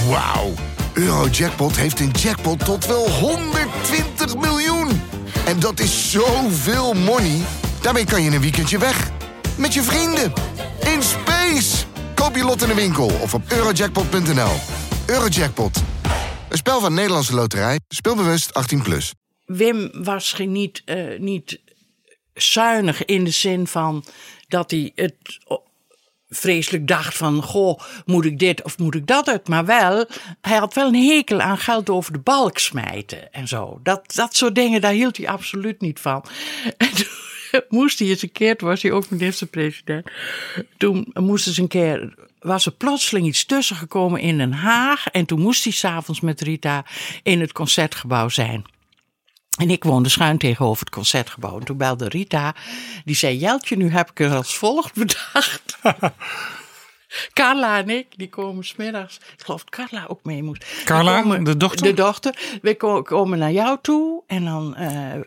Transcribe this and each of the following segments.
Wauw. Eurojackpot heeft een jackpot tot wel 120 miljoen. En dat is zoveel money. Daarmee kan je een weekendje weg. Met je vrienden. In space. Koop je lot in de winkel of op eurojackpot.nl. Eurojackpot. Een spel van Nederlandse Loterij. Speelbewust 18+. Wim was niet zuinig in de zin van dat hij het vreselijk dacht van, goh, moet ik dit of moet ik dat uit? Maar wel, hij had wel een hekel aan geld over de balk smijten en zo. Dat soort dingen, daar hield hij absoluut niet van. En toen moest hij eens een keer, toen was hij ook minister-president, toen was er plotseling iets tussen gekomen in Den Haag en toen moest hij 's avonds met Rita in het Concertgebouw zijn. En ik woonde schuin tegenover het Concertgebouw. En toen belde Rita, die zei, Jeltje, nu heb ik er als volgt bedacht. Carla en ik, die komen 's middags. Ik geloof dat Carla ook mee moest. Carla, de dochter? De dochter. We komen naar jou toe. En dan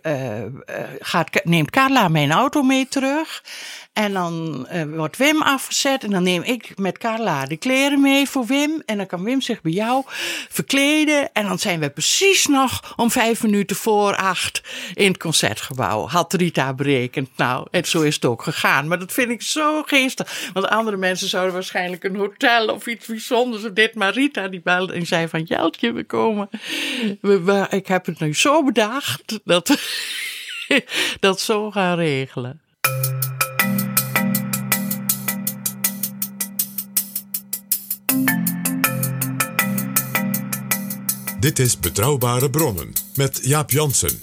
neemt Carla mijn auto mee terug. En dan wordt Wim afgezet. En dan neem ik met Carla de kleren mee voor Wim. En dan kan Wim zich bij jou verkleden. En dan zijn we precies nog om 7:55 in het Concertgebouw. Had Rita berekend. Nou, en zo is het ook gegaan. Maar dat vind ik zo geestig. Want andere mensen zouden waarschijnlijk een hotel of iets bijzonders of dit. Maar Rita die belde en zei van, Jeltje, we komen. Ik heb het nu zo bedacht dat dat zo gaan regelen. Dit is Betrouwbare Bronnen met Jaap Jansen.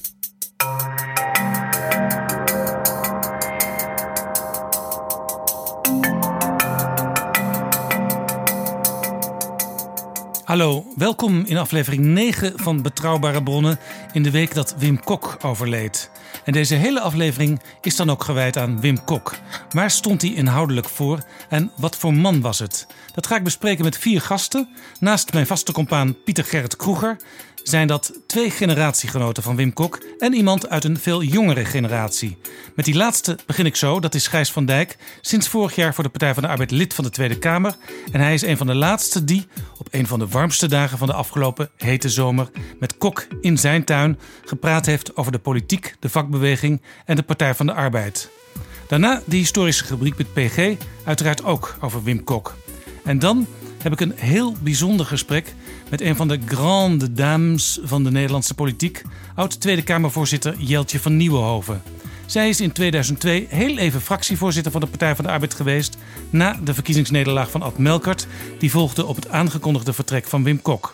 Hallo, welkom in aflevering 9 van Betrouwbare Bronnen in de week dat Wim Kok overleed. En deze hele aflevering is dan ook gewijd aan Wim Kok. Waar stond hij inhoudelijk voor en wat voor man was het? Dat ga ik bespreken met 4 gasten. Naast mijn vaste compaan Pieter Gerrit Kroeger zijn dat 2 generatiegenoten van Wim Kok en iemand uit een veel jongere generatie. Met die laatste begin ik zo, dat is Gijs van Dijk, sinds vorig jaar voor de Partij van de Arbeid lid van de Tweede Kamer. En hij is een van de laatste die, op een van de warmste dagen van de afgelopen hete zomer, met Kok in zijn tuin gepraat heeft over de politiek, de vakbeweging en de Partij van de Arbeid. Daarna de historische rubriek met PG, uiteraard ook over Wim Kok. En dan heb ik een heel bijzonder gesprek met een van de grande dames van de Nederlandse politiek, oud Tweede Kamervoorzitter Jeltje van Nieuwenhoven. Zij is in 2002 heel even fractievoorzitter van de Partij van de Arbeid geweest na de verkiezingsnederlaag van Ad Melkert, die volgde op het aangekondigde vertrek van Wim Kok.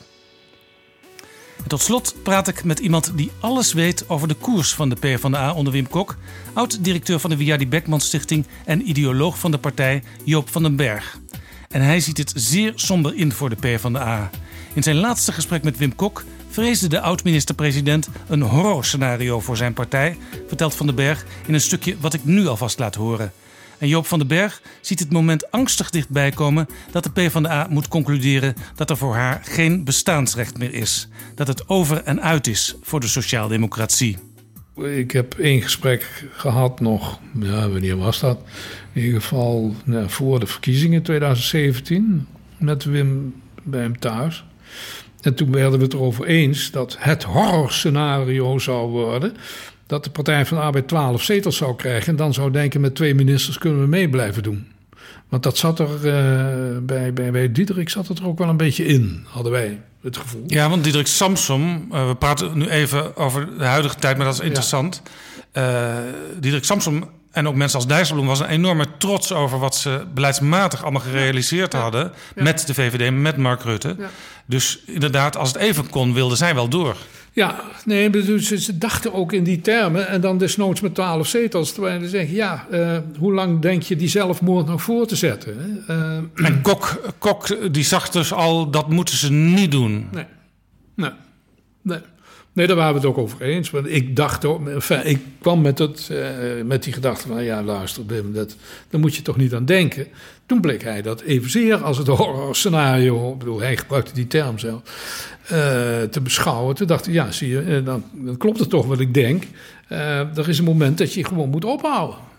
En tot slot praat ik met iemand die alles weet over de koers van de PvdA onder Wim Kok, oud-directeur van de Wiardi Beckman Stichting en ideoloog van de partij Joop van den Berg. En hij ziet het zeer somber in voor de PvdA. In zijn laatste gesprek met Wim Kok vreesde de oud-minister-president een horrorscenario voor zijn partij, vertelt Van den Berg in een stukje wat ik nu alvast laat horen. En Joop van den Berg ziet het moment angstig dichtbij komen dat de PvdA moet concluderen dat er voor haar geen bestaansrecht meer is. Dat het over en uit is voor de sociaaldemocratie. Ik heb 1 gesprek gehad nog, wanneer was dat? In ieder geval voor de verkiezingen 2017 met Wim bij hem thuis. En toen werden we het erover eens dat het horrorscenario zou worden dat de Partij van de Arbeid 12 zetels zou krijgen. En dan zou denken, met 2 ministers kunnen we mee blijven doen. Want dat zat er bij Diederik zat het er ook wel een beetje in, hadden wij het gevoel. Ja, want Diederik Samsom, we praten nu even over de huidige tijd, maar dat is interessant. Ja. Diederik Samsom en ook mensen als Dijsselbloem was een enorme trots over wat ze beleidsmatig allemaal gerealiseerd hadden met de VVD, met Mark Rutte. Ja. Dus inderdaad, als het even kon, wilden zij wel door. Ja, nee, dus ze dachten ook in die termen en dan desnoods met 12 zetels. Terwijl ze zeggen, hoe lang denk je die zelfmoord nog voor te zetten? En Kok die zag dus al, dat moeten ze niet doen. Nee, daar waren we het ook over eens. Want ik dacht ook, ik kwam met die gedachte van, luister, Wim, daar moet je toch niet aan denken. Toen bleek hij dat evenzeer als het horrorscenario, ik bedoel, hij gebruikte die term zelf, te beschouwen. Toen dacht ik, zie je, dan klopt het toch wat ik denk. Er is een moment dat je gewoon moet ophouden.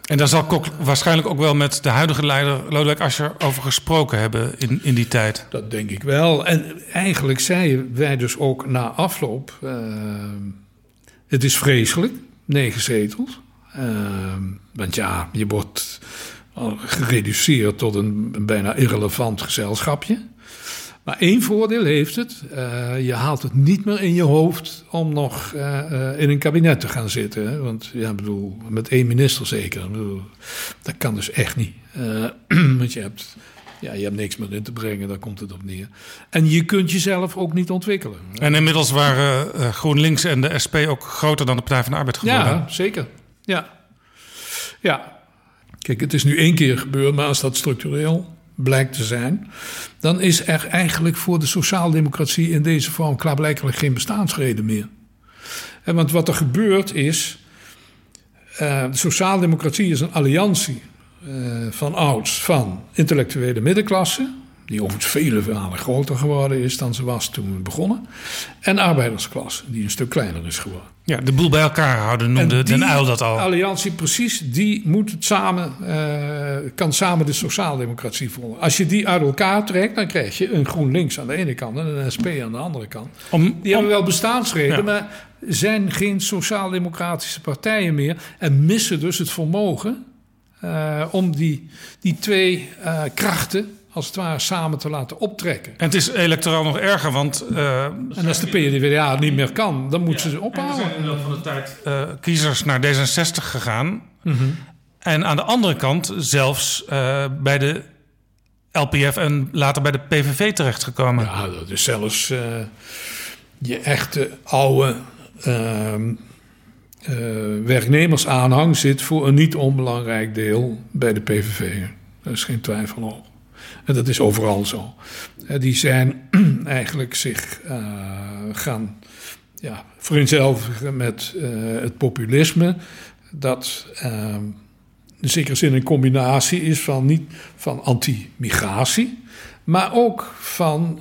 En daar zal Kok waarschijnlijk ook wel met de huidige leider Lodewijk Asscher over gesproken hebben in die tijd. Dat denk ik wel. En eigenlijk zeiden wij dus ook na afloop, het is vreselijk, 9 zetels. Want ja, je wordt gereduceerd tot een bijna irrelevant gezelschapje. Maar 1 voordeel heeft het. Je haalt het niet meer in je hoofd om nog in een kabinet te gaan zitten. Hè? Want ja, bedoel, met 1 minister zeker. Dat kan dus echt niet. Want je hebt niks meer in te brengen, daar komt het op neer. En je kunt jezelf ook niet ontwikkelen. En inmiddels waren GroenLinks en de SP ook groter dan de Partij van de Arbeid geworden. Ja, zeker. Ja. Kijk, het is nu 1 keer gebeurd, maar als dat structureel blijkt te zijn, dan is er eigenlijk voor de sociaaldemocratie in deze vorm klaarblijkelijk geen bestaansreden meer. Want wat er gebeurt is, de sociaaldemocratie is een alliantie van ouds van intellectuele middenklasse, die overigens vele malen groter geworden is dan ze was toen we begonnen, en arbeidersklasse, die een stuk kleiner is geworden. Ja, de boel bij elkaar houden noemde Den Uyl dat al. Alliantie, precies, die moet het kan samen de sociaaldemocratie volgen. Als je die uit elkaar trekt, dan krijg je een GroenLinks aan de ene kant en een SP aan de andere kant. Die hebben wel bestaansreden, maar zijn geen sociaaldemocratische partijen meer en missen dus het vermogen om die 2 krachten als het ware samen te laten optrekken. En het is electoraal nog erger, want en als de PvdA niet meer kan, dan moet ze ophouden. Er zijn in de loop van de tijd kiezers naar D66 gegaan. Mm-hmm. En aan de andere kant zelfs bij de LPF en later bij de PVV terechtgekomen. Ja, dat is zelfs je echte oude werknemersaanhang zit voor een niet onbelangrijk deel bij de PVV. Daar is geen twijfel over. En dat is overal zo. Die zijn eigenlijk zich gaan vereenzelvigen met het populisme. Dat in zekere zin een combinatie is van niet van anti-migratie, maar ook van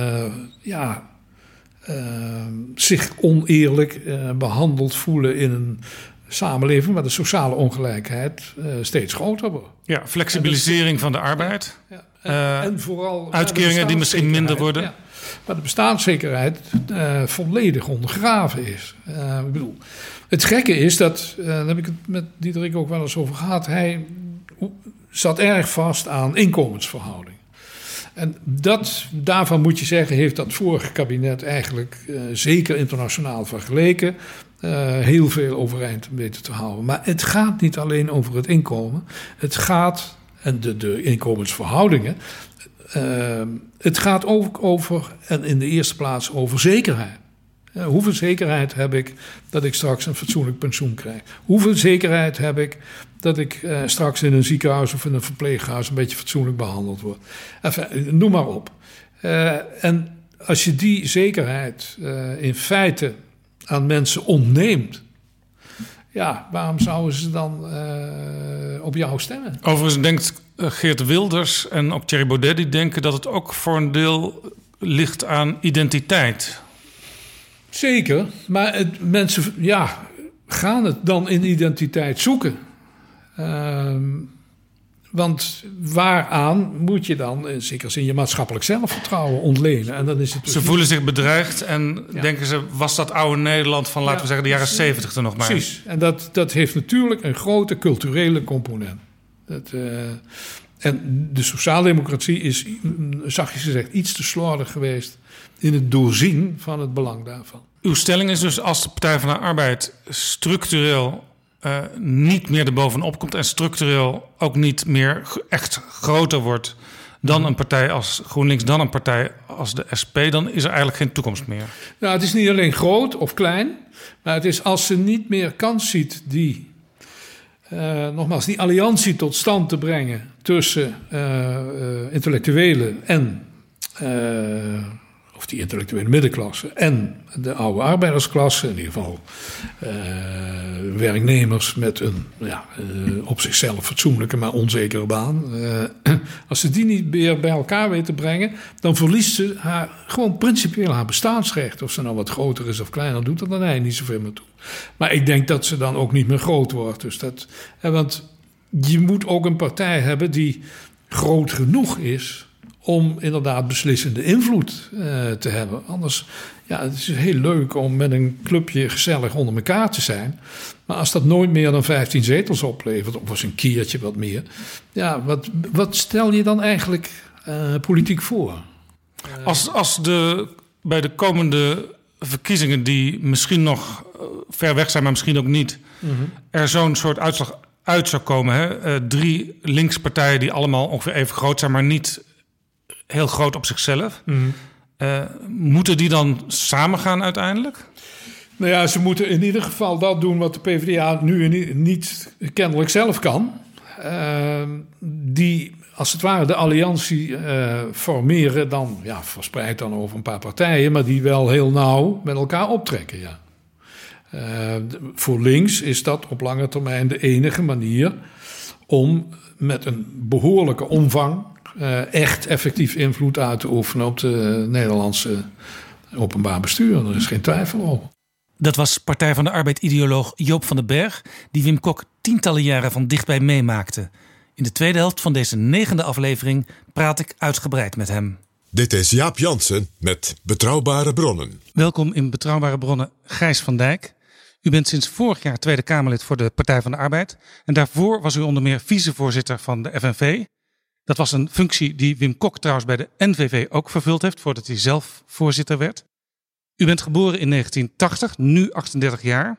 zich oneerlijk behandeld voelen in een samenleving waar de sociale ongelijkheid steeds groter wordt. Ja, flexibilisering van de arbeid. Ja. En vooral uitkeringen die misschien minder worden. Ja, maar de bestaanszekerheid volledig ondergraven is. Ik bedoel, het gekke is dat, daar heb ik het met Diederik ook wel eens over gehad, hij zat erg vast aan inkomensverhouding. En daarvan moet je zeggen, heeft dat vorige kabinet eigenlijk zeker internationaal vergeleken heel veel overeind weten te houden. Maar het gaat niet alleen over het inkomen. Het gaat, en de inkomensverhoudingen, het gaat ook over, en in de eerste plaats over zekerheid. Hoeveel zekerheid heb ik dat ik straks een fatsoenlijk pensioen krijg? Hoeveel zekerheid heb ik dat ik straks in een ziekenhuis of in een verpleeghuis een beetje fatsoenlijk behandeld word? Enfin, noem maar op. En als je die zekerheid in feite aan mensen ontneemt, ja, waarom zouden ze dan op jou stemmen? Overigens denkt Geert Wilders en ook Thierry Baudet, die denken dat het ook voor een deel ligt aan identiteit. Zeker, maar mensen gaan het dan in identiteit zoeken. Want waaraan moet je dan, in zekere zin, je maatschappelijk zelfvertrouwen ontlenen? En dan is het dus ze voelen zich bedreigd en denken ze, was dat oude Nederland van, laten we zeggen, de jaren 70 er nog maar? Precies, en dat heeft natuurlijk een grote culturele component. En de sociaaldemocratie is, zachtjes gezegd, iets te slordig geweest in het doorzien van het belang daarvan. Uw stelling is dus, als de Partij van de Arbeid structureel niet meer erbovenop komt en structureel ook niet meer echt groter wordt dan een partij als GroenLinks, dan een partij als de SP, dan is er eigenlijk geen toekomst meer. Nou, het is niet alleen groot of klein, maar het is als ze niet meer kans ziet die alliantie tot stand te brengen tussen intellectuelen en of die intellectuele middenklasse en de oude arbeidersklasse, in ieder geval werknemers met een op zichzelf fatsoenlijke, maar onzekere baan. Als ze die niet meer bij elkaar weet te brengen, dan verliest ze gewoon principieel haar bestaansrecht. Of ze nou wat groter is of kleiner, doet er dan eigenlijk niet zoveel meer toe. Maar ik denk dat ze dan ook niet meer groot wordt. Dus want je moet ook een partij hebben die groot genoeg is om inderdaad beslissende invloed te hebben. Anders, het is heel leuk om met een clubje gezellig onder elkaar te zijn. Maar als dat nooit meer dan 15 zetels oplevert, of eens een keertje wat meer. Wat stel je dan eigenlijk politiek voor? Als bij de komende verkiezingen, die misschien nog ver weg zijn, maar misschien ook niet, er zo'n soort uitslag uit zou komen. Hè? 3 linkspartijen die allemaal ongeveer even groot zijn, maar niet heel groot op zichzelf. Moeten die dan samengaan uiteindelijk? Nou ja, ze moeten in ieder geval dat doen wat de PvdA nu niet kennelijk zelf kan. Die als het ware de alliantie formeren, dan verspreid dan over een paar partijen, maar die wel heel nauw met elkaar optrekken. Ja. Voor links is dat op lange termijn de enige manier om met een behoorlijke omvang echt effectief invloed uit te oefenen op de Nederlandse openbaar bestuur. Er is geen twijfel over. Dat was Partij van de Arbeid-ideoloog Joop van den Berg, die Wim Kok tientallen jaren van dichtbij meemaakte. In de tweede helft van deze 9e aflevering praat ik uitgebreid met hem. Dit is Jaap Jansen met Betrouwbare Bronnen. Welkom in Betrouwbare Bronnen, Gijs van Dijk. U bent sinds vorig jaar Tweede Kamerlid voor de Partij van de Arbeid. En daarvoor was u onder meer vicevoorzitter van de FNV. Dat was een functie die Wim Kok trouwens bij de NVV ook vervuld heeft, voordat hij zelf voorzitter werd. U bent geboren in 1980, nu 38 jaar.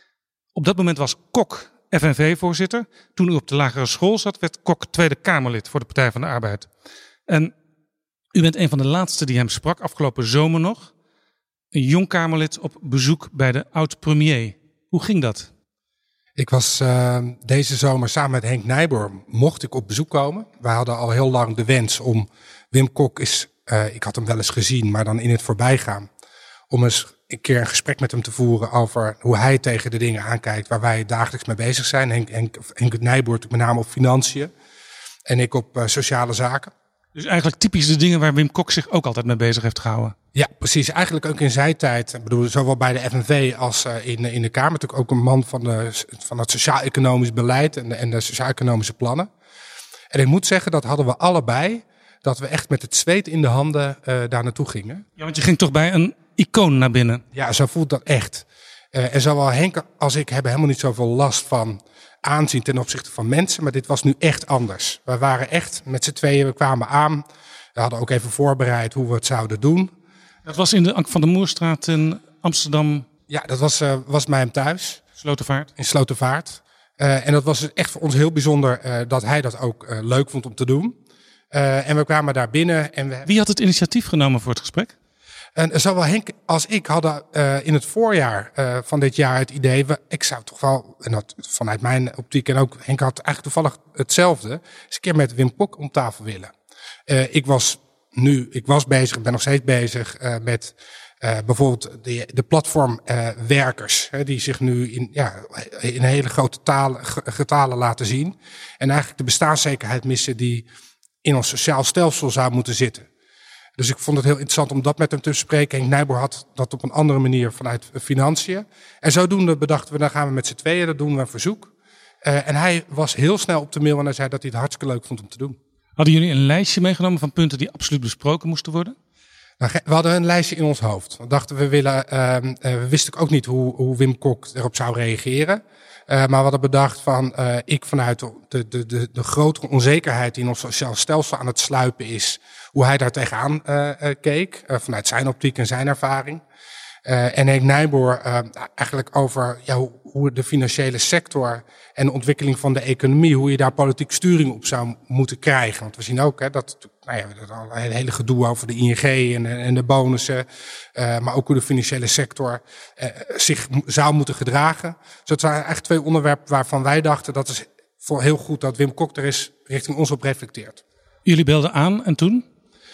Op dat moment was Kok FNV-voorzitter. Toen u op de lagere school zat, werd Kok Tweede Kamerlid voor de Partij van de Arbeid. En u bent een van de laatste die hem sprak, afgelopen zomer nog. Een jong Kamerlid op bezoek bij de oud-premier. Hoe ging dat? Ik was deze zomer samen met Henk Nijboer, mocht ik op bezoek komen. Wij hadden al heel lang de wens om Wim Kok ik had hem wel eens gezien, maar dan in het voorbijgaan, om eens een keer een gesprek met hem te voeren over hoe hij tegen de dingen aankijkt waar wij dagelijks mee bezig zijn. Henk Nijboer met name op financiën en ik op sociale zaken. Dus eigenlijk typisch de dingen waar Wim Kok zich ook altijd mee bezig heeft gehouden. Ja, precies. Eigenlijk ook in zijn tijd. Ik bedoel, zowel bij de FNV als in de Kamer. Natuurlijk ook een man van het sociaal-economisch beleid en de sociaal-economische plannen. En ik moet zeggen, dat hadden we allebei. Dat we echt met het zweet in de handen daar naartoe gingen. Ja, want je ging toch bij een icoon naar binnen. Ja, zo voelt dat echt. En zowel Henk als ik hebben helemaal niet zoveel last van aanzien ten opzichte van mensen. Maar dit was nu echt anders. We waren echt met z'n tweeën, we kwamen aan. We hadden ook even voorbereid hoe we het zouden doen. Dat was in de Ank van der Moerstraat in Amsterdam. Ja, dat was bij hem thuis. Slotervaart. In Slotervaart. En dat was dus echt voor ons heel bijzonder dat hij dat ook leuk vond om te doen. En we kwamen daar binnen. Wie had het initiatief genomen voor het gesprek? En zowel Henk als ik hadden in het voorjaar van dit jaar het idee, ik zou toch wel, en dat vanuit mijn optiek en ook Henk had eigenlijk toevallig hetzelfde, eens een keer met Wim Kok om tafel willen. Ik was bezig, ik ben nog steeds bezig met bijvoorbeeld de platformwerkers, die zich nu in hele grote getalen laten zien. En eigenlijk de bestaanszekerheid missen die in ons sociaal stelsel zou moeten zitten. Dus ik vond het heel interessant om dat met hem te bespreken. Henk Nijboer had dat op een andere manier vanuit financiën. En zodoende bedachten we, dan gaan we met z'n tweeën, dat doen we een verzoek. En hij was heel snel op de mail en hij zei dat hij het hartstikke leuk vond om te doen. Hadden jullie een lijstje meegenomen van punten die absoluut besproken moesten worden? Nou, we hadden een lijstje in ons hoofd. We dachten, we wisten ook niet hoe Wim Kok erop zou reageren. Maar we hadden bedacht van, ik vanuit de grotere onzekerheid die in ons sociaal stelsel aan het sluipen is, hoe hij daar tegenaan keek, vanuit zijn optiek en zijn ervaring. En Henk Nijboer eigenlijk over hoe de financiële sector en de ontwikkeling van de economie, hoe je daar politiek sturing op zou moeten krijgen. Want we zien ook dat een hele gedoe over de ING en de bonussen, maar ook hoe de financiële sector zich zou moeten gedragen. Dus dat waren eigenlijk 2 onderwerpen waarvan wij dachten dat is voor heel goed dat Wim Kok er is richting ons op reflecteert. Jullie belden aan en toen?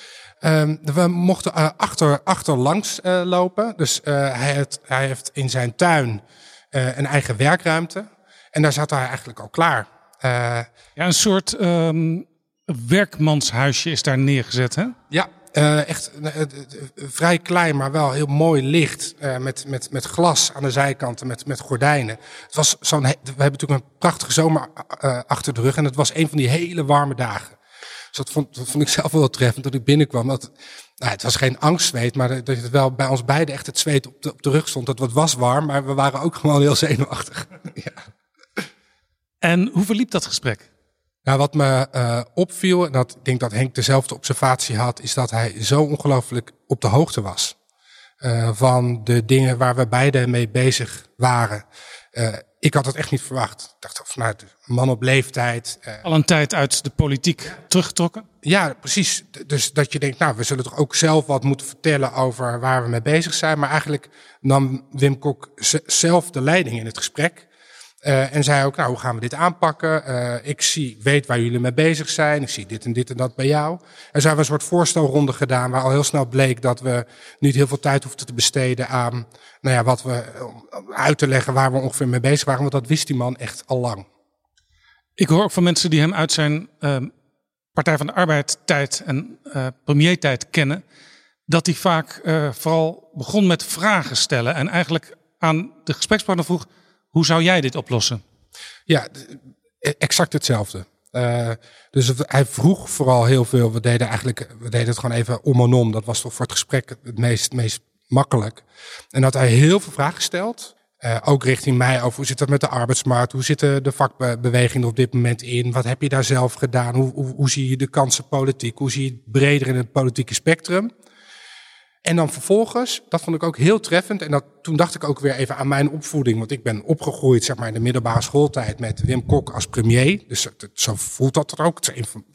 We mochten achterlangs lopen. Dus hij heeft in zijn tuin een eigen werkruimte. En daar zat hij eigenlijk al klaar. Een soort werkmanshuisje is daar neergezet, hè? Ja, Echt vrij klein, maar wel heel mooi licht. Met glas aan de zijkanten, met gordijnen. Het was we hebben natuurlijk een prachtige zomer achter de rug. En het was een van die hele warme dagen. Dus dat vond ik zelf wel treffend toen ik binnenkwam. Het was geen angstzweet, maar dat het wel bij ons beiden echt het zweet op de rug stond. Het was warm, maar we waren ook gewoon heel zenuwachtig. Ja. En hoe verliep dat gesprek? Nou, wat me opviel, en ik denk dat Henk dezelfde observatie had, is dat hij zo ongelooflijk op de hoogte was. Van de dingen waar we beiden mee bezig waren. Ik had het echt niet verwacht. Ik dacht vanuit man op leeftijd. Al een tijd uit de politiek teruggetrokken? Ja, precies. Dus dat je denkt, we zullen toch ook zelf wat moeten vertellen over waar we mee bezig zijn. Maar eigenlijk nam Wim Kok zelf de leiding in het gesprek. En zei ook, hoe gaan we dit aanpakken? Weet waar jullie mee bezig zijn. Ik zie dit en dat bij jou. En zo hebben we een soort voorstelronde gedaan, waar al heel snel bleek dat we niet heel veel tijd hoefden te besteden aan wat we uit te leggen waar we ongeveer mee bezig waren. Want dat wist die man echt al lang. Ik hoor ook van mensen die hem uit zijn Partij van de Arbeid tijd en premiertijd kennen, dat hij vaak vooral begon met vragen stellen en eigenlijk aan de gesprekspartner vroeg: hoe zou jij dit oplossen? Ja, exact hetzelfde. Dus hij vroeg vooral heel veel. We deden het gewoon even om en om. Dat was toch voor het gesprek het meest makkelijk. En dat hij heel veel vragen stelt. Ook richting mij over hoe zit dat met de arbeidsmarkt? Hoe zitten de vakbewegingen op dit moment in? Wat heb je daar zelf gedaan? Hoe zie je de kansen politiek? Hoe zie je het breder in het politieke spectrum? En dan vervolgens, dat vond ik ook heel treffend. En toen dacht ik ook weer even aan mijn opvoeding. Want ik ben opgegroeid in de middelbare schooltijd met Wim Kok als premier. Dus zo voelt dat er ook.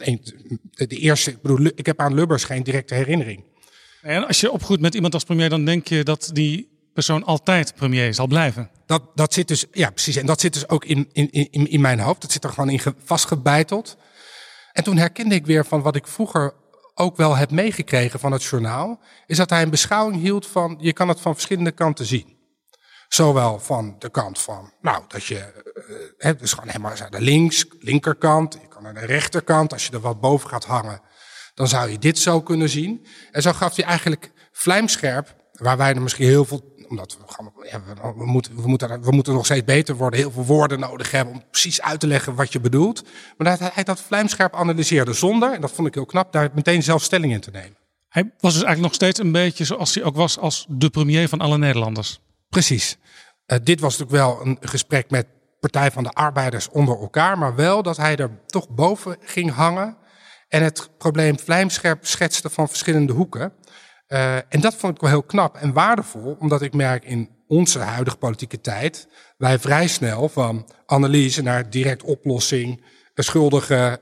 De eerste, ik heb aan Lubbers geen directe herinnering. En als je opgroeit met iemand als premier, dan denk je dat die persoon altijd premier zal blijven. Dat zit dus, ja precies. En dat zit dus ook in mijn hoofd. Dat zit er gewoon in vastgebeiteld. En toen herkende ik weer van wat ik vroeger ook wel heb meegekregen van het journaal, is dat hij een beschouwing hield van, je kan het van verschillende kanten zien. Zowel van de kant van, dat je, dus gewoon helemaal aan de linkerkant, je kan naar de rechterkant, als je er wat boven gaat hangen, dan zou je dit zo kunnen zien. En zo gaf hij eigenlijk vlijmscherp, waar wij er misschien heel veel, omdat we moeten nog steeds beter worden, heel veel woorden nodig hebben om precies uit te leggen wat je bedoelt. Maar dat hij dat vlijmscherp analyseerde zonder, en dat vond ik heel knap, daar meteen zelf stelling in te nemen. Hij was dus eigenlijk nog steeds een beetje zoals hij ook was als de premier van alle Nederlanders. Precies. Dit was natuurlijk wel een gesprek met Partij van de Arbeiders onder elkaar, maar wel dat hij er toch boven ging hangen en het probleem vlijmscherp schetste van verschillende hoeken. En dat vond ik wel heel knap en waardevol, omdat ik merk in onze huidige politieke tijd, wij vrij snel van analyse naar direct oplossing, schuldigen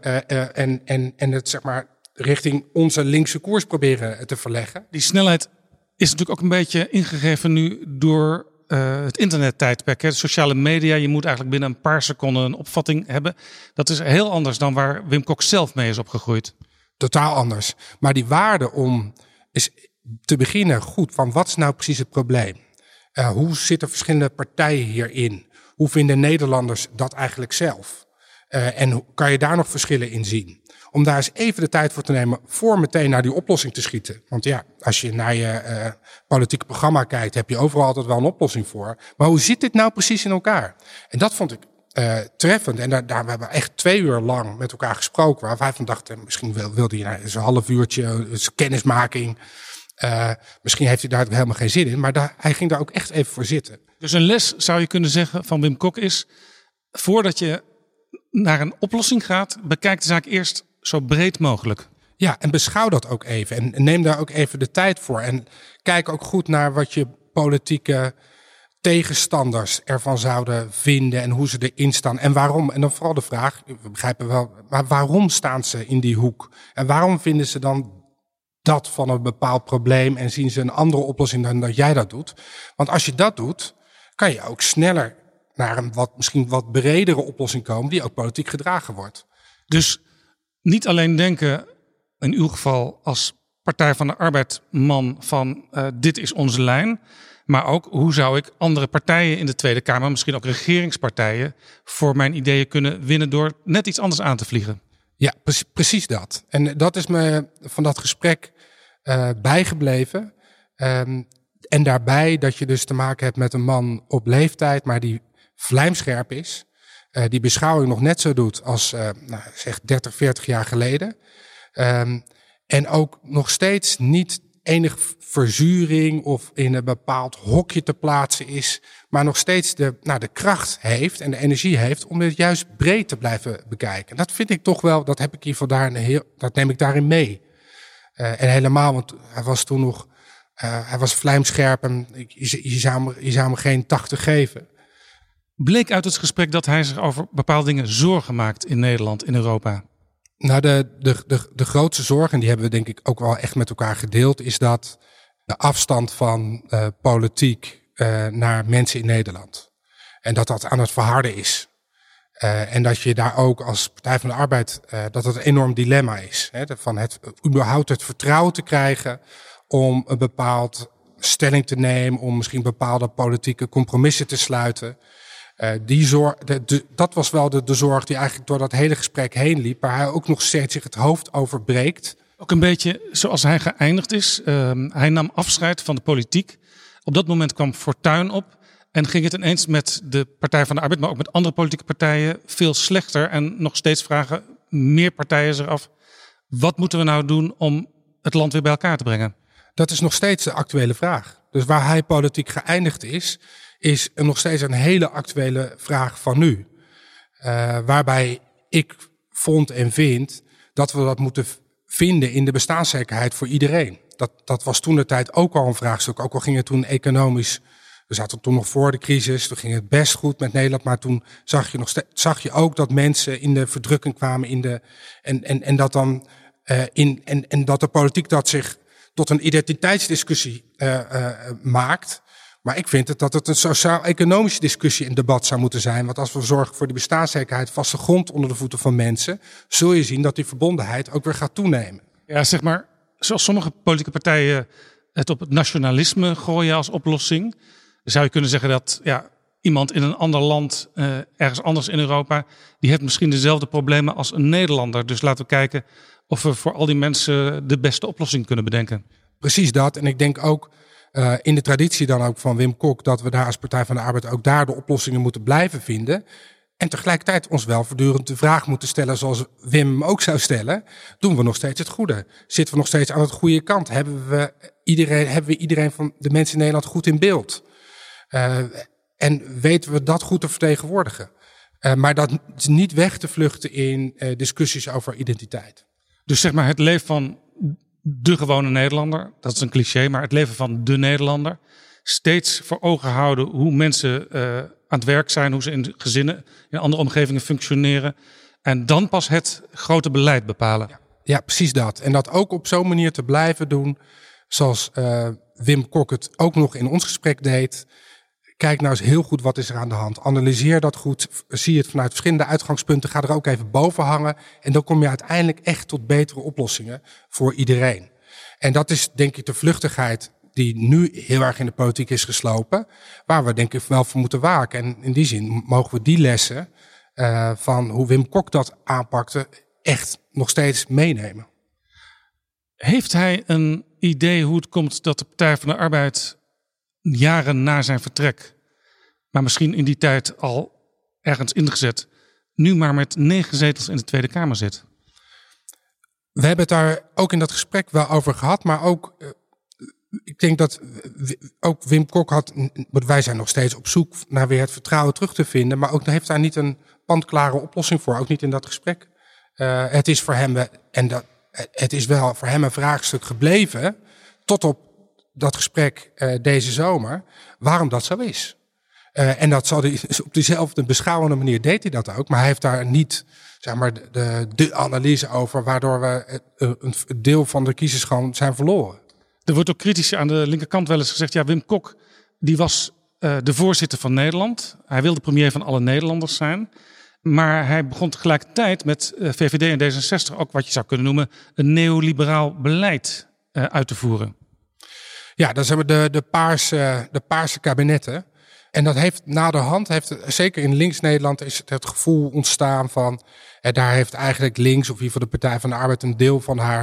en het richting onze linkse koers proberen te verleggen. Die snelheid is natuurlijk ook een beetje ingegeven nu door het internettijdperk. De sociale media, je moet eigenlijk binnen een paar seconden een opvatting hebben. Dat is heel anders dan waar Wim Kok zelf mee is opgegroeid. Totaal anders. Maar die waarde om is te beginnen goed van wat is nou precies het probleem? Hoe zitten verschillende partijen hierin? Hoe vinden Nederlanders dat eigenlijk zelf? En kan je daar nog verschillen in zien? Om daar eens even de tijd voor te nemen voor meteen naar die oplossing te schieten. Want ja, als je naar je politieke programma kijkt, heb je overal altijd wel een oplossing voor. Maar hoe zit dit nou precies in elkaar? En dat vond ik treffend. En daar hebben we echt 2 uur lang met elkaar gesproken. Waar wij van dachten, misschien wilde je een half uurtje kennismaking. Misschien heeft hij daar helemaal geen zin in. Maar hij ging daar ook echt even voor zitten. Dus een les zou je kunnen zeggen van Wim Kok is, voordat je naar een oplossing gaat, bekijk de zaak eerst zo breed mogelijk. Ja, en beschouw dat ook even. En neem daar ook even de tijd voor. En kijk ook goed naar wat je politieke tegenstanders ervan zouden vinden en hoe ze erin staan en waarom. En dan vooral de vraag, we begrijpen wel, maar waarom staan ze in die hoek? En waarom vinden ze dan dat van een bepaald probleem en zien ze een andere oplossing dan dat jij dat doet? Want als je dat doet, kan je ook sneller naar een misschien wat bredere oplossing komen die ook politiek gedragen wordt. Dus niet alleen denken, in uw geval als Partij van de Arbeid man van dit is onze lijn, maar ook hoe zou ik andere partijen in de Tweede Kamer, misschien ook regeringspartijen, voor mijn ideeën kunnen winnen door net iets anders aan te vliegen. Ja, precies dat. En dat is me van dat gesprek bijgebleven. En daarbij dat je dus te maken hebt met een man op leeftijd, maar die vlijmscherp is. Die beschouwing nog net zo doet als zeg 30, 40 jaar geleden. En ook nog steeds niet enige verzuring of in een bepaald hokje te plaatsen is, maar nog steeds de kracht heeft en de energie heeft om dit juist breed te blijven bekijken. Dat vind ik toch wel, dat heb ik hier vandaar dat neem ik daarin mee. En helemaal, want hij was toen nog, hij was vlijmscherp en je zou me geen 80 geven. Bleek uit het gesprek dat hij zich over bepaalde dingen zorgen maakt in Nederland, in Europa? Nou, de grootste zorg, en die hebben we denk ik ook wel echt met elkaar gedeeld, is dat de afstand van politiek naar mensen in Nederland. En dat aan het verharden is. En dat je daar ook als Partij van de Arbeid, dat het een enorm dilemma is. Hè, van überhaupt het vertrouwen te krijgen om een bepaald stelling te nemen, om misschien bepaalde politieke compromissen te sluiten. Dat was wel de zorg die eigenlijk door dat hele gesprek heen liep, waar hij ook nog steeds zich het hoofd over breekt. Ook een beetje zoals hij geëindigd is. Hij nam afscheid van de politiek. Op dat moment kwam Fortuyn op en ging het ineens met de Partij van de Arbeid, maar ook met andere politieke partijen veel slechter. En nog steeds vragen meer partijen zich af, wat moeten we nou doen om het land weer bij elkaar te brengen? Dat is nog steeds de actuele vraag. Dus waar hij politiek geëindigd is nog steeds een hele actuele vraag van nu. Waarbij ik vond en vind dat we dat moeten vinden in de bestaanszekerheid voor iedereen. Dat was toen de tijd ook al een vraagstuk. Ook al ging het toen economisch, we zaten toen nog voor de crisis, toen ging het best goed met Nederland, maar toen zag je ook dat mensen in de verdrukking kwamen en dat de politiek dat zich tot een identiteitsdiscussie maakt. Maar ik vind dat het een sociaal-economische discussie en debat zou moeten zijn. Want als we zorgen voor die bestaanszekerheid, vaste grond onder de voeten van mensen, zul je zien dat die verbondenheid ook weer gaat toenemen. Ja, zeg maar, zoals sommige politieke partijen het op het nationalisme gooien als oplossing, zou je kunnen zeggen dat iemand in een ander land, ergens anders in Europa, die heeft misschien dezelfde problemen als een Nederlander. Dus laten we kijken of we voor al die mensen de beste oplossing kunnen bedenken. Precies dat. En ik denk ook in de traditie dan ook van Wim Kok, dat we daar als Partij van de Arbeid ook daar de oplossingen moeten blijven vinden. En tegelijkertijd ons wel voortdurend de vraag moeten stellen, zoals Wim hem ook zou stellen, doen we nog steeds het goede? Zitten we nog steeds aan het goede kant? Hebben we iedereen van de mensen in Nederland goed in beeld? En weten we dat goed te vertegenwoordigen? Maar dat is niet weg te vluchten in discussies over identiteit. Dus zeg maar het leven van de gewone Nederlander, dat is een cliché, maar het leven van de Nederlander. Steeds voor ogen houden hoe mensen aan het werk zijn, hoe ze in gezinnen, in andere omgevingen functioneren. En dan pas het grote beleid bepalen. Ja, precies dat. En dat ook op zo'n manier te blijven doen, zoals Wim Kok het ook nog in ons gesprek deed. Kijk nou eens heel goed wat is er aan de hand. Analyseer dat goed. Zie het vanuit verschillende uitgangspunten. Ga er ook even boven hangen. En dan kom je uiteindelijk echt tot betere oplossingen voor iedereen. En dat is denk ik de vluchtigheid die nu heel erg in de politiek is geslopen. Waar we denk ik wel voor moeten waken. En in die zin mogen we die lessen van hoe Wim Kok dat aanpakte echt nog steeds meenemen. Heeft hij een idee hoe het komt dat de Partij van de Arbeid jaren na zijn vertrek, maar misschien in die tijd al ergens ingezet, nu maar met 9 zetels in de Tweede Kamer zit? We hebben het daar ook in dat gesprek wel over gehad, maar ook ik denk dat ook Wim Kok want wij zijn nog steeds op zoek naar weer het vertrouwen terug te vinden, maar ook heeft daar niet een pandklare oplossing voor, ook niet in dat gesprek. Het is voor hem het is wel voor hem een vraagstuk gebleven tot op dat gesprek deze zomer, waarom dat zo is. En dat zal hij dus op diezelfde beschouwende manier deed hij dat ook, maar hij heeft daar niet zeg maar de analyse over, waardoor we een deel van de kiezers gewoon zijn verloren. Er wordt ook kritisch aan de linkerkant wel eens gezegd, ja, Wim Kok die was de voorzitter van Nederland. Hij wilde premier van alle Nederlanders zijn. Maar hij begon tegelijkertijd met VVD en D66 ook wat je zou kunnen noemen een neoliberaal beleid uit te voeren. Ja, dat zijn de paarse kabinetten. En dat heeft naderhand, zeker in links-Nederland, is het gevoel ontstaan van daar heeft eigenlijk links, of in ieder geval de Partij van de Arbeid, een deel van haar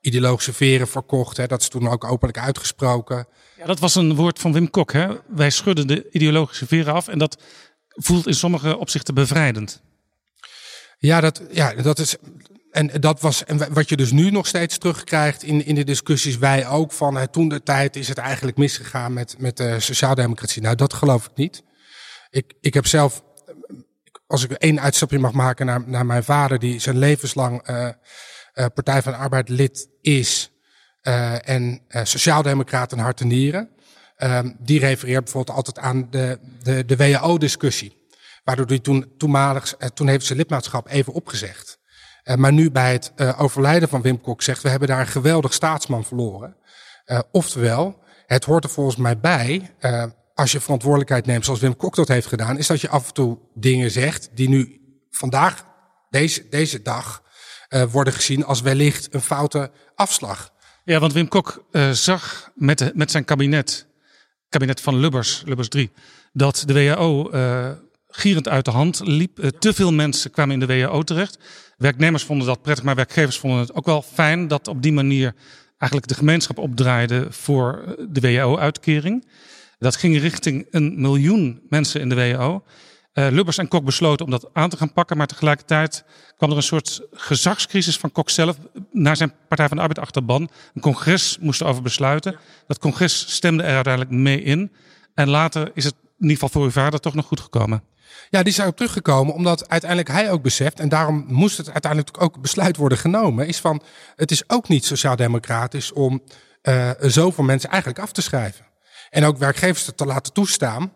ideologische veren verkocht. Hè. Dat is toen ook openlijk uitgesproken. Ja, dat was een woord van Wim Kok. Hè? Wij schudden de ideologische veren af en dat voelt in sommige opzichten bevrijdend. Ja, dat is. En dat was. En wat je dus nu nog steeds terugkrijgt in de discussies, wij ook van toen de tijd is het eigenlijk misgegaan met de sociaaldemocratie. Nou, dat geloof ik niet. Ik heb zelf, als ik één uitstapje mag maken naar mijn vader, die zijn levenslang Partij van de Arbeid lid is en sociaaldemocraat in hart en nieren. Die refereert bijvoorbeeld altijd aan de WHO-discussie. Waardoor hij toen heeft zijn lidmaatschap even opgezegd. Maar nu bij het overlijden van Wim Kok zegt, we hebben daar een geweldig staatsman verloren. Oftewel, het hoort er volgens mij bij, als je verantwoordelijkheid neemt zoals Wim Kok dat heeft gedaan, is dat je af en toe dingen zegt die nu vandaag, deze dag, worden gezien als wellicht een foute afslag. Ja, want Wim Kok zag met zijn kabinet van Lubbers 3, dat de WHO gierend uit de hand liep. Te veel mensen kwamen in de WHO terecht. Werknemers vonden dat prettig, maar werkgevers vonden het ook wel fijn dat op die manier eigenlijk de gemeenschap opdraaide voor de WHO-uitkering. Dat ging richting 1 miljoen mensen in de WHO. Lubbers en Kok besloten om dat aan te gaan pakken, maar tegelijkertijd kwam er een soort gezagscrisis van Kok zelf naar zijn Partij van de Arbeid achterban. Een congres moest erover besluiten. Dat congres stemde er uiteindelijk mee in. En later is het in ieder geval voor uw vader toch nog goed gekomen. Ja, die is daarop teruggekomen omdat uiteindelijk hij ook beseft, en daarom moest het uiteindelijk ook besluit worden genomen, is van het is ook niet sociaal-democratisch om zoveel mensen eigenlijk af te schrijven. En ook werkgevers te laten toestaan.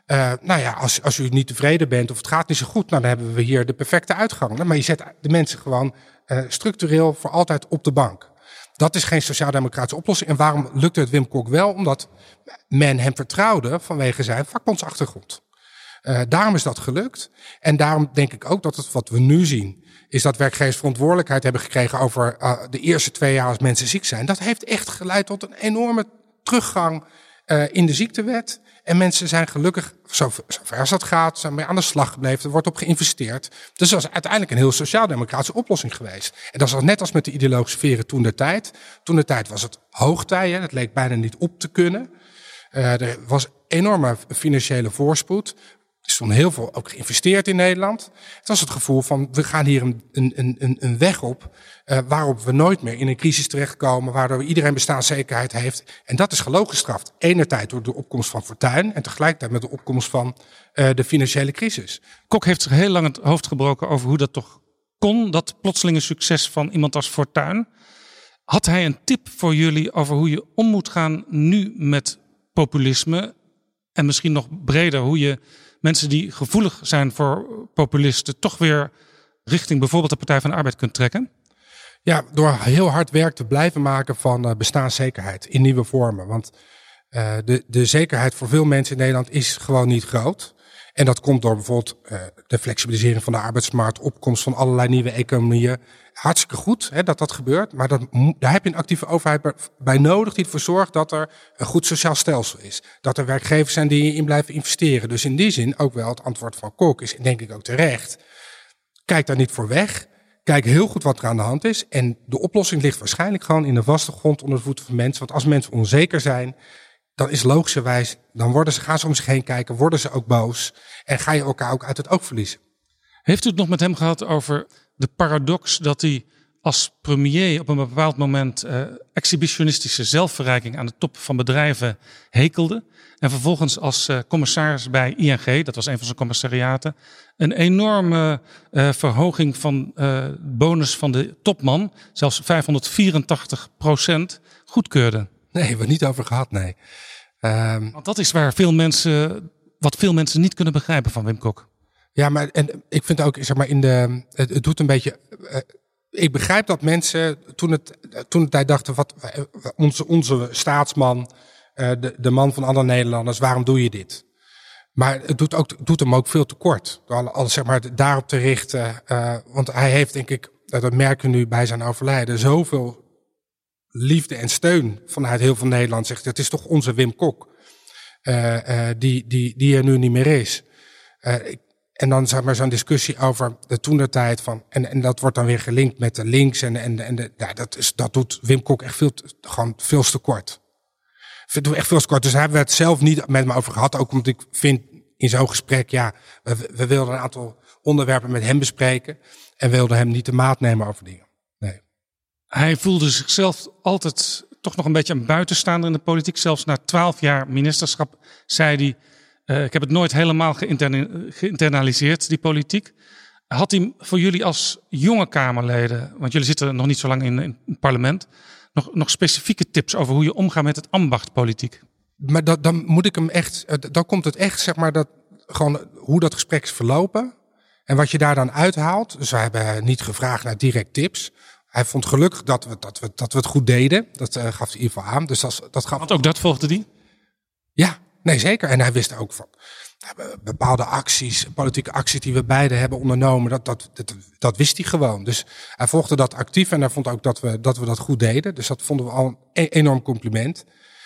Als u niet tevreden bent of het gaat niet zo goed, nou, dan hebben we hier de perfecte uitgang. Maar je zet de mensen gewoon structureel voor altijd op de bank. Dat is geen sociaal-democratische oplossing. En waarom lukte het Wim Kok wel? Omdat men hem vertrouwde vanwege zijn vakbondsachtergrond. Daarom is dat gelukt. En daarom denk ik ook dat het wat we nu zien, is dat werkgevers verantwoordelijkheid hebben gekregen over de eerste 2 jaar als mensen ziek zijn. Dat heeft echt geleid tot een enorme teruggang in de ziektewet. En mensen zijn gelukkig, zover als dat gaat, zijn mee aan de slag gebleven. Er wordt op geïnvesteerd. Dus dat is uiteindelijk een heel sociaal-democratische oplossing geweest. En dat was net als met de ideologische veren toen de tijd. Toen de tijd was het hoogtij. Het leek bijna niet op te kunnen. Er was enorme financiële voorspoed. Er is toen heel veel ook geïnvesteerd in Nederland. Het was het gevoel van, we gaan hier een weg op waarop we nooit meer in een crisis terechtkomen, waardoor iedereen bestaanszekerheid heeft. En dat is geloofgestraft. Enerzijds door de opkomst van Fortuyn en tegelijkertijd met de opkomst van de financiële crisis. Kok heeft zich heel lang het hoofd gebroken over hoe dat toch kon, dat plotselinge succes van iemand als Fortuyn. Had hij een tip voor jullie over hoe je om moet gaan nu met populisme en misschien nog breder hoe je mensen die gevoelig zijn voor populisten toch weer richting bijvoorbeeld de Partij van de Arbeid kunt trekken? Ja, door heel hard werk te blijven maken van bestaanszekerheid in nieuwe vormen. Want de zekerheid voor veel mensen in Nederland is gewoon niet groot. En dat komt door bijvoorbeeld de flexibilisering van de arbeidsmarkt, opkomst van allerlei nieuwe economieën. Hartstikke goed dat gebeurt, maar daar heb je een actieve overheid bij nodig die ervoor zorgt dat er een goed sociaal stelsel is. Dat er werkgevers zijn die in blijven investeren. Dus in die zin ook wel het antwoord van Kok is denk ik ook terecht. Kijk daar niet voor weg. Kijk heel goed wat er aan de hand is. En de oplossing ligt waarschijnlijk gewoon in de vaste grond onder de voeten van mensen. Want als mensen onzeker zijn, dan is logischerwijs, dan gaan ze om zich heen kijken, worden ze ook boos. En ga je elkaar ook uit het oog verliezen. Heeft u het nog met hem gehad over de paradox dat hij als premier op een bepaald moment exhibitionistische zelfverrijking aan de top van bedrijven hekelde. En vervolgens als commissaris bij ING, dat was een van zijn commissariaten, een enorme verhoging van bonus van de topman, zelfs 584% goedkeurde. Nee, hebben we het niet over gehad, nee. Want dat is waar wat veel mensen niet kunnen begrijpen van Wim Kok. Ja, maar en ik vind ook, zeg maar, het doet een beetje. Ik begrijp dat mensen toen de tijd dachten, onze staatsman, de man van alle Nederlanders, waarom doe je dit? Maar het doet hem ook veel tekort. Alles zeg maar daarop te richten. Want hij heeft, denk ik, dat merken we nu bij zijn overlijden, zoveel liefde en steun vanuit heel veel Nederland. Zegt, het is toch onze Wim Kok, die er nu niet meer is. En dan zeg maar zo'n discussie over de toentertijd van. En dat wordt dan weer gelinkt met de links. Dat doet Wim Kok echt gewoon veel te kort. Het doet echt veel te kort. Dus daar hebben we het zelf niet met me over gehad. Ook omdat ik vind in zo'n gesprek, we wilden een aantal onderwerpen met hem bespreken. En wilden hem niet de maat nemen over dingen. Nee. Hij voelde zichzelf altijd toch nog een beetje een buitenstaander in de politiek. Zelfs na 12 jaar ministerschap zei hij, ik heb het nooit helemaal geïnternaliseerd, die politiek. Had hij voor jullie als jonge Kamerleden, want jullie zitten nog niet zo lang in het parlement, nog specifieke tips over hoe je omgaat met het ambachtpolitiek? Maar dan moet ik hem echt, dan komt het echt, zeg maar, dat gewoon hoe dat gesprek is verlopen. En wat je daar dan uithaalt. Dus wij hebben niet gevraagd naar direct tips. Hij vond gelukkig dat we het goed deden. Dat gaf hij in ieder geval aan. Dus dat gaf. Want ook dat volgde die? Ja, nee zeker. En hij wist ook van bepaalde acties, politieke acties die we beiden hebben ondernomen. Dat wist hij gewoon. Dus hij volgde dat actief en hij vond ook dat we dat goed deden. Dus dat vonden we al een enorm compliment.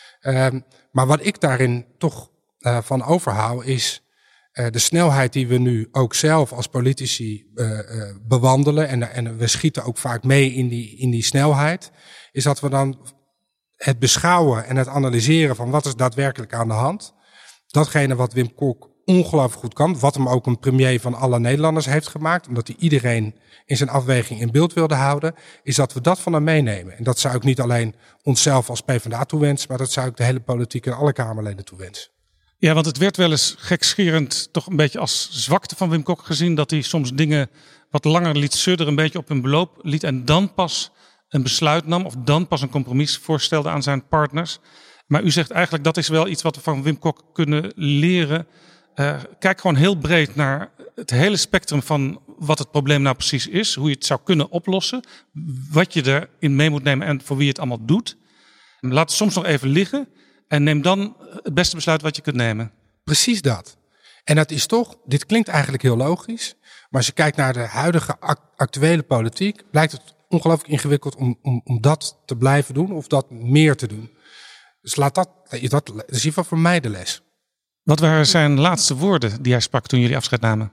Maar wat ik daarin toch van overhoud is de snelheid die we nu ook zelf als politici bewandelen. En we schieten ook vaak mee in die snelheid. Is dat we dan het beschouwen en het analyseren van wat is daadwerkelijk aan de hand. Datgene wat Wim Kok ongelooflijk goed kan. Wat hem ook een premier van alle Nederlanders heeft gemaakt. Omdat hij iedereen in zijn afweging in beeld wilde houden. Is dat we dat van hem meenemen. En dat zou ik niet alleen onszelf als PvdA toewensen. Maar dat zou ik de hele politiek en alle Kamerleden toewensen. Ja, want het werd wel eens gekscherend toch een beetje als zwakte van Wim Kok gezien. Dat hij soms dingen wat langer liet sudderen, een beetje op hun beloop liet. En dan pas een besluit nam of dan pas een compromis voorstelde aan zijn partners. Maar u zegt eigenlijk dat is wel iets wat we van Wim Kok kunnen leren. Kijk gewoon heel breed naar het hele spectrum van wat het probleem nou precies is. Hoe je het zou kunnen oplossen. Wat je erin mee moet nemen en voor wie je het allemaal doet. Laat het soms nog even liggen. En neem dan het beste besluit wat je kunt nemen. Precies dat. En dat is toch, dit klinkt eigenlijk heel logisch. Maar als je kijkt naar de huidige actuele politiek, blijkt het ongelooflijk ingewikkeld om dat te blijven doen of dat meer te doen. Dus dat is in ieder geval voor mij de les. Wat waren zijn laatste woorden die hij sprak toen jullie afscheid namen?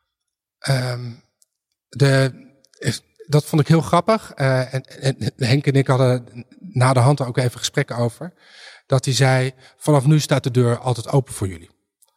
Dat vond ik heel grappig. En Henk en ik hadden na de hand ook even gesprekken over. Dat hij zei, vanaf nu staat de deur altijd open voor jullie.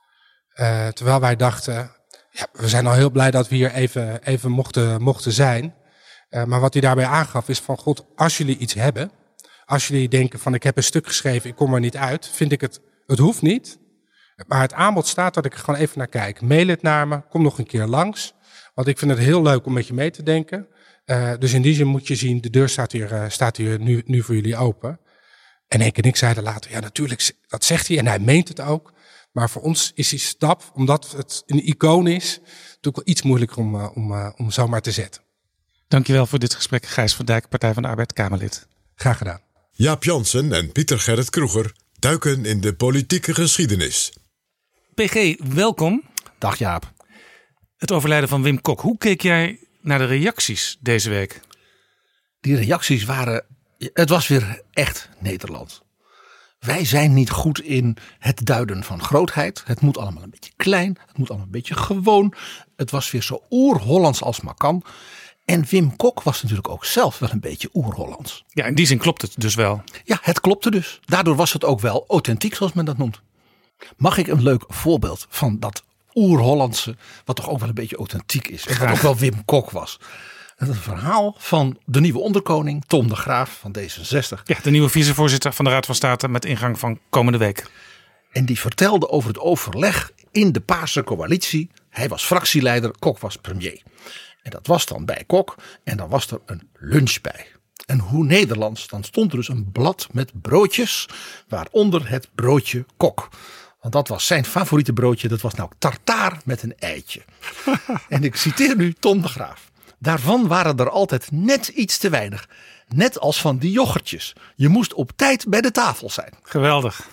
Terwijl wij dachten, we zijn al heel blij dat we hier even mochten zijn. Maar wat hij daarbij aangaf is van, God, als jullie iets hebben. Als jullie denken van, ik heb een stuk geschreven, ik kom er niet uit. Vind ik het hoeft niet. Maar het aanbod staat dat ik er gewoon even naar kijk. Mail het naar me, kom nog een keer langs. Want ik vind het heel leuk om met je mee te denken. Dus in die zin moet je zien, de deur staat hier nu voor jullie open. En Henk en ik zeiden later, ja natuurlijk, dat zegt hij en hij meent het ook. Maar voor ons is die stap, omdat het een icoon is, natuurlijk wel iets moeilijker om zomaar te zetten. Dankjewel voor dit gesprek, Gijs van Dijk, Partij van de Arbeid, Kamerlid. Graag gedaan. Jaap Jansen en Pieter Gerrit Kroeger duiken in de politieke geschiedenis. PG, welkom. Dag Jaap. Het overlijden van Wim Kok. Hoe keek jij naar de reacties deze week? Die reacties waren, het was weer echt Nederland. Wij zijn niet goed in het duiden van grootheid. Het moet allemaal een beetje klein. Het moet allemaal een beetje gewoon. Het was weer zo oer-Hollands als maar kan. En Wim Kok was natuurlijk ook zelf wel een beetje oer-Hollands. Ja, in die zin klopt het dus wel. Ja, het klopte dus. Daardoor was het ook wel authentiek, zoals men dat noemt. Mag ik een leuk voorbeeld van dat oer-Hollandse, wat toch ook wel een beetje authentiek is. En wat ook wel Wim Kok was. Het is een verhaal van de nieuwe onderkoning, Tom de Graaf van D66. Ja, de nieuwe vicevoorzitter van de Raad van State met ingang van komende week. En die vertelde over het overleg in de Paarse coalitie. Hij was fractieleider, Kok was premier. En dat was dan bij Kok en dan was er een lunch bij. En hoe Nederlands, dan stond er dus een blad met broodjes, waaronder het broodje Kok. Want dat was zijn favoriete broodje, dat was nou tartaar met een eitje. En ik citeer nu Tom de Graaf. Daarvan waren er altijd net iets te weinig. Net als van die yoghurtjes. Je moest op tijd bij de tafel zijn. Geweldig.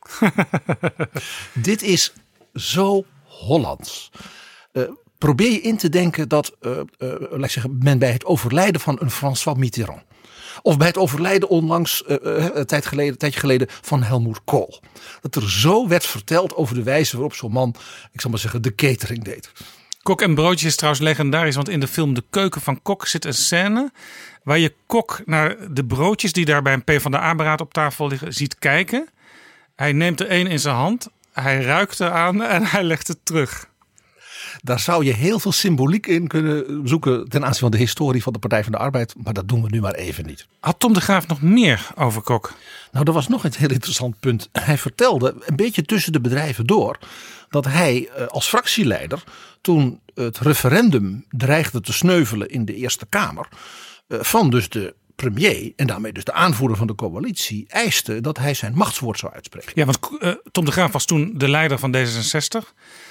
Dit is zo Hollands. Probeer je in te denken dat laat ik zeggen, men bij het overlijden van een François Mitterrand. Of bij het overlijden onlangs, een tijdje geleden, van Helmut Kohl. Dat er zo werd verteld over de wijze waarop zo'n man, ik zal maar zeggen, de catering deed. Kok en broodjes is trouwens legendarisch, want in de film De Keuken van Kok zit een scène waar je Kok naar de broodjes die daar bij een PvdA-beraad op tafel liggen ziet kijken. Hij neemt er één in zijn hand, hij ruikt eraan en hij legt het terug. Daar zou je heel veel symboliek in kunnen zoeken ten aanzien van de historie van de Partij van de Arbeid. Maar dat doen we nu maar even niet. Had Tom de Graaf nog meer over Kok? Nou, er was nog een heel interessant punt. Hij vertelde een beetje tussen de bedrijven door dat hij als fractieleider, toen het referendum dreigde te sneuvelen in de Eerste Kamer, van dus de premier en daarmee dus de aanvoerder van de coalitie eiste dat hij zijn machtswoord zou uitspreken. Ja, want Tom de Graaf was toen de leider van D66.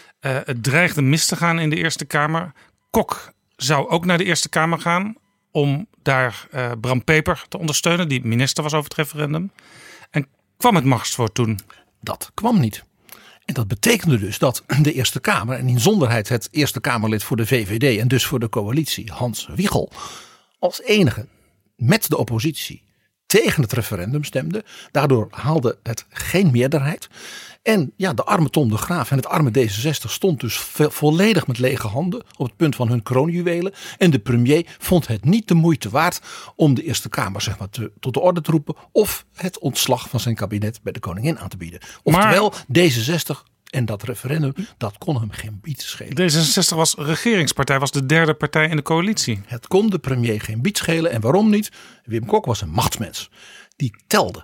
Het dreigde mis te gaan in de Eerste Kamer. Kok zou ook naar de Eerste Kamer gaan om daar Bram Peper te ondersteunen, die minister was over het referendum. En kwam het machtswoord toen? Dat kwam niet. En dat betekende dus dat de Eerste Kamer, en in bijzonderheid het Eerste Kamerlid voor de VVD en dus voor de coalitie, Hans Wiegel, als enige met de oppositie tegen het referendum stemde. Daardoor haalde het geen meerderheid. En ja, de arme Tom de Graaf en het arme D66 stond dus volledig met lege handen op het punt van hun kroonjuwelen. En de premier vond het niet de moeite waard om de Eerste Kamer zeg maar tot de orde te roepen of het ontslag van zijn kabinet bij de koningin aan te bieden. Oftewel, D66 en dat referendum, dat kon hem geen biet schelen. D66 was regeringspartij, was de derde partij in de coalitie. Het kon de premier geen biet schelen. En waarom niet? Wim Kok was een machtsmens. Die telde.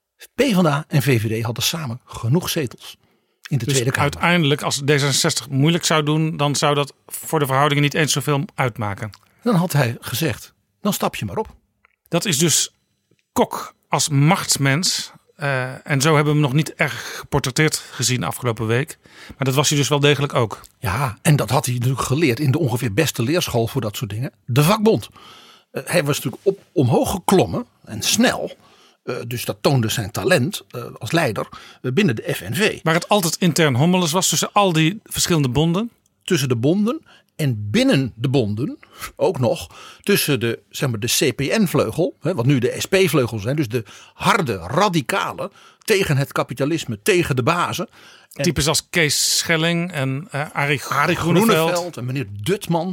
PvdA en VVD hadden samen genoeg zetels in de Tweede Kamer. Uiteindelijk, als D66 moeilijk zou doen, dan zou dat voor de verhoudingen niet eens zoveel uitmaken. Dan had hij gezegd, dan stap je maar op. Dat is dus Kok als machtsmens. En zo hebben we hem nog niet erg geportretteerd gezien afgelopen week. Maar dat was hij dus wel degelijk ook. Ja, en dat had hij natuurlijk geleerd in de ongeveer beste leerschool voor dat soort dingen. De vakbond. Hij was natuurlijk omhoog geklommen en snel. Dus dat toonde zijn talent als leider binnen de FNV. Waar het altijd intern hommeles was tussen al die verschillende bonden. Tussen de bonden en binnen de bonden ook nog tussen de, zeg maar, de CPN-vleugel, wat nu de SP-vleugel zijn. Dus de harde radicalen tegen het kapitalisme, tegen de bazen. Types als Kees Schelling en Arie Groeneveld en meneer Dutman.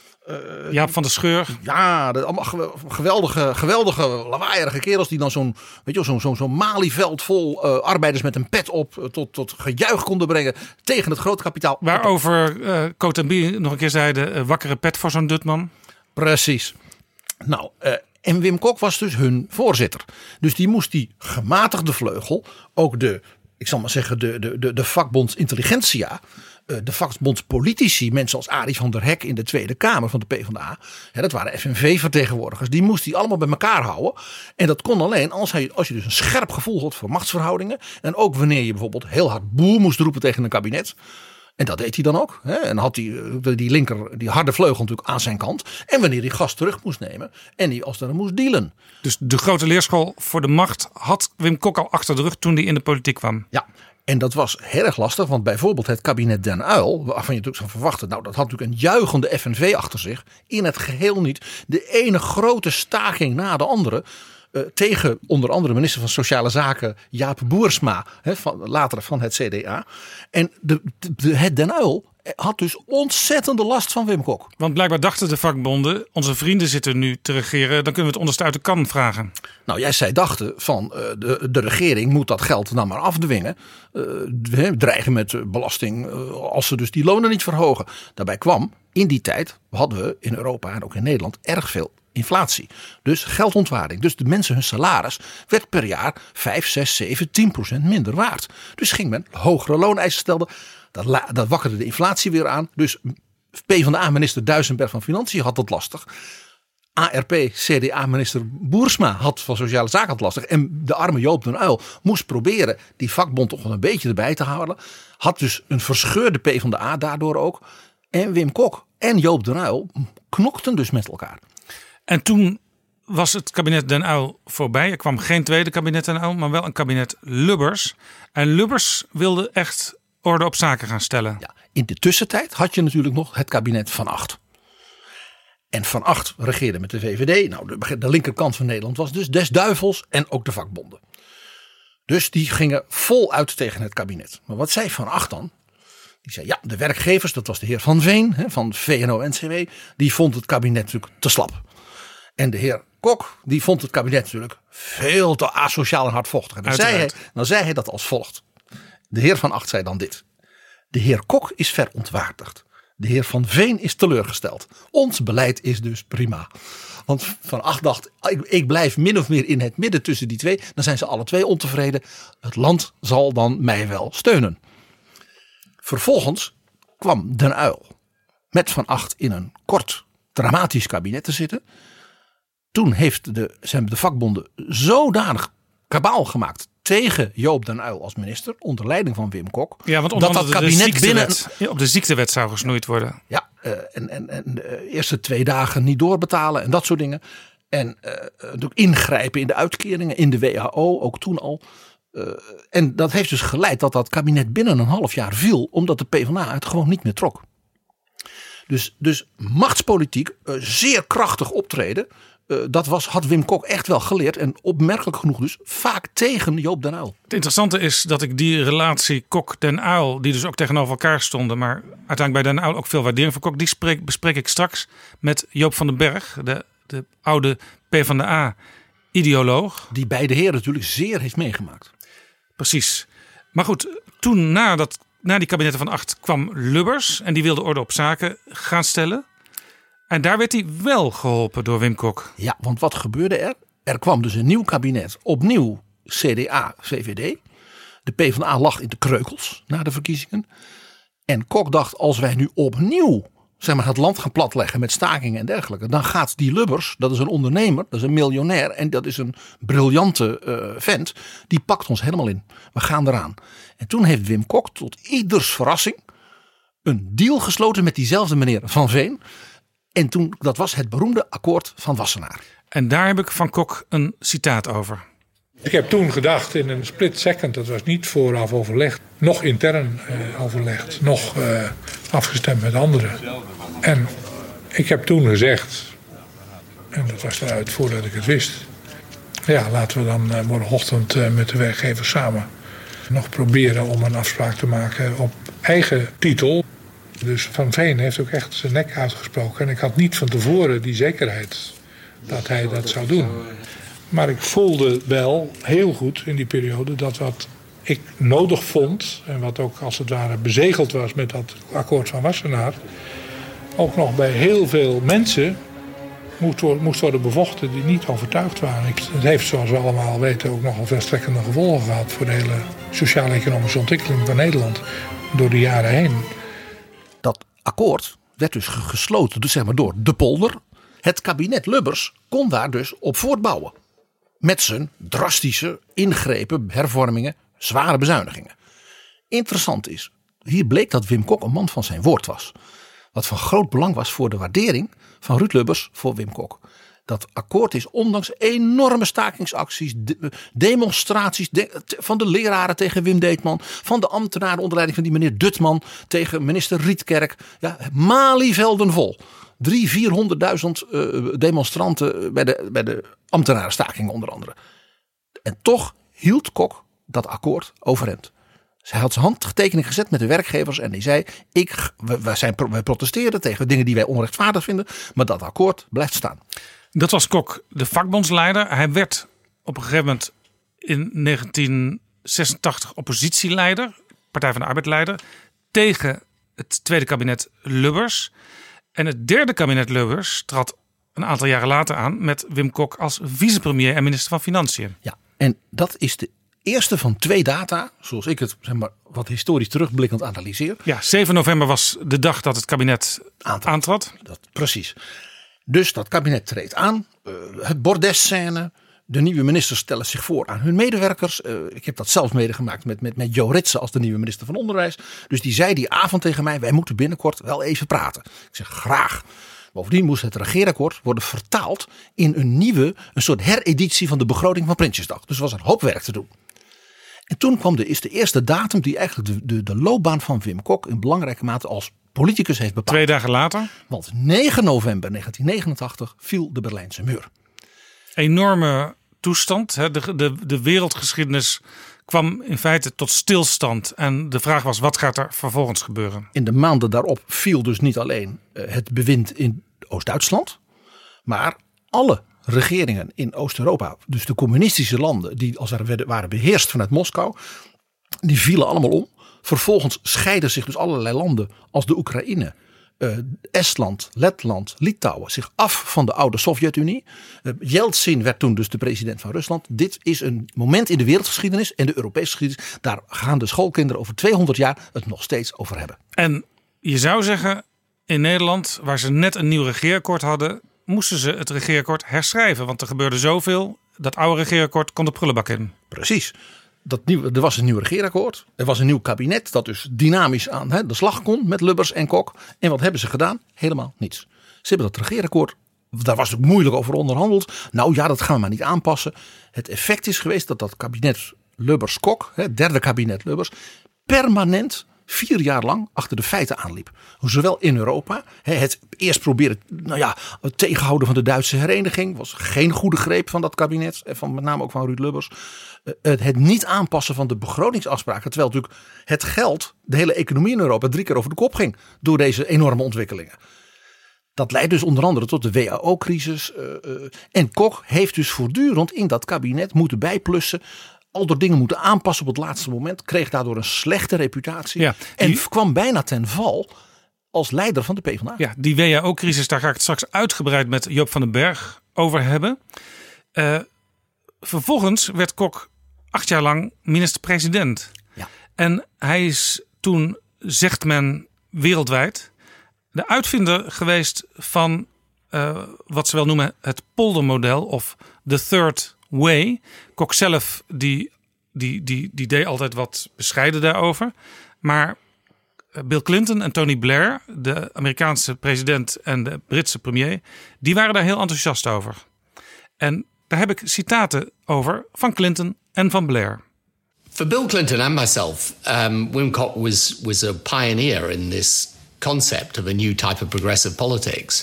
Jaap van der Scheur. Ja, allemaal geweldige lawaaierige kerels die dan zo'n Malieveld vol arbeiders met een pet op tot gejuich konden brengen tegen het grootkapitaal. Waarover Coat en Bie nog een keer zeiden, wakkere pet voor zo'n Dutman. Precies. Nou, en Wim Kok was dus hun voorzitter. Dus die moest die gematigde vleugel, ook de, ik zal maar zeggen, de vakbondsintelligentsia, de vakbondspolitici, mensen als Arie van der Hek in de Tweede Kamer van de PvdA. Dat waren FNV-vertegenwoordigers. Die moest hij allemaal bij elkaar houden. En dat kon alleen als je dus een scherp gevoel had voor machtsverhoudingen. En ook wanneer je bijvoorbeeld heel hard boer moest roepen tegen een kabinet. En dat deed hij dan ook. En had hij die harde vleugel natuurlijk aan zijn kant. En wanneer hij gas terug moest nemen. En die als dan moest dealen. Dus de grote leerschool voor de macht had Wim Kok al achter de rug toen hij in de politiek kwam. Ja. En dat was heel erg lastig, want bijvoorbeeld het kabinet Den Uyl, waarvan je natuurlijk zou verwachten, nou dat had natuurlijk een juichende FNV achter zich, in het geheel niet. De ene grote staking na de andere, tegen onder andere minister van Sociale Zaken Jaap Boersma, later van het CDA. En het Den Uyl had dus ontzettende last van Wim Kok. Want blijkbaar dachten de vakbonden, onze vrienden zitten nu te regeren, dan kunnen we het onderste uit de kan vragen. Nou, zij dachten van de regering moet dat geld nou maar afdwingen. Dreigen met belasting als ze dus die lonen niet verhogen. Daarbij kwam, in die tijd hadden we in Europa en ook in Nederland erg veel inflatie. Dus geldontwaarding. Dus de mensen hun salaris werd per jaar 5, 6, 7, 10% minder waard. Dus ging men hogere looneisen stellen. Dat wakkerde de inflatie weer aan. Dus PvdA-minister Duisenberg van Financiën had dat lastig. ARP-CDA-minister Boersma had van Sociale Zaken het lastig. En de arme Joop den Uyl moest proberen die vakbond toch wel een beetje erbij te houden. Had dus een verscheurde PvdA daardoor ook. En Wim Kok en Joop den Uyl knokten dus met elkaar. En toen was het kabinet Den Uyl voorbij. Er kwam geen tweede kabinet Den Uyl, maar wel een kabinet Lubbers. En Lubbers wilde echt orde op zaken gaan stellen. Ja, in de tussentijd had je natuurlijk nog het kabinet Van Agt. En Van Agt regeerde met de VVD. Nou, de linkerkant van Nederland was dus des duivels en ook de vakbonden. Dus die gingen voluit tegen het kabinet. Maar wat zei Van Agt dan? Die zei ja, de werkgevers, dat was de heer Van Veen van VNO-NCW, die vond het kabinet natuurlijk te slap. En de heer Kok, die vond het kabinet natuurlijk veel te asociaal en hardvochtig. En dan zei hij dat als volgt. De heer Van Agt zei dan dit. De heer Kok is verontwaardigd. De heer Van Veen is teleurgesteld. Ons beleid is dus prima. Want Van Agt dacht, ik blijf min of meer in het midden tussen die twee. Dan zijn ze alle twee ontevreden. Het land zal dan mij wel steunen. Vervolgens kwam Den Uyl met Van Agt in een kort dramatisch kabinet te zitten. Toen zijn de vakbonden zodanig kabaal gemaakt tegen Joop den Uyl als minister onder leiding van Wim Kok. Ja, want dat kabinet op de ziektewet zou gesnoeid worden. Ja, en de eerste 2 dagen niet doorbetalen en dat soort dingen. En ingrijpen in de uitkeringen, in de WHO, ook toen al. En dat heeft dus geleid dat kabinet binnen een half jaar viel, omdat de PvdA het gewoon niet meer trok. Dus machtspolitiek, zeer krachtig optreden. Had Wim Kok echt wel geleerd. En opmerkelijk genoeg dus vaak tegen Joop den Uyl. Het interessante is dat ik die relatie Kok-den Uyl, die dus ook tegenover elkaar stonden, maar uiteindelijk bij den Uyl ook veel waardering voor Kok, die bespreek ik straks met Joop van den Berg, de oude PvdA-ideoloog. Die beide heren natuurlijk zeer heeft meegemaakt. Precies. Maar goed, toen na die kabinetten van Agt kwam Lubbers en die wilde orde op zaken gaan stellen. En daar werd hij wel geholpen door Wim Kok. Ja, want wat gebeurde er? Er kwam dus een nieuw kabinet. Opnieuw CDA, VVD. De PvdA lag in de kreukels na de verkiezingen. En Kok dacht, als wij nu opnieuw het land gaan platleggen met stakingen en dergelijke. Dan gaat die Lubbers, dat is een ondernemer, dat is een miljonair. En dat is een briljante vent. Die pakt ons helemaal in. We gaan eraan. En toen heeft Wim Kok tot ieders verrassing een deal gesloten met diezelfde meneer Van Veen. En toen, dat was het beroemde akkoord van Wassenaar. En daar heb ik van Kok een citaat over. Ik heb toen gedacht in een split second, dat was niet vooraf overlegd, nog intern overlegd, nog afgestemd met anderen. En ik heb toen gezegd, en dat was eruit voordat ik het wist, ja, laten we dan morgenochtend met de werkgevers samen nog proberen om een afspraak te maken op eigen titel. Dus Van Veen heeft ook echt zijn nek uitgesproken. En ik had niet van tevoren die zekerheid dat hij dat zou doen. Maar ik voelde wel heel goed in die periode dat wat ik nodig vond, en wat ook als het ware bezegeld was met dat akkoord van Wassenaar, ook nog bij heel veel mensen moest worden bevochten die niet overtuigd waren. Het heeft, zoals we allemaal weten, ook nogal verstrekkende gevolgen gehad voor de hele sociaal-economische ontwikkeling van Nederland door de jaren heen. Dat akkoord werd dus gesloten dus door De Polder. Het kabinet Lubbers kon daar dus op voortbouwen. Met zijn drastische ingrepen, hervormingen, zware bezuinigingen. Interessant is, hier bleek dat Wim Kok een man van zijn woord was. Wat van groot belang was voor de waardering van Ruud Lubbers voor Wim Kok. Dat akkoord is ondanks enorme stakingsacties, demonstraties van de leraren tegen Wim Deetman, van de ambtenaren onder leiding van die meneer Dutman tegen minister Rietkerk. Ja, Malievelden vol. 300.000-400.000 demonstranten bij de ambtenarenstakingen onder andere. En toch hield Kok dat akkoord overeind. Hij had zijn handtekening gezet met de werkgevers en die zei, wij protesteren tegen dingen die wij onrechtvaardig vinden, maar dat akkoord blijft staan. Dat was Kok, de vakbondsleider. Hij werd op een gegeven moment in 1986 oppositieleider, Partij van de Arbeid-leider, tegen het tweede kabinet Lubbers. En het derde kabinet Lubbers trad een aantal jaren later aan met Wim Kok als vicepremier en minister van Financiën. Ja, en dat is de eerste van 2 data, zoals ik het wat historisch terugblikkend analyseer. Ja, 7 november was de dag dat het kabinet aantrad. Precies. Dus dat kabinet treedt aan. Het bordesscène. De nieuwe ministers stellen zich voor aan hun medewerkers. Ik heb dat zelf medegemaakt met Jo Ritsen als de nieuwe minister van Onderwijs. Dus die zei die avond tegen mij, wij moeten binnenkort wel even praten. Ik zeg graag. Bovendien moest het regeerakkoord worden vertaald in een soort hereditie van de begroting van Prinsjesdag. Dus er was een hoop werk te doen. En toen is de eerste datum die eigenlijk de loopbaan van Wim Kok in belangrijke mate als politicus heeft bepaald. 2 dagen later. Want 9 november 1989 viel de Berlijnse muur. Enorme toestand. De wereldgeschiedenis kwam in feite tot stilstand. En de vraag was, wat gaat er vervolgens gebeuren? In de maanden daarop viel dus niet alleen het bewind in Oost-Duitsland, maar alle regeringen in Oost-Europa, dus de communistische landen die als het waren beheerst vanuit Moskou, die vielen allemaal om. Vervolgens scheiden zich dus allerlei landen als de Oekraïne, Estland, Letland, Litouwen zich af van de oude Sovjet-Unie. Yeltsin werd toen dus de president van Rusland. Dit is een moment in de wereldgeschiedenis en de Europese geschiedenis. Daar gaan de schoolkinderen over 200 jaar het nog steeds over hebben. En je zou zeggen, in Nederland, waar ze net een nieuw regeerakkoord hadden, moesten ze het regeerakkoord herschrijven. Want er gebeurde zoveel, dat oude regeerakkoord kon de prullenbak in. Precies. Er was een nieuw regeerakkoord. Er was een nieuw kabinet dat dus dynamisch aan de slag kon met Lubbers en Kok. En wat hebben ze gedaan? Helemaal niets. Ze hebben dat regeerakkoord, daar was het ook moeilijk over onderhandeld. Nou ja, dat gaan we maar niet aanpassen. Het effect is geweest dat kabinet Lubbers-Kok, het derde kabinet Lubbers, permanent 4 jaar lang achter de feiten aanliep. Zowel in Europa, het eerst proberen het tegenhouden van de Duitse hereniging was geen goede greep van dat kabinet, en met name ook van Ruud Lubbers. Het niet aanpassen van de begrotingsafspraken, terwijl natuurlijk het geld, de hele economie in Europa 3 keer over de kop ging door deze enorme ontwikkelingen. Dat leidt dus onder andere tot de WHO-crisis. En Kok heeft dus voortdurend in dat kabinet moeten bijplussen, al door dingen moeten aanpassen op het laatste moment, kreeg daardoor een slechte reputatie en kwam bijna ten val als leider van de PvdA. Ja, die WHO-crisis, daar ga ik het straks uitgebreid met Joop van den Berg over hebben. Vervolgens werd Kok 8 jaar lang minister-president. Ja. En hij is toen, zegt men wereldwijd, de uitvinder geweest van wat ze wel noemen het poldermodel of the third way. Kok zelf die deed altijd wat bescheiden daarover. Maar Bill Clinton en Tony Blair, de Amerikaanse president en de Britse premier, die waren daar heel enthousiast over. En daar heb ik citaten over van Clinton en van Blair. For Bill Clinton and myself, Wim Kok was a pioneer in this concept of a new type of progressive politics.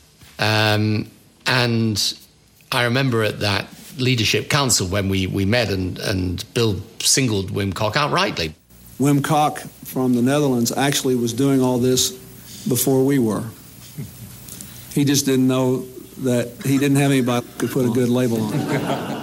And I remember at that Leadership Council when we met and Bill singled Wim Kok out rightly. Wim Kok from the Netherlands actually was doing all this before we were. He just didn't know that he didn't have anybody who could put a good label on it.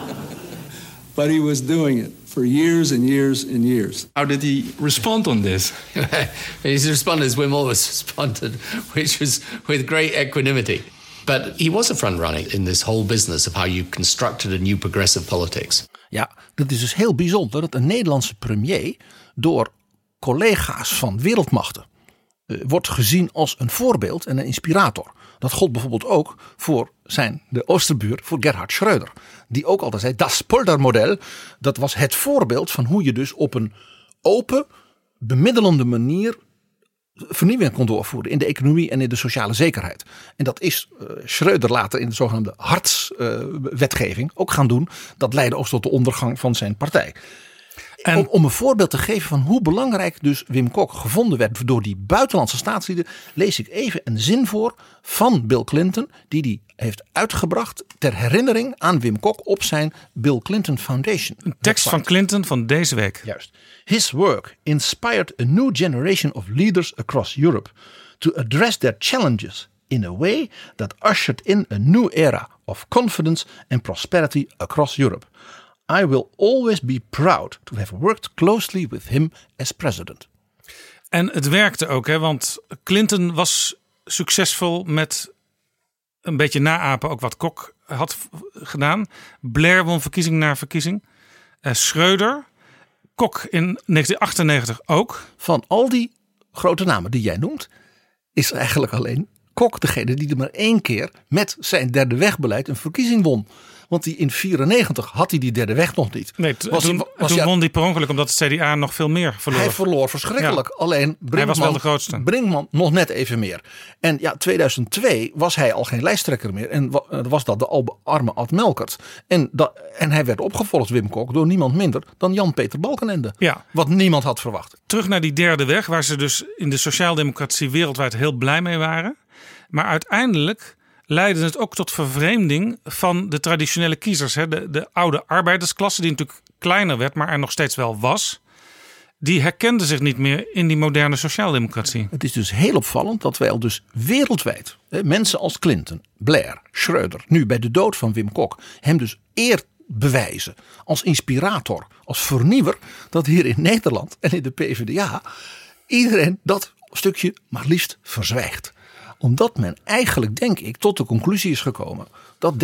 But he was doing it for years and years and years. How did he respond on this? His response, as Wim always responded, which was with great equanimity. But he was a frontrunner in this whole business of how you constructed a new progressive politics. Ja, dat is dus heel bijzonder dat een Nederlandse premier door collega's van wereldmachten wordt gezien als een voorbeeld en een inspirator. Dat gold bijvoorbeeld ook voor de Oosterbuur, voor Gerhard Schröder. Die ook altijd zei, das poldermodel, dat was het voorbeeld van hoe je dus op een open, bemiddelende manier vernieuwing kon doorvoeren in de economie en in de sociale zekerheid. En dat is Schröder later in de zogenaamde Hartz-wetgeving ook gaan doen. Dat leidde ook tot de ondergang van zijn partij. En om een voorbeeld te geven van hoe belangrijk dus Wim Kok gevonden werd door die buitenlandse staatslieden, lees ik even een zin voor van Bill Clinton die heeft uitgebracht ter herinnering aan Wim Kok op zijn Bill Clinton Foundation. Een tekst van Clinton van deze week. Juist. His work inspired a new generation of leaders across Europe to address their challenges in a way that ushered in a new era of confidence and prosperity across Europe. I will always be proud to have worked closely with him as president. En het werkte ook, want Clinton was succesvol met een beetje naapen ook wat Kok had gedaan. Blair won verkiezing na verkiezing. Schröder, Kok in 1998 ook. Van al die grote namen die jij noemt, is eigenlijk alleen Kok degene die er maar 1 keer met zijn derde wegbeleid een verkiezing won. Want in 1994 had hij die derde weg nog niet. Nee, toen won hij per ongeluk omdat het CDA nog veel meer verloor. Hij verloor verschrikkelijk. Ja. Alleen hij was wel de grootste. Brinkman nog net even meer. En 2002 was hij al geen lijsttrekker meer. En was dat de arme Ad Melkert. En hij werd opgevolgd, Wim Kok, door niemand minder dan Jan-Peter Balkenende. Ja. Wat niemand had verwacht. Terug naar die derde weg, waar ze dus in de sociaaldemocratie wereldwijd heel blij mee waren. Maar uiteindelijk leidde het ook tot vervreemding van de traditionele kiezers. De oude arbeidersklasse die natuurlijk kleiner werd, maar er nog steeds wel was, die herkende zich niet meer in die moderne sociaaldemocratie. Het is dus heel opvallend dat wij al dus wereldwijd, mensen als Clinton, Blair, Schröder, nu bij de dood van Wim Kok, hem dus eer bewijzen als inspirator, als vernieuwer, dat hier in Nederland en in de PvdA iedereen dat stukje maar liefst verzwijgt. Omdat men eigenlijk, denk ik, tot de conclusie is gekomen dat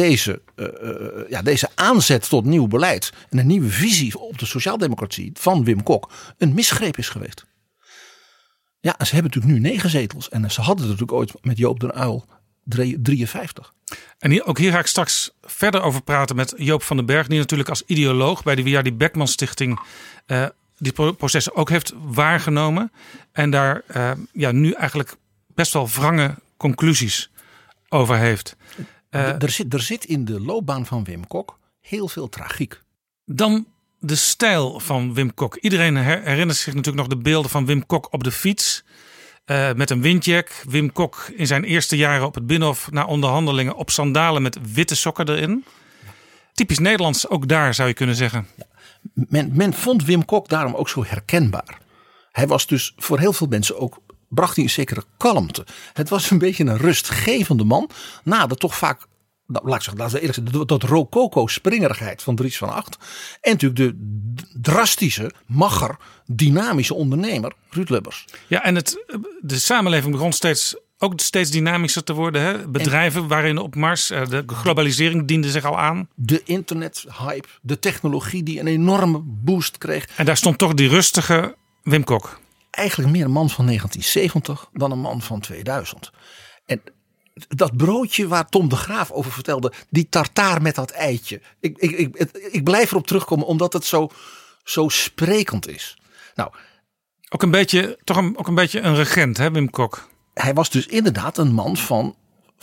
deze aanzet tot nieuw beleid en een nieuwe visie op de sociaaldemocratie van Wim Kok een misgreep is geweest. Ja, en ze hebben natuurlijk nu 9 zetels en ze hadden natuurlijk ooit met Joop den Uyl 53. En ook hier ga ik straks verder over praten met Joop van den Berg, die natuurlijk als ideoloog bij de Wiardi Beckman Stichting die processen ook heeft waargenomen. En daar nu eigenlijk best wel wrange conclusies over heeft. Er zit in de loopbaan van Wim Kok heel veel tragiek. Dan de stijl van Wim Kok. Iedereen herinnert zich natuurlijk nog de beelden van Wim Kok op de fiets. Met een windjack. Wim Kok in zijn eerste jaren op het Binnenhof na onderhandelingen op sandalen met witte sokken erin. Typisch Nederlands ook daar, zou je kunnen zeggen. Ja. Men vond Wim Kok daarom ook zo herkenbaar. Hij was dus voor heel veel mensen ook, bracht hij een zekere kalmte. Het was een beetje een rustgevende man. Na de toch vaak, laten we eerlijk zeggen, dat rococo-springerigheid van Dries van Acht. En natuurlijk de drastische, magger, dynamische ondernemer Ruud Lubbers. Ja, en de samenleving begon ook steeds dynamischer te worden. Hè? Bedrijven waren op mars. De globalisering diende zich al aan. De internethype, de technologie die een enorme boost kreeg. En daar stond toch die rustige Wim Kok. Eigenlijk meer een man van 1970 dan een man van 2000. En dat broodje waar Tom de Graaf over vertelde, die tartaar met dat eitje. Ik blijf erop terugkomen omdat het zo sprekend is. Nou, ook een beetje een regent, hè, Wim Kok. Hij was dus inderdaad een man van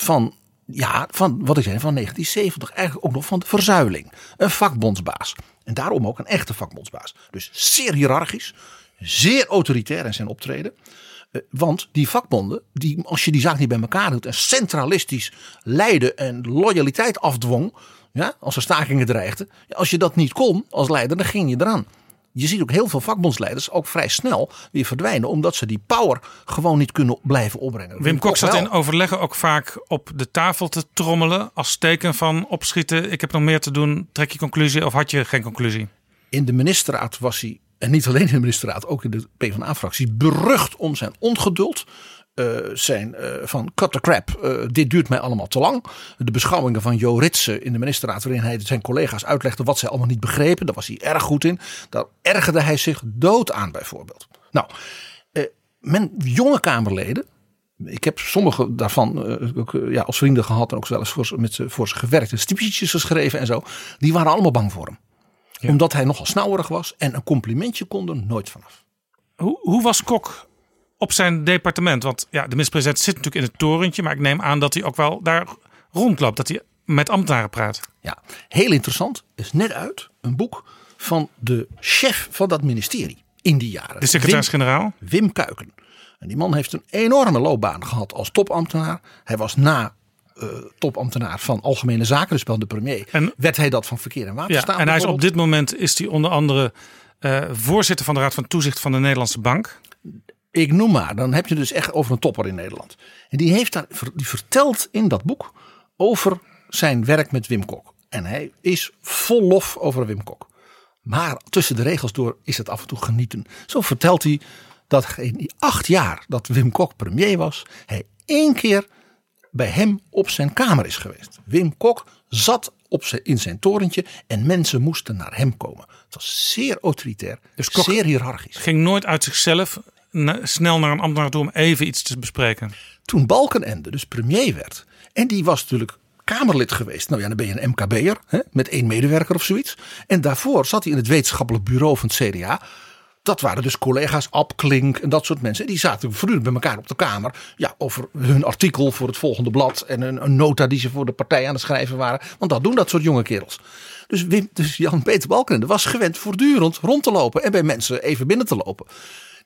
wat ik zei, van 1970. Eigenlijk ook nog van de verzuiling. Een vakbondsbaas. En daarom ook een echte vakbondsbaas. Dus zeer hiërarchisch. Zeer autoritair in zijn optreden. Want die vakbonden, als je die zaak niet bij elkaar doet en centralistisch leiden en loyaliteit afdwong. Ja, als er stakingen dreigden. Ja, als je dat niet kon als leider, dan ging je eraan. Je ziet ook heel veel vakbondsleiders ook vrij snel weer verdwijnen. Omdat ze die power gewoon niet kunnen blijven opbrengen. Wim Kok zat in overleggen ook vaak op de tafel te trommelen. Als teken van opschieten. Ik heb nog meer te doen. Trek je conclusie of had je geen conclusie? In de ministerraad was hij, en niet alleen in de ministerraad, ook in de PvdA-fractie, berucht om zijn ongeduld. Van cut the crap, dit duurt mij allemaal te lang. De beschouwingen van Jo Ritsen in de ministerraad, waarin hij zijn collega's uitlegde wat zij allemaal niet begrepen. Daar was hij erg goed in. Daar ergerde hij zich dood aan bijvoorbeeld. Nou, jonge Kamerleden, ik heb sommige daarvan als vrienden gehad en ook wel eens voor ze gewerkt en stiepjes geschreven en zo. Die waren allemaal bang voor hem. Ja. Omdat hij nogal snauwerig was en een complimentje kon er nooit vanaf. Hoe was Kok op zijn departement? Want ja, de minister-president zit natuurlijk in het torentje, maar ik neem aan dat hij ook wel daar rondloopt, dat hij met ambtenaren praat. Ja, heel interessant. Is net uit een boek van de chef van dat ministerie in die jaren. De secretaris-generaal? Wim Kuiken. En die man heeft een enorme loopbaan gehad als topambtenaar. Hij was topambtenaar van Algemene Zaken, dus bij de premier. En werd hij dat van Verkeer en Waterstaat. Ja, en hij is op dit moment is hij onder andere voorzitter van de Raad van Toezicht van de Nederlandse Bank. Ik noem maar, dan heb je dus echt over een topper in Nederland. En die vertelt in dat boek over zijn werk met Wim Kok. En hij is vol lof over Wim Kok. Maar tussen de regels door is het af en toe genieten. Zo vertelt hij dat in die 8 jaar dat Wim Kok premier was, hij 1 keer bij hem op zijn kamer is geweest. Wim Kok zat in zijn torentje en mensen moesten naar hem komen. Het was zeer autoritair, dus zeer hiërarchisch. Ging nooit uit zichzelf snel naar een ambtenaar toe om even iets te bespreken. Toen Balkenende dus premier werd, en die was natuurlijk Kamerlid geweest. Nou ja, dan ben je een MKB'er met 1 medewerker of zoiets. En daarvoor zat hij in het wetenschappelijk bureau van het CDA. Dat waren dus collega's Ab Klink en dat soort mensen. Die zaten voortdurend bij elkaar op de Kamer. Ja, over hun artikel voor het volgende blad. En een nota die ze voor de partij aan het schrijven waren. Want dat doen dat soort jonge kerels. Dus Jan-Peter Balkenende was gewend voortdurend rond te lopen. En bij mensen even binnen te lopen.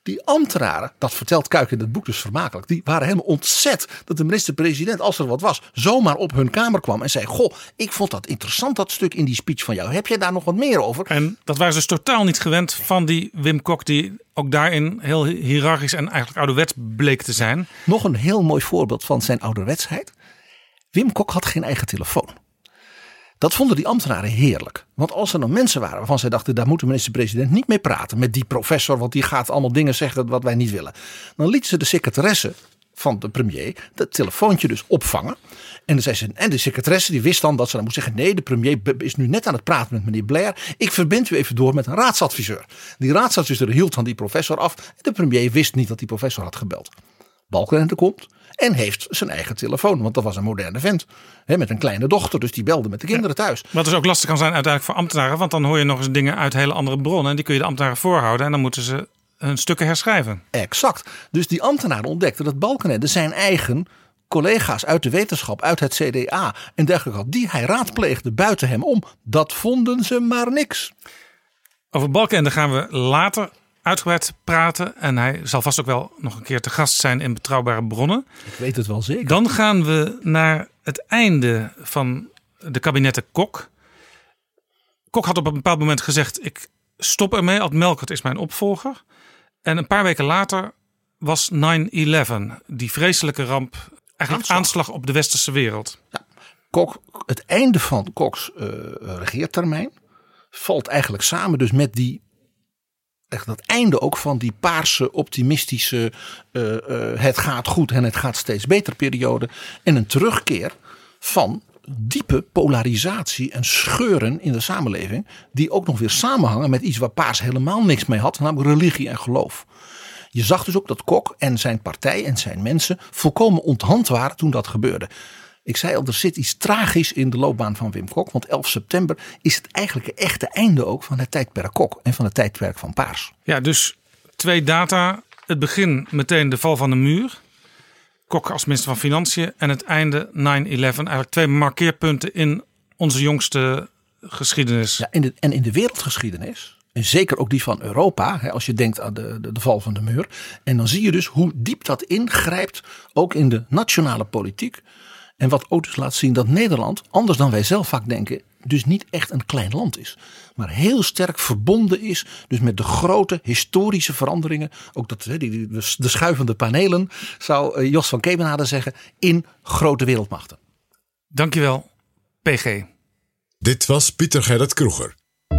Die ambtenaren, dat vertelt Kuik in het boek dus vermakelijk, die waren helemaal ontzet dat de minister-president, als er wat was, zomaar op hun kamer kwam en zei: goh, ik vond dat interessant, dat stuk in die speech van jou. Heb jij daar nog wat meer over? En dat waren ze dus totaal niet gewend van die Wim Kok, die ook daarin heel hiërarchisch en eigenlijk ouderwets bleek te zijn. Nog een heel mooi voorbeeld van zijn ouderwetsheid. Wim Kok had geen eigen telefoon. Dat vonden die ambtenaren heerlijk. Want als er dan mensen waren waarvan zij dachten, daar moet de minister-president niet mee praten met die professor, want die gaat allemaal dingen zeggen wat wij niet willen. Dan lieten ze de secretaresse van de premier dat telefoontje dus opvangen. En dan zei ze, en de secretaresse die wist dan dat ze dan moest zeggen: nee, de premier is nu net aan het praten met meneer Blair. Ik verbind u even door met een raadsadviseur. Die raadsadviseur hield van die professor af. En de premier wist niet dat die professor had gebeld. Balkenende komt en heeft zijn eigen telefoon. Want dat was een moderne vent. Met een kleine dochter. Dus die belde met de kinderen thuis. Wat dus ook lastig kan zijn uiteindelijk voor ambtenaren. Want dan hoor je nog eens dingen uit hele andere bronnen. En die kun je de ambtenaren voorhouden. En dan moeten ze hun stukken herschrijven. Exact. Dus die ambtenaren ontdekten dat Balkenende zijn eigen collega's uit de wetenschap, uit het CDA en dergelijke had, die hij raadpleegde buiten hem om. Dat vonden ze maar niks. Over Balkenende gaan we later uitgebreid praten. En hij zal vast ook wel nog een keer te gast zijn in Betrouwbare Bronnen. Ik weet het wel zeker. Dan gaan we naar het einde van de kabinetten Kok. Kok had op een bepaald moment gezegd: ik stop ermee. Ad Melkert is mijn opvolger. En een paar weken later was 9/11. Die vreselijke ramp. Eigenlijk aanslag op de westerse wereld. Ja, het einde van Koks regeertermijn valt eigenlijk samen dus met dat einde ook van die paarse, optimistische, het gaat goed en het gaat steeds beter periode. En een terugkeer van diepe polarisatie en scheuren in de samenleving. Die ook nog weer samenhangen met iets waar paars helemaal niks mee had. Namelijk religie en geloof. Je zag dus ook dat Kok en zijn partij en zijn mensen volkomen onthand waren toen dat gebeurde. Ik zei al, er zit iets tragisch in de loopbaan van Wim Kok. Want 11 september is het eigenlijk het echte einde ook van het tijdperk Kok. En van het tijdperk van Paars. Ja, dus 2 data. Het begin meteen de val van de muur. Kok als minister van Financiën. En het einde 9/11. Eigenlijk 2 markeerpunten in onze jongste geschiedenis. Ja, en in de wereldgeschiedenis. En zeker ook die van Europa, als je denkt aan de val van de muur. En dan zie je dus hoe diep dat ingrijpt, ook in de nationale politiek. En wat ook dus laat zien dat Nederland, anders dan wij zelf vaak denken, dus niet echt een klein land is. Maar heel sterk verbonden is dus met de grote historische veranderingen. Ook de schuivende panelen, zou Jos van Kemenade zeggen, in grote wereldmachten. Dankjewel, PG. Dit was Pieter Gerrit Kroeger.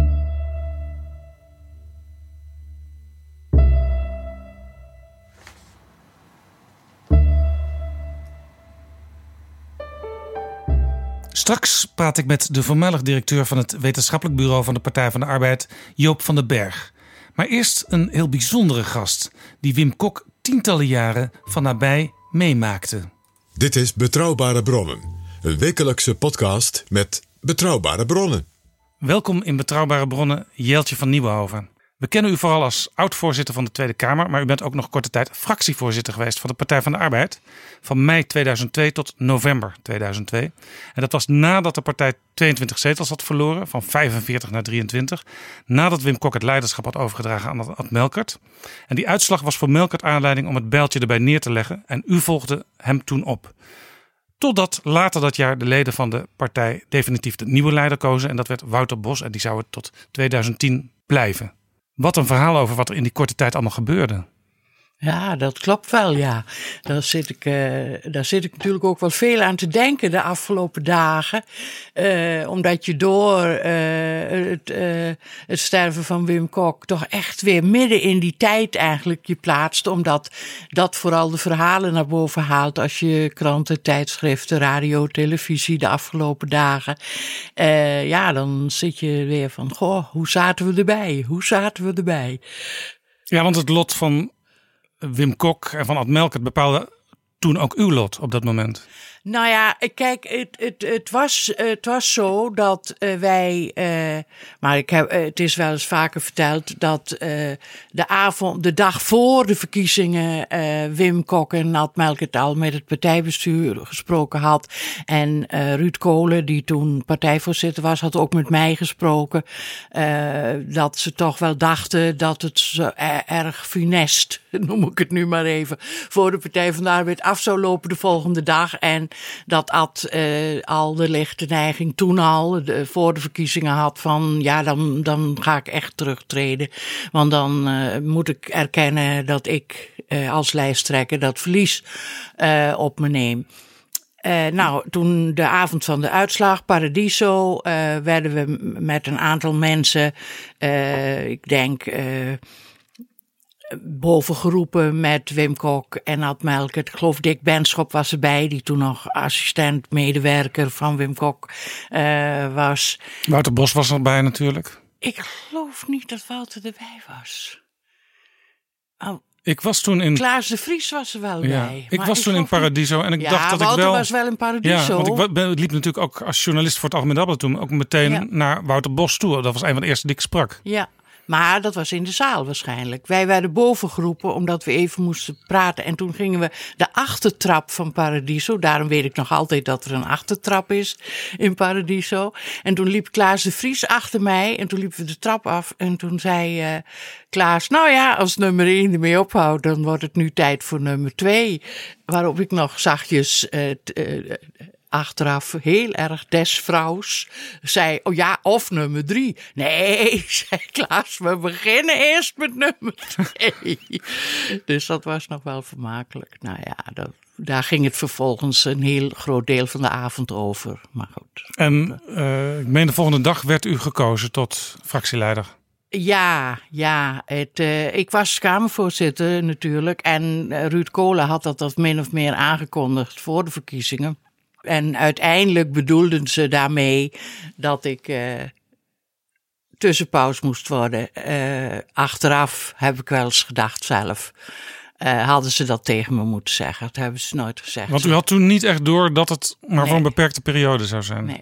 Straks praat ik met de voormalig directeur van het wetenschappelijk bureau van de Partij van de Arbeid, Joop van den Berg. Maar eerst een heel bijzondere gast die Wim Kok tientallen jaren van nabij meemaakte. Dit is Betrouwbare Bronnen, een wekelijkse podcast met betrouwbare bronnen. Welkom in Betrouwbare Bronnen, Jeltje van Nieuwenhoven. We kennen u vooral als oud-voorzitter van de Tweede Kamer, maar u bent ook nog korte tijd fractievoorzitter geweest van de Partij van de Arbeid. Van mei 2002 tot november 2002. En dat was nadat de partij 22 zetels had verloren, van 45 naar 23. Nadat Wim Kok het leiderschap had overgedragen aan Ad Melkert. En die uitslag was voor Melkert aanleiding om het bijltje erbij neer te leggen. En u volgde hem toen op. Totdat later dat jaar de leden van de partij definitief de nieuwe leider kozen. En dat werd Wouter Bos en die zou het tot 2010 blijven. Wat een verhaal over wat er in die korte tijd allemaal gebeurde. Ja, dat klopt wel, ja. Daar zit ik natuurlijk ook wel veel aan te denken de afgelopen dagen. Omdat je door het sterven van Wim Kok toch echt weer midden in die tijd eigenlijk je plaatst. Omdat dat vooral de verhalen naar boven haalt als je kranten, tijdschriften, radio, televisie de afgelopen dagen. Ja, dan zit je weer van, goh, hoe zaten we erbij? Hoe zaten we erbij? Ja, want het lot van Wim Kok en van Ad Melkert bepaalde toen ook uw lot op dat moment? Nou ja, kijk, het was zo dat wij, maar het is wel eens vaker verteld dat de dag voor de verkiezingen Wim Kok en Nat Melkertaal met het partijbestuur gesproken had. En Ruud Kolen, die toen partijvoorzitter was, had ook met mij gesproken. Dat ze toch wel dachten dat het zo erg funest, noem ik het nu maar even, voor de Partij van de Arbeid af zou lopen de volgende dag. En dat Ad al de lichte neiging toen al voor de verkiezingen had van ja, dan ga ik echt terugtreden. Want dan moet ik erkennen dat ik als lijsttrekker dat verlies op me neem. Nou, toen de avond van de uitslag, Paradiso, werden we met een aantal mensen, ik denk bovengeroepen met Wim Kok en Ad Melkert. Ik geloof Dick Benschop was erbij, die toen nog assistent-medewerker van Wim Kok was. Wouter Bos was erbij natuurlijk. Ik geloof niet dat Wouter erbij was. Oh. Ik was toen in... Klaas de Vries was er wel bij. Ik was toen in Paradiso en ik dacht dat Wouter ik wel... was wel in Paradiso. Ja, want ik liep natuurlijk ook als journalist voor het Algemeen Dagblad toen ook meteen naar Wouter Bos toe. Dat was een van de eerste die ik sprak. Ja. Maar dat was in de zaal waarschijnlijk. Wij werden bovengeroepen omdat we even moesten praten. En toen gingen we de achtertrap van Paradiso. Daarom weet ik nog altijd dat er een achtertrap is in Paradiso. En toen liep Klaas de Vries achter mij. En toen liepen we de trap af. En toen zei Klaas, nou ja, als nummer 1 ermee ophoudt, dan wordt het nu tijd voor nummer 2. Waarop ik nog zachtjes... achteraf heel erg des vrouws zei, oh ja, of nummer 3. Nee, zei Klaas, we beginnen eerst met nummer 2. Dus dat was nog wel vermakelijk. Nou ja, daar ging het vervolgens een heel groot deel van de avond over. Maar goed. En ik meen de volgende dag werd u gekozen tot fractieleider. Ja, ik was Kamervoorzitter natuurlijk. En Ruud Kolen had dat min of meer aangekondigd voor de verkiezingen. En uiteindelijk bedoelden ze daarmee dat ik tussenpauze moest worden. Achteraf heb ik wel eens gedacht zelf. Hadden ze dat tegen me moeten zeggen. Dat hebben ze nooit gezegd. Want u had toen niet echt door dat het maar voor een beperkte periode zou zijn.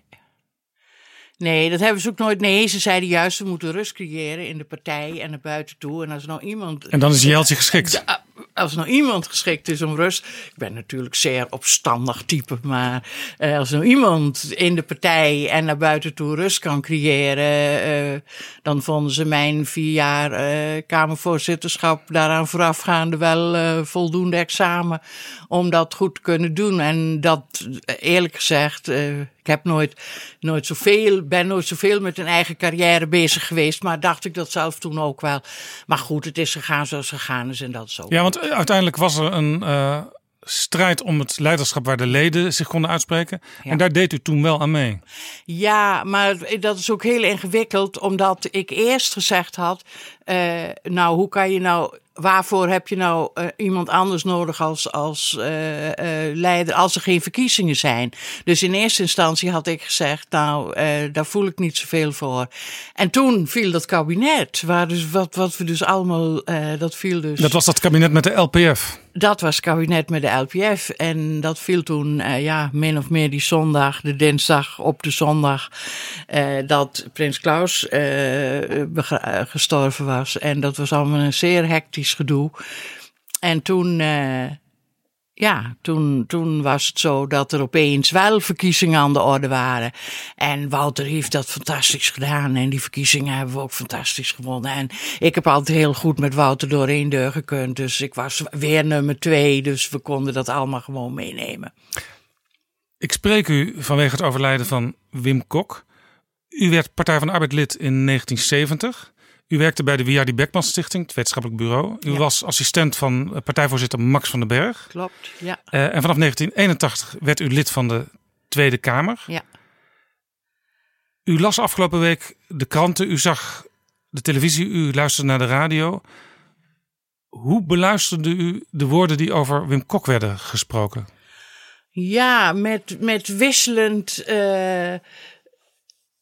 Nee, dat hebben ze ook nooit. Nee, ze zeiden juist, we moeten rust creëren in de partij en naar buiten toe. En als nou iemand... En dan is Jeltje geschikt. Als nou iemand geschikt is om rust... Ik ben natuurlijk zeer opstandig type, maar als nou iemand in de partij en naar buiten toe rust kan creëren... dan vonden ze mijn 4 jaar Kamervoorzitterschap daaraan voorafgaande wel voldoende examen om dat goed te kunnen doen. En dat, eerlijk gezegd... Ik heb ben nooit zoveel met een eigen carrière bezig geweest. Maar dacht ik dat zelf toen ook wel. Maar goed, het is gegaan zoals het gegaan is en dat is ook. Ja, want uiteindelijk was er een strijd om het leiderschap waar de leden zich konden uitspreken. Ja. En daar deed u toen wel aan mee. Ja, maar dat is ook heel ingewikkeld. Omdat ik eerst gezegd had, hoe kan je nou... Waarvoor heb je nou iemand anders nodig als leider als er geen verkiezingen zijn? Dus in eerste instantie had ik gezegd, daar voel ik niet zoveel voor. En toen viel dat kabinet, waar dus wat we dus allemaal, dat viel dus... Dat was dat kabinet met de LPF? Dat was het kabinet met de LPF. En dat viel toen, min of meer die zondag, de dinsdag op de zondag, dat Prins Klaus gestorven was. En dat was allemaal een zeer hectisch gedoe. En toen was het zo dat er opeens wel verkiezingen aan de orde waren. En Wouter heeft dat fantastisch gedaan. En die verkiezingen hebben we ook fantastisch gewonnen. En ik heb altijd heel goed met Wouter door 1 deur gekund. Dus ik was weer nummer 2. Dus we konden dat allemaal gewoon meenemen. Ik spreek u vanwege het overlijden van Wim Kok. U werd Partij van de Arbeid lid in 1970. U werkte bij de Wiardi Beckman Stichting, het wetenschappelijk bureau. U was assistent van partijvoorzitter Max van den Berg. Klopt, ja. En vanaf 1981 werd u lid van de Tweede Kamer. Ja. U las afgelopen week de kranten, u zag de televisie, u luisterde naar de radio. Hoe beluisterde u de woorden die over Wim Kok werden gesproken? Ja, met wisselend...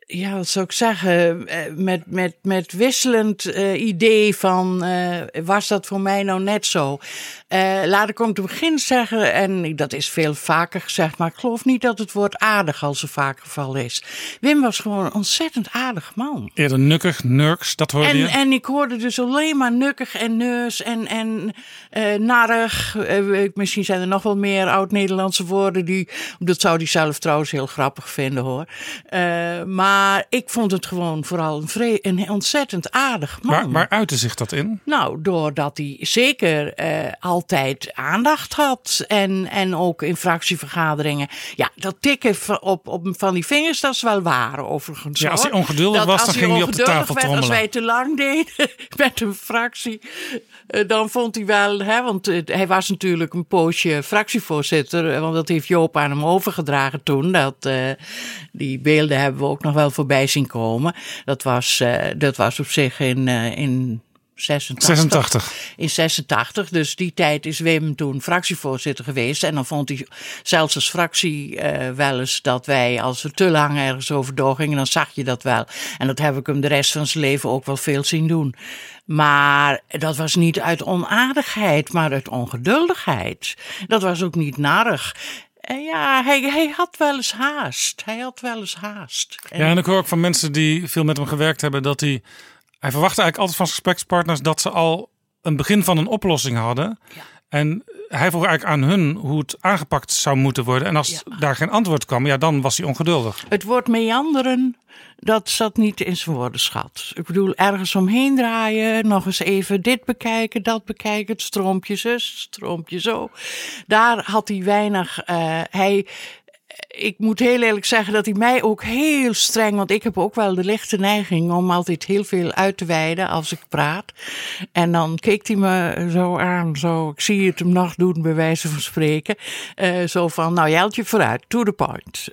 Ja, wat zou ik zeggen? Met wisselend idee van, was dat voor mij nou net zo? Laat ik om te beginnen zeggen, en dat is veel vaker gezegd, maar ik geloof niet dat het woord aardig al zo vaak geval is. Wim was gewoon een ontzettend aardig man. Eerder nukkig, nurks, dat hoorde je. En ik hoorde dus alleen maar nukkig en neus en narrig. Misschien zijn er nog wel meer oud-Nederlandse woorden dat zou hij zelf trouwens heel grappig vinden hoor. Maar ik vond het gewoon vooral een ontzettend aardig man. Waar uitte zich dat in? Nou, doordat hij zeker altijd aandacht had. En ook in fractievergaderingen. Ja, dat tikken van die vingers, dat is wel waar overigens. Ja, als hij ongeduldig was, dan ging hij op de tafel trommelen. Als wij te lang deden met een fractie, dan vond hij wel... want hij was natuurlijk een poosje fractievoorzitter. Want dat heeft Joop aan hem overgedragen toen. Die beelden hebben we ook nog wel voorbij zien komen. Dat was op zich in 86. In 86. Dus die tijd is Wim toen fractievoorzitter geweest. En dan vond hij zelfs als fractie wel eens dat wij, als we te lang ergens over doorgingen, dan zag je dat wel. En dat heb ik hem de rest van zijn leven ook wel veel zien doen. Maar dat was niet uit onaardigheid, maar uit ongeduldigheid. Dat was ook niet narrig. Ja, hij had wel eens haast. Ja, en ik hoor ook van mensen die veel met hem gewerkt hebben dat hij verwachtte eigenlijk altijd van zijn gesprekspartners dat ze al een begin van een oplossing hadden. Ja. En hij vroeg eigenlijk aan hun hoe het aangepakt zou moeten worden. En als daar geen antwoord kwam, ja, dan was hij ongeduldig. Het woord meanderen, dat zat niet in zijn woordenschat. Ik bedoel, ergens omheen draaien, nog eens even dit bekijken, dat bekijken, het stroompje zus, het stroompje zo. Daar had hij weinig... Ik moet heel eerlijk zeggen dat hij mij ook heel streng... want ik heb ook wel de lichte neiging om altijd heel veel uit te weiden als ik praat. En dan keek hij me zo aan, zo, ik zie het hem nog doen bij wijze van spreken. Zo van, nou Jeltje, vooruit, to the point.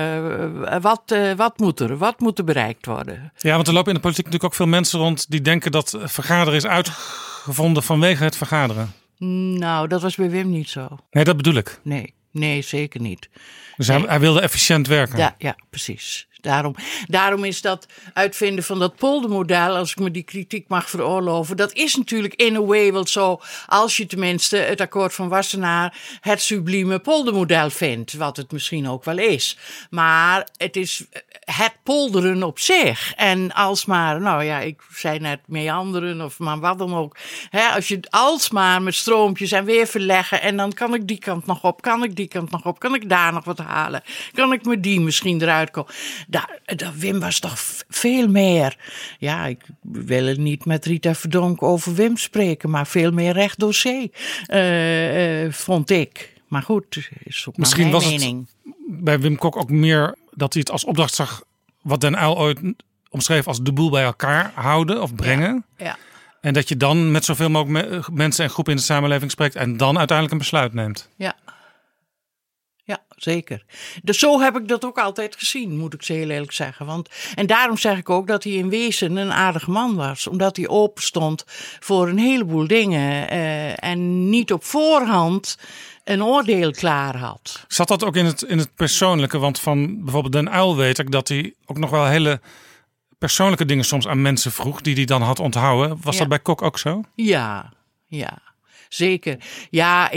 Wat moet er bereikt worden? Ja, want er lopen in de politiek natuurlijk ook veel mensen rond die denken dat vergaderen is uitgevonden vanwege het vergaderen. Nou, dat was bij Wim niet zo. Nee, dat bedoel ik. Nee, zeker niet. Dus hij wilde efficiënt werken. Ja, precies. Daarom is dat uitvinden van dat poldermodel, als ik me die kritiek mag veroorloven, dat is natuurlijk in a way wel zo, als je tenminste het akkoord van Wassenaar het sublieme poldermodel vindt, wat het misschien ook wel is. Maar het is het polderen op zich. En alsmaar, nou ja, ik zei net meanderen of maar wat dan ook. Als je alsmaar met stroompjes en weer verleggen en dan kan ik die kant nog op, kan ik daar nog wat halen, kan ik met die misschien eruit komen. Wim was toch veel meer. Ja, ik wil het niet met Rita Verdonk over Wim spreken, maar veel meer recht dossier, vond ik. Maar goed, is ook misschien mijn mening. Het bij Wim Kok ook meer dat hij het als opdracht zag wat Den Uyl ooit omschreef als de boel bij elkaar houden of brengen. Ja. En dat je dan met zoveel mogelijk mensen en groepen in de samenleving spreekt en dan uiteindelijk een besluit neemt. Ja, zeker. Dus zo heb ik dat ook altijd gezien, moet ik ze heel eerlijk zeggen. En daarom zeg ik ook dat hij in wezen een aardig man was. Omdat hij open stond voor een heleboel dingen. En niet op voorhand een oordeel klaar had. Zat dat ook in het persoonlijke? Want van bijvoorbeeld Den Uyl weet ik dat hij ook nog wel hele persoonlijke dingen soms aan mensen vroeg die hij dan had onthouden. Was dat bij Kok ook zo? Ja. Zeker. Ja,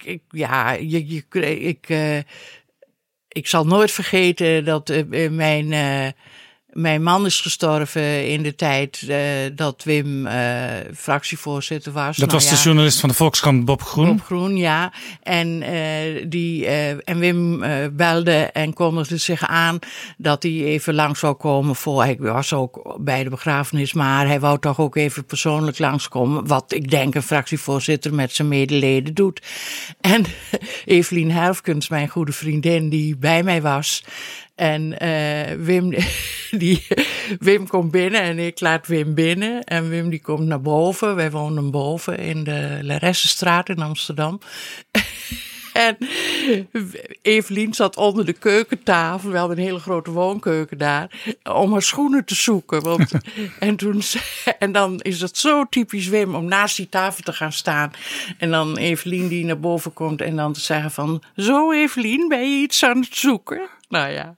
ik zal nooit vergeten dat mijn man is gestorven in de tijd dat Wim fractievoorzitter was. Dat was de journalist van de Volkskrant, Bob Groen. Bob Groen, ja. En Wim belde en kondigde zich aan dat hij even langs zou komen hij was ook bij de begrafenis, maar hij wou toch ook even persoonlijk langskomen. Wat ik denk een fractievoorzitter met zijn medeleden doet. En Evelien Herfkens, mijn goede vriendin die bij mij was. En Wim komt binnen en ik laat Wim binnen. En Wim die komt naar boven. Wij woonden boven in de Laressenstraat in Amsterdam. En Evelien zat onder de keukentafel. We hadden een hele grote woonkeuken daar. Om haar schoenen te zoeken. En dan is het zo typisch Wim om naast die tafel te gaan staan. En dan Evelien die naar boven komt en dan te zeggen van... Zo Evelien, ben je iets aan het zoeken? Nou ja,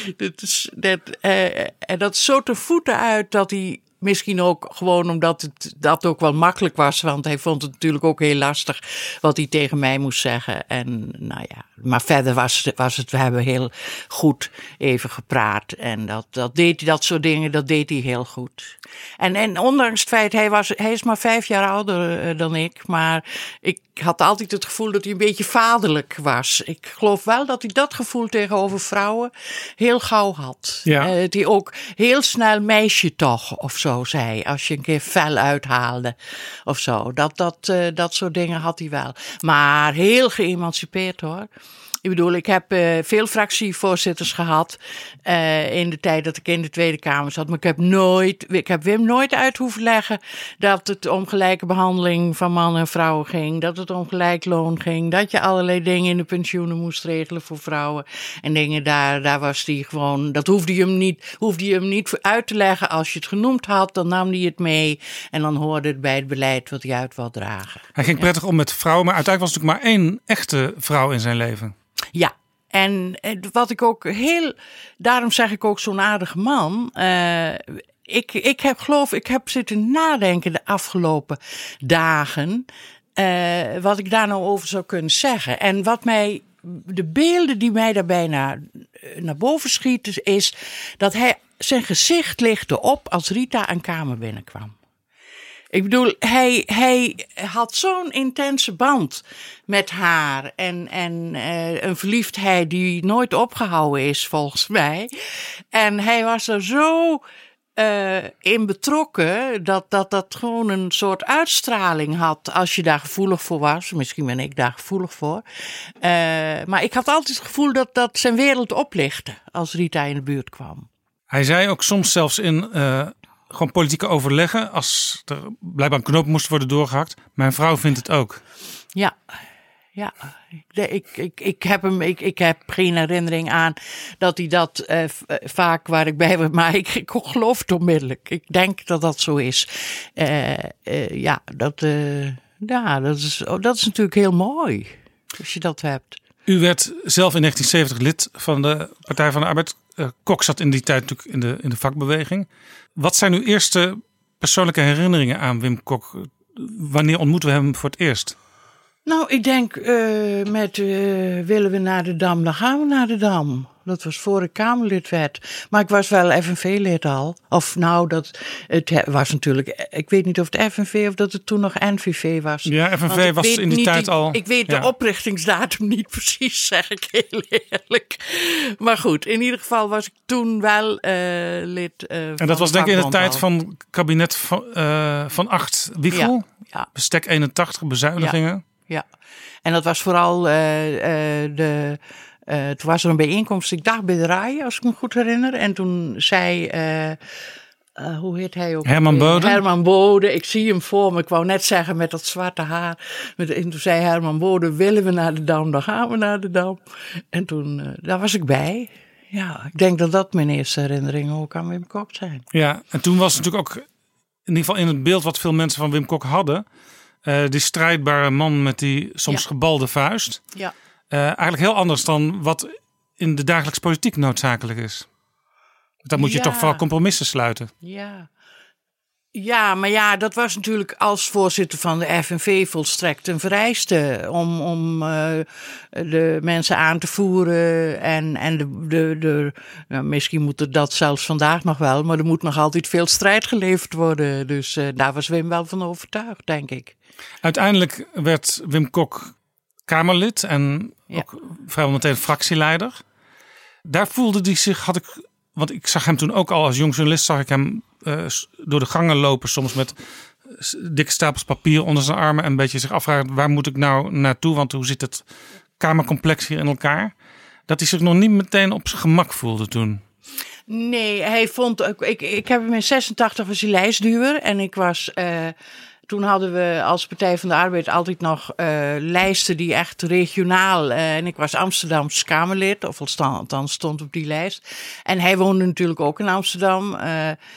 dat zo te voeten uit dat hij misschien ook gewoon omdat dat ook wel makkelijk was. Want hij vond het natuurlijk ook heel lastig wat hij tegen mij moest zeggen. En nou ja, maar verder was het, we hebben heel goed even gepraat. En dat deed hij, dat soort dingen, dat deed hij heel goed. En ondanks het feit, hij is maar 5 jaar ouder dan ik. Maar ik had altijd het gevoel dat hij een beetje vaderlijk was. Ik geloof wel dat hij dat gevoel tegenover vrouwen heel gauw had. Ja. Dat hij ook heel snel meisje toch of zo zei. Als je een keer fel uithaalde of zo. Dat soort dingen had hij wel. Maar heel geëmancipeerd hoor. Ik bedoel, ik heb veel fractievoorzitters gehad in de tijd dat ik in de Tweede Kamer zat. Maar ik heb Wim nooit uit hoeven leggen dat het om gelijke behandeling van mannen en vrouwen ging. Dat het om gelijk loon ging. Dat je allerlei dingen in de pensioenen moest regelen voor vrouwen. En dingen daar was hij gewoon, dat hoefde je hem niet uit te leggen. Als je het genoemd had, dan nam hij het mee. En dan hoorde het bij het beleid wat hij uit wou dragen. Hij ging prettig om met vrouwen, maar uiteindelijk was er natuurlijk maar 1 echte vrouw in zijn leven. Ja, en wat ik ook daarom zeg ik ook zo'n aardige man. Ik heb zitten nadenken de afgelopen dagen. Wat ik daar nou over zou kunnen zeggen. En de beelden die mij daarbij naar boven schieten is dat zijn gezicht lichtte op als Rita een kamer binnenkwam. Ik bedoel, hij had zo'n intense band met haar en een verliefdheid die nooit opgehouden is volgens mij. En hij was er zo in betrokken dat gewoon een soort uitstraling had als je daar gevoelig voor was. Misschien ben ik daar gevoelig voor. Maar ik had altijd het gevoel dat zijn wereld oplichtte als Rita in de buurt kwam. Hij zei ook soms zelfs in gewoon politieke overleggen, als er blijkbaar een knoop moest worden doorgehakt. Mijn vrouw vindt het ook. Ja. Ik heb geen herinnering aan dat hij dat vaak waar ik bij was, maar ik geloof het onmiddellijk. Ik denk dat dat zo is. Dat is natuurlijk heel mooi als je dat hebt. U werd zelf in 1970 lid van de Partij van de Arbeid. Kok zat in die tijd natuurlijk in de vakbeweging. Wat zijn uw eerste persoonlijke herinneringen aan Wim Kok? Wanneer ontmoeten we hem voor het eerst? Nou, ik denk willen we naar de Dam, dan gaan we naar de Dam. Dat was voor ik Kamerlid werd. Maar ik was wel FNV-lid al. Of nou, het was natuurlijk, ik weet niet of het FNV of dat het toen nog NVV was. Ja, FNV was in die tijd al. Ik weet de oprichtingsdatum niet precies, zeg ik heel eerlijk. Maar goed, in ieder geval was ik toen wel lid en dat was denk ik in de tijd van kabinet van 8 Wiegel. Ja. Bestek 81, bezuinigingen. Ja. En dat was vooral toen was er een bijeenkomst, ik dacht bij de RAI, als ik me goed herinner. En toen zei, hoe heet hij ook? Herman Bode. Ik zie hem voor me. Ik wou net zeggen met dat zwarte haar. En toen zei Herman Bode, willen we naar de Dam, dan gaan we naar de Dam. En toen, daar was ik bij. Ja, ik denk dat dat mijn eerste herinneringen ook aan Wim Kok zijn. Ja, en toen was het natuurlijk ook in ieder geval in het beeld wat veel mensen van Wim Kok hadden. Die strijdbare man met die soms gebalde vuist. Ja. Eigenlijk heel anders dan wat in de dagelijkse politiek noodzakelijk is. Dan moet je toch vooral compromissen sluiten. Ja, maar ja, dat was natuurlijk als voorzitter van de FNV volstrekt een vereiste om de mensen aan te voeren. En misschien moet er dat zelfs vandaag nog wel, maar er moet nog altijd veel strijd geleverd worden. Dus daar was Wim wel van overtuigd, denk ik. Uiteindelijk werd Wim Kok Kamerlid en ook vrijwel meteen fractieleider. Daar voelde hij zich, want ik zag hem toen ook al als jong journalist, zag ik hem door de gangen lopen, soms met dikke stapels papier onder zijn armen en een beetje zich afvragen, waar moet ik nou naartoe, want hoe zit het kamercomplex hier in elkaar? Dat hij zich nog niet meteen op zijn gemak voelde toen. Nee, hij vond ook, ik heb hem in 86 was hij lijstduwer en ik was... Toen hadden we als Partij van de Arbeid altijd nog lijsten die echt regionaal... en ik was Amsterdams Kamerlid, of althans stond op die lijst. En hij woonde natuurlijk ook in Amsterdam.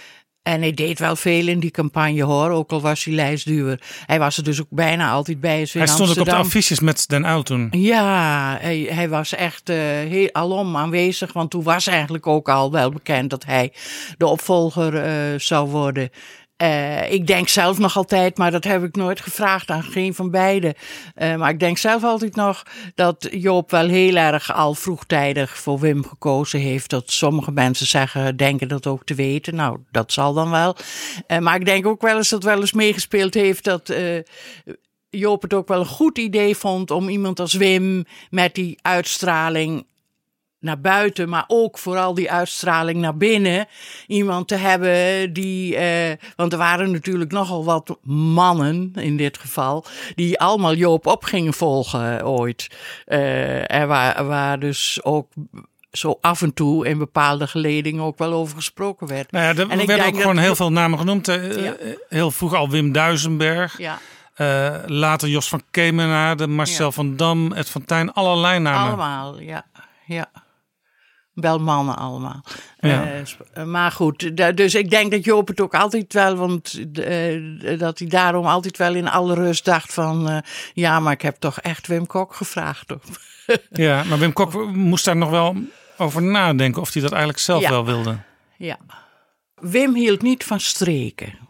En hij deed wel veel in die campagne, hoor. Ook al was hij lijstduwer. Hij was er dus ook bijna altijd bij. Hij stond ook op de affiches met Den Uyl toen. Ja, hij was echt heel alom aanwezig. Want toen was eigenlijk ook al wel bekend dat hij de opvolger zou worden. Ik denk zelf nog altijd, maar dat heb ik nooit gevraagd aan geen van beiden. Maar ik denk zelf altijd nog dat Joop wel heel erg al vroegtijdig voor Wim gekozen heeft. Dat sommige mensen denken dat ook te weten. Nou, dat zal dan wel. Maar ik denk ook wel eens dat wel eens meegespeeld heeft dat Joop het ook wel een goed idee vond om iemand als Wim met die uitstraling naar buiten, maar ook vooral die uitstraling naar binnen. Iemand te hebben die, want er waren natuurlijk nogal wat mannen in dit geval, die allemaal Joop op gingen volgen ooit. Waar dus ook zo af en toe in bepaalde geledingen ook wel over gesproken werd. Nou ja, er werden ook gewoon heel veel namen genoemd. Heel vroeg al Wim Duisenberg. Ja. Later Jos van Kemenade, Marcel van Dam, Ed van Tijn, allerlei namen. Allemaal, ja. Wel mannen allemaal. Ja. Maar goed, dus ik denk dat Joop het ook altijd wel, want dat hij daarom altijd wel in alle rust dacht van, ja, maar ik heb toch echt Wim Kok gevraagd. Ja, maar Wim Kok moest daar nog wel over nadenken of hij dat eigenlijk zelf wel wilde. Ja. Wim hield niet van streken.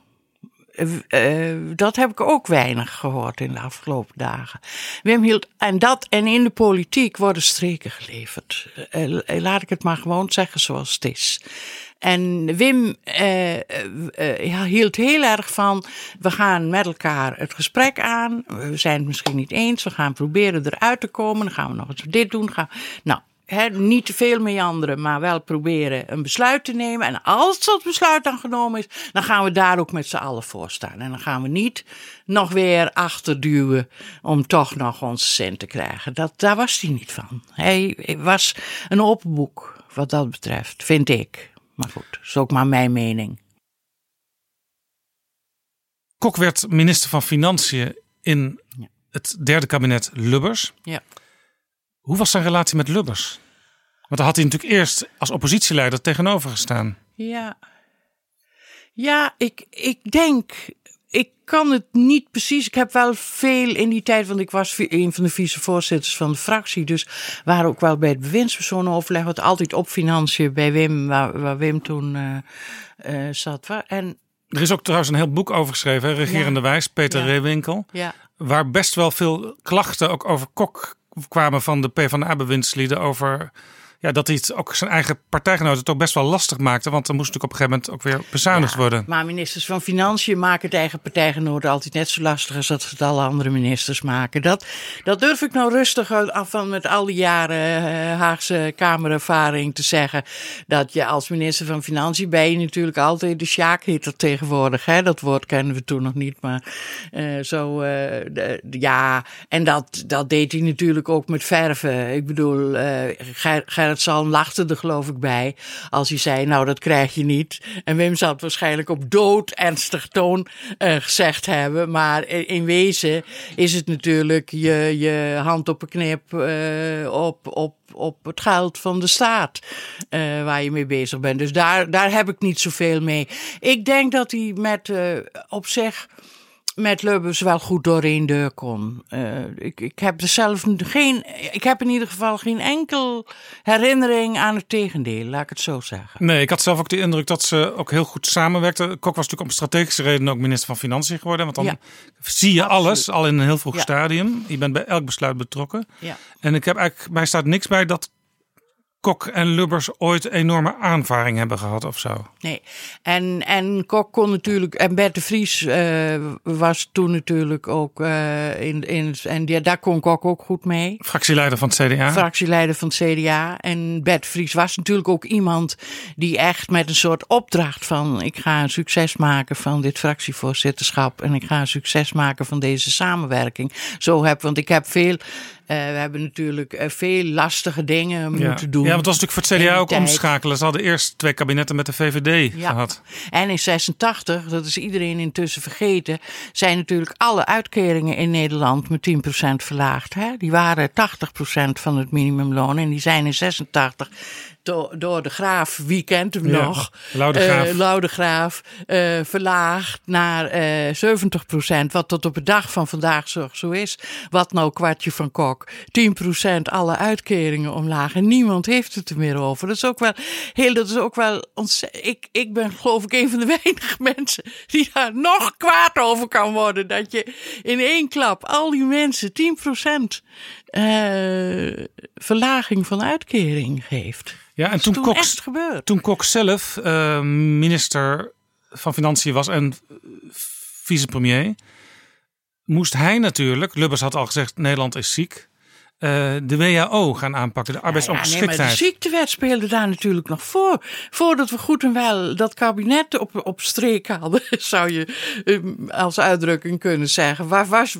Dat heb ik ook weinig gehoord in de afgelopen dagen. Wim hield, en in de politiek worden streken geleverd. Laat ik het maar gewoon zeggen zoals het is. En Wim hield heel erg van, we gaan met elkaar het gesprek aan. We zijn het misschien niet eens, we gaan proberen eruit te komen. Dan gaan we nog eens dit doen. Niet te veel meanderen, maar wel proberen een besluit te nemen. En als dat besluit dan genomen is, dan gaan we daar ook met z'n allen voor staan. En dan gaan we niet nog weer achterduwen om toch nog onze zin te krijgen. Daar was hij niet van. Hij was een open boek wat dat betreft, vind ik. Maar goed, dat is ook maar mijn mening. Kok werd minister van Financiën in het derde kabinet Lubbers. Ja. Hoe was zijn relatie met Lubbers? Want daar had hij natuurlijk eerst als oppositieleider tegenover gestaan. Ja, ik denk, ik kan het niet precies. Ik heb wel veel in die tijd, want ik was een van de vicevoorzitters van de fractie. Dus we waren ook wel bij het bewindspersonenoverleg, wat altijd op financiën bij Wim, waar Wim toen zat. En er is ook trouwens een heel boek over geschreven, Regerende Wijs, Peter Reewinkel. Ja. Waar best wel veel klachten ook over Kok kwamen van de PvdA-bewindslieden over dat hij het ook zijn eigen partijgenoten toch best wel lastig maakte. Want er moest natuurlijk op een gegeven moment ook weer bezuinigd worden. Maar ministers van Financiën maken het eigen partijgenoten altijd net zo lastig als dat het alle andere ministers maken. Dat durf ik nou rustig af van met al die jaren Haagse Kamerervaring te zeggen. Dat je als minister van Financiën ben je natuurlijk altijd de sjaakhitter tegenwoordig. Hè? Dat woord kennen we toen nog niet. Maar en dat deed hij natuurlijk ook met verven. Ik bedoel, Gerrit Salm lachte er geloof ik bij als hij zei, nou dat krijg je niet. En Wim zal het waarschijnlijk op doodernstig toon gezegd hebben. Maar in wezen is het natuurlijk je hand op een knip op het geld van de staat waar je mee bezig bent. Dus daar heb ik niet zoveel mee. Ik denk dat hij op zich met Lubbers wel goed door één deur kon. Ik heb er zelf ik heb in ieder geval geen enkel herinnering aan het tegendeel, laat ik het zo zeggen. Nee, ik had zelf ook de indruk dat ze ook heel goed samenwerkten. Kok was natuurlijk om strategische redenen ook minister van Financiën geworden. Want dan zie je alles al in een heel vroeg stadium. Je bent bij elk besluit betrokken. Ja. En mij staat niks bij dat Kok en Lubbers ooit enorme aanvaring hebben gehad of zo. Nee, en Kok kon natuurlijk, en Bert de Vries was toen natuurlijk ook daar kon Kok ook goed mee. Fractieleider van het CDA. Fractieleider van het CDA. En Bert de Vries was natuurlijk ook iemand die echt met een soort opdracht van, ik ga een succes maken van dit fractievoorzitterschap en ik ga een succes maken van deze samenwerking. Want ik heb we hebben natuurlijk veel lastige dingen moeten doen. Ja, want het was natuurlijk voor het CDA ook tijd. omschakelen. Ze hadden eerst 2 kabinetten met de VVD gehad. En in 86, dat is iedereen intussen vergeten, zijn natuurlijk alle uitkeringen in Nederland met 10% verlaagd. Hè? Die waren 80% van het minimumloon en die zijn in 86 door de Graaf, wie kent hem nog? Laudegraaf verlaagd naar 70%. Wat tot op de dag van vandaag zo is. Wat nou kwartje van Kok. 10% alle uitkeringen omlaag. En niemand heeft het er meer over. Dat is ook wel ik ben geloof ik een van de weinige mensen die daar nog kwaad over kan worden. Dat je in één klap al die mensen 10% verlaging van uitkering geeft. Ja, en toen Kok zelf minister van Financiën was en vicepremier, moest hij natuurlijk, Lubbers had al gezegd, Nederland is ziek, de WHO gaan aanpakken, de arbeidsongeschiktheid. maar de ziektewet speelde daar natuurlijk nog voor. Voordat we goed en wel dat kabinet op streek hadden, zou je als uitdrukking kunnen zeggen.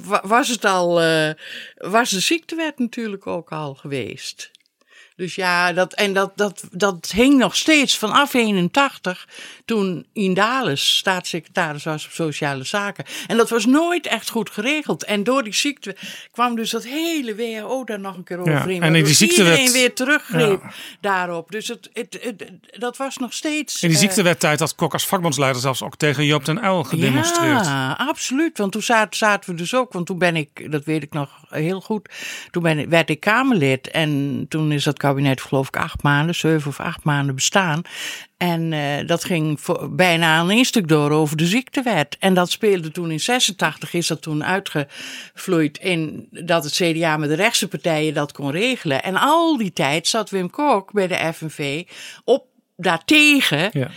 Was de ziektewet natuurlijk ook al geweest. Dus ja, dat hing nog steeds vanaf 81, toen Indales staatssecretaris was op Sociale Zaken. En dat was nooit echt goed geregeld. En door die ziekte kwam dus dat hele WHO daar nog een keer overheen. En die ziektewet iedereen weer teruggreep daarop. Dus dat was nog steeds... In die ziektewettijd had Kok als vakbondsleider zelfs ook tegen Joop den Uyl gedemonstreerd. Ja, absoluut. Want toen zaten we dus ook, want toen ben ik, dat weet ik nog heel goed, werd ik Kamerlid. En toen is dat kabinet geloof ik 7 of 8 maanden bestaan. En dat ging bijna aan één stuk door over de ziektewet. En dat speelde toen in 86, is dat toen uitgevloeid in dat het CDA met de rechtse partijen dat kon regelen. En al die tijd zat Wim Kok bij de FNV daartegen. Ja.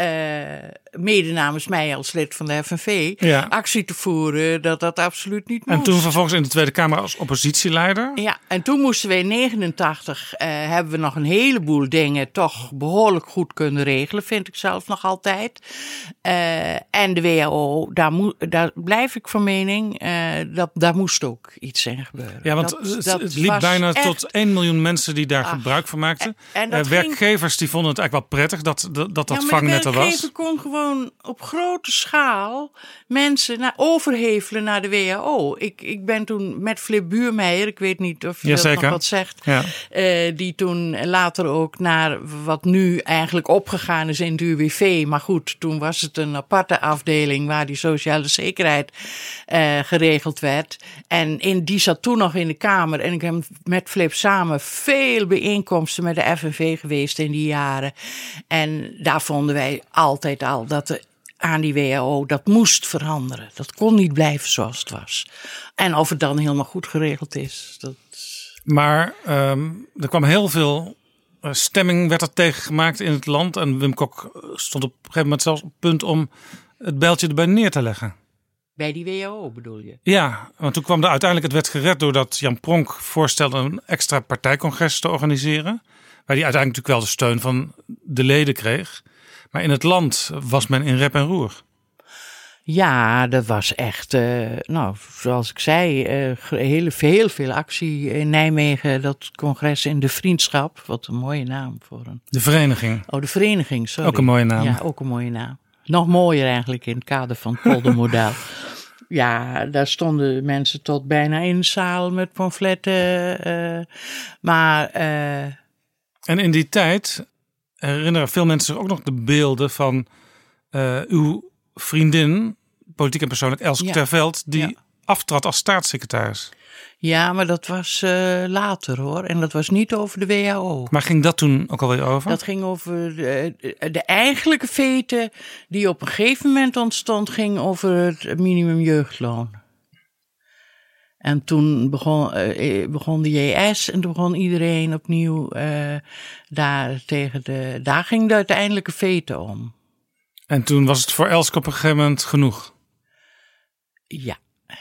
Mede namens mij als lid van de FNV, actie te voeren dat absoluut niet moest. En toen vervolgens in de Tweede Kamer als oppositieleider? Ja, en toen moesten we in 89, hebben we nog een heleboel dingen toch behoorlijk goed kunnen regelen, vind ik zelf nog altijd. En de WHO, daar blijf ik van mening, daar moest ook iets in gebeuren. Ja, want het liep bijna tot 1 miljoen mensen die daar gebruik van maakten. En werkgevers die vonden het eigenlijk wel prettig dat vangnet er was. De werkgever kon gewoon op grote schaal mensen overhevelen naar de WHO. Ik ben toen met Flip Buurmeijer, ik weet niet of je dat nog wat zegt, die toen later ook naar wat nu eigenlijk opgegaan is in het UWV. Maar goed, toen was het een aparte afdeling waar die sociale zekerheid geregeld werd. En die zat toen nog in de Kamer. En ik heb met Flip samen veel bijeenkomsten met de FNV geweest in die jaren. En daar vonden wij altijd al dat aan die WHO, dat moest veranderen. Dat kon niet blijven zoals het was. En of het dan helemaal goed geregeld is. Maar er kwam heel veel stemming, werd er tegen gemaakt in het land. En Wim Kok stond op een gegeven moment zelfs op het punt om het bijltje erbij neer te leggen. Bij die WHO bedoel je? Ja, want toen kwam er uiteindelijk, het werd gered doordat Jan Pronk voorstelde een extra partijcongres te organiseren. Waar hij uiteindelijk natuurlijk wel de steun van de leden kreeg. Maar in het land was men in rep en roer. Ja, dat was echt, zoals ik zei, heel veel actie in Nijmegen. Dat congres in de Vriendschap. Wat een mooie naam voor een... De vereniging. Oh, de vereniging, sorry. Ook een mooie naam. Ja, ook een mooie naam. Nog mooier eigenlijk in het kader van het poldermodel. Ja, daar stonden mensen tot bijna in de zaal met pamfletten. En in die tijd herinneren veel mensen zich ook nog de beelden van uw vriendin, politiek en persoonlijk, Elske ter Veld, die aftrad als staatssecretaris. Ja, maar dat was later hoor. En dat was niet over de WHO. Maar ging dat toen ook alweer over? Dat ging over de eigenlijke feiten die op een gegeven moment ontstond, ging over het minimumjeugdloon. En toen begon de JS en toen begon iedereen opnieuw daar ging de uiteindelijke feiten om. En toen was het voor Elske op een gegeven moment genoeg? Ja.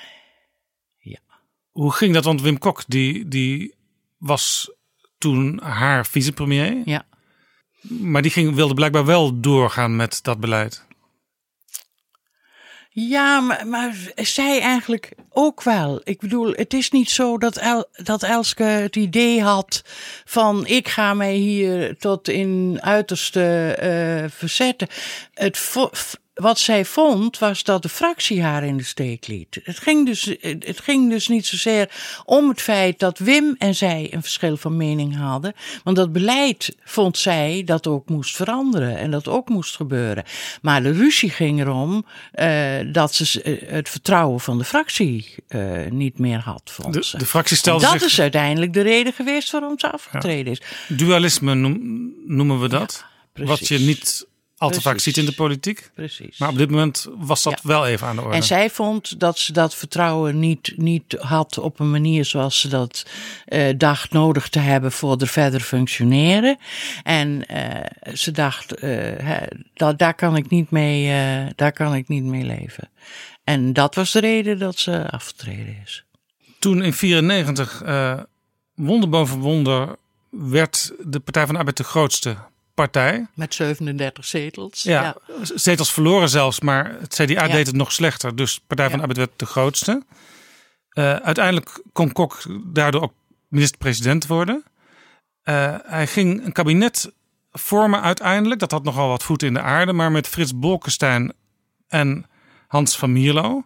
Hoe ging dat? Want Wim Kok die was toen haar vicepremier. Ja. Maar die wilde blijkbaar wel doorgaan met dat beleid. Ja, maar zij eigenlijk ook wel. Ik bedoel, het is niet zo dat Elske het idee had van ik ga mij hier tot in uiterste verzetten. Wat zij vond was dat de fractie haar in de steek liet. Het ging dus niet zozeer om het feit dat Wim en zij een verschil van mening hadden. Want dat beleid vond zij dat ook moest veranderen en dat ook moest gebeuren. Maar de ruzie ging erom dat ze het vertrouwen van de fractie niet meer had, vond ze. De fractie stelde dat is uiteindelijk de reden geweest waarom ze afgetreden is. Dualisme noemen we dat. Ja, wat je niet al te vaak ziet in de politiek. Precies. Maar op dit moment was dat wel even aan de orde. En zij vond dat ze dat vertrouwen niet had op een manier zoals ze dat dacht nodig te hebben voor er verder functioneren. En ze dacht, daar kan ik niet mee leven. En dat was de reden dat ze afgetreden is. Toen in 1994, wonder boven wonder, werd de Partij van de Arbeid de grootste partij. Met 37 zetels. Ja, zetels verloren zelfs, maar het CDA deed het nog slechter. Dus Partij van de Arbeid werd de grootste. Uiteindelijk kon Kok daardoor ook minister-president worden. Hij ging een kabinet vormen uiteindelijk. Dat had nogal wat voeten in de aarde. Maar met Frits Bolkestein en Hans van Mierlo.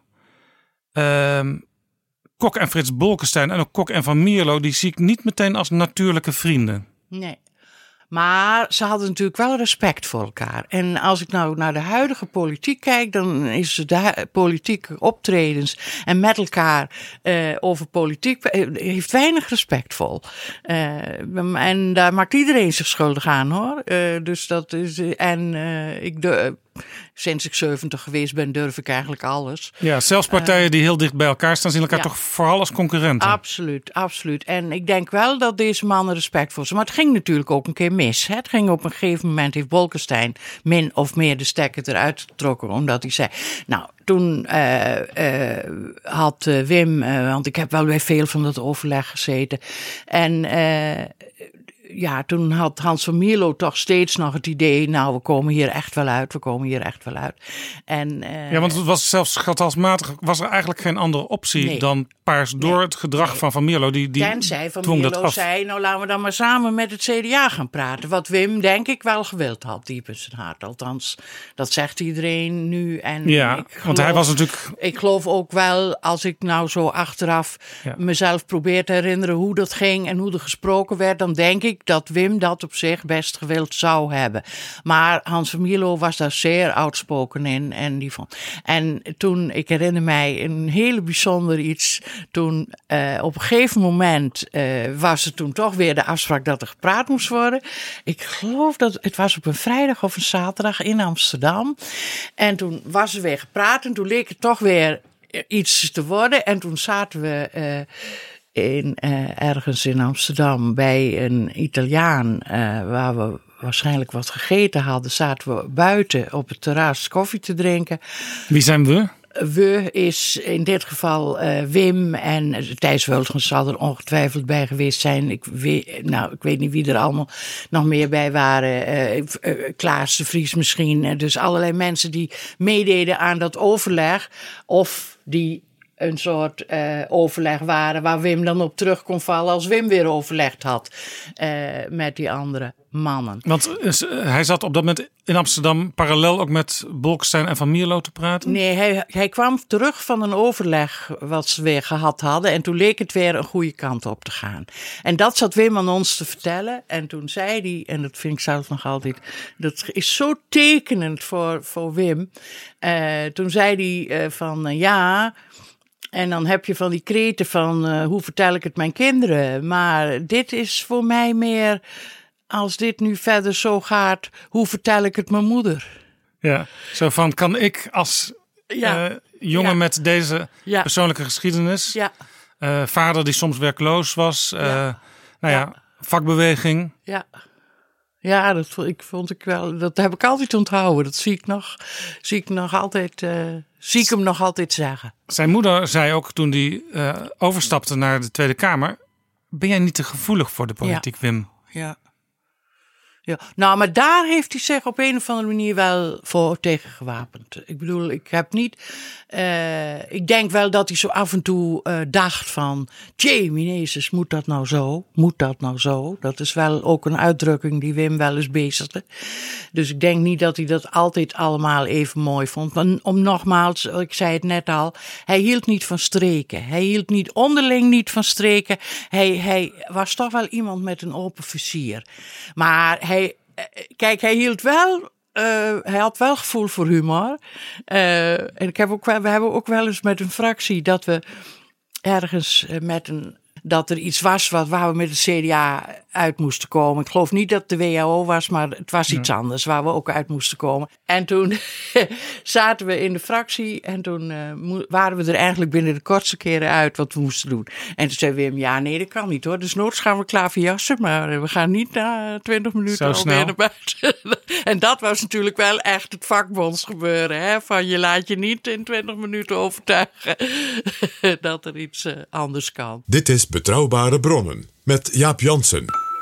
Kok en Frits Bolkestein en ook Kok en van Mierlo, die zie ik niet meteen als natuurlijke vrienden. Nee. Maar ze hadden natuurlijk wel respect voor elkaar. En als ik nou naar de huidige politiek kijk, dan is de politieke optredens en met elkaar over politiek heeft weinig respectvol. En daar maakt iedereen zich schuldig aan, hoor. Dus dat is sinds ik 70 geweest ben, durf ik eigenlijk alles. Ja, zelfs partijen die heel dicht bij elkaar staan, zien elkaar toch vooral als concurrenten. Absoluut, absoluut. En ik denk wel dat deze mannen respect voor ze. Maar het ging natuurlijk ook een keer mis. Hè? Het ging op een gegeven moment, heeft Bolkestein min of meer de stekker eruit getrokken, omdat hij zei, nou, toen had Wim, want ik heb wel bij veel van dat overleg gezeten. En toen had Hans van Mierlo toch steeds nog het idee, nou, we komen hier echt wel uit. En, want het was zelfs getalsmatig, was er eigenlijk geen andere optie dan paars door het gedrag van Mierlo. Tenzij Van Mierlo zei, nou laten we dan maar samen met het CDA gaan praten. Wat Wim denk ik wel gewild had, diep in zijn hart. Althans, dat zegt iedereen nu. En want hij was natuurlijk... Ik geloof ook wel, als ik nou zo achteraf mezelf probeer te herinneren hoe dat ging en hoe er gesproken werd, dan denk ik dat Wim dat op zich best gewild zou hebben. Maar Hans van Mierlo was daar zeer outspoken in. En toen, ik herinner mij een hele bijzonder iets. Toen op een gegeven moment was er toen toch weer de afspraak dat er gepraat moest worden. Ik geloof dat het was op een vrijdag of een zaterdag in Amsterdam. En toen was er weer gepraat en toen leek het toch weer iets te worden. En toen zaten we ergens in Amsterdam bij een Italiaan waar we waarschijnlijk wat gegeten hadden, zaten we buiten op het terras koffie te drinken. Wie zijn we? We is in dit geval Wim en Thijs Wulgens zal er ongetwijfeld bij geweest zijn. Ik weet niet wie er allemaal nog meer bij waren. Klaas de Vries misschien. Dus allerlei mensen die meededen aan dat overleg of die een soort overleg waren waar Wim dan op terug kon vallen als Wim weer overlegd had met die andere mannen. Want hij zat op dat moment in Amsterdam parallel ook met Bolkestein en van Mierlo te praten? Nee, hij kwam terug van een overleg wat ze weer gehad hadden en toen leek het weer een goede kant op te gaan. En dat zat Wim aan ons te vertellen en toen zei hij, en dat vind ik zelf nog altijd, dat is zo tekenend voor Wim. Toen zei hij en dan heb je van die kreten van hoe vertel ik het mijn kinderen. Maar dit is voor mij meer, als dit nu verder zo gaat, hoe vertel ik het mijn moeder? Ja, zo van, kan ik als jongen met deze persoonlijke geschiedenis, vader die soms werkloos was, vakbeweging. Ja, dat vond ik wel. Dat heb ik altijd onthouden. Dat zie ik nog altijd. Zie ik hem nog altijd zeggen. Zijn moeder zei ook toen hij overstapte naar de Tweede Kamer: ben jij niet te gevoelig voor de politiek, Wim? Ja, nou, maar daar heeft hij zich op een of andere manier wel voor tegen gewapend. Ik bedoel, ik heb niet... ik denk wel dat hij zo af en toe dacht van... Jezus, moet dat nou zo? Moet dat nou zo? Dat is wel ook een uitdrukking die Wim wel eens bezigde. Dus ik denk niet dat hij dat altijd allemaal even mooi vond. Maar om nogmaals, ik zei het net al... Hij hield niet van streken. Hij hield niet onderling niet van streken. Hij was toch wel iemand met een open vizier. Maar hij hield wel... hij had wel gevoel voor humor. En we hebben ook wel eens met een fractie dat we ergens dat er iets was waar we met het CDA uit moesten komen. Ik geloof niet dat het de WHO was, maar het was iets anders waar we ook uit moesten komen. En toen zaten we in de fractie en toen waren we er eigenlijk binnen de kortste keren uit wat we moesten doen. En toen zei Wim, ja nee, dat kan niet hoor. Dus noods gaan we klaverjassen, maar we gaan niet na 20 minuten alweer naar buiten. En dat was natuurlijk wel echt het vakbondsgebeuren. Hè? Van je laat je niet in 20 minuten overtuigen dat er iets anders kan. Dit is Betrouwbare Bronnen met Jaap Jansen.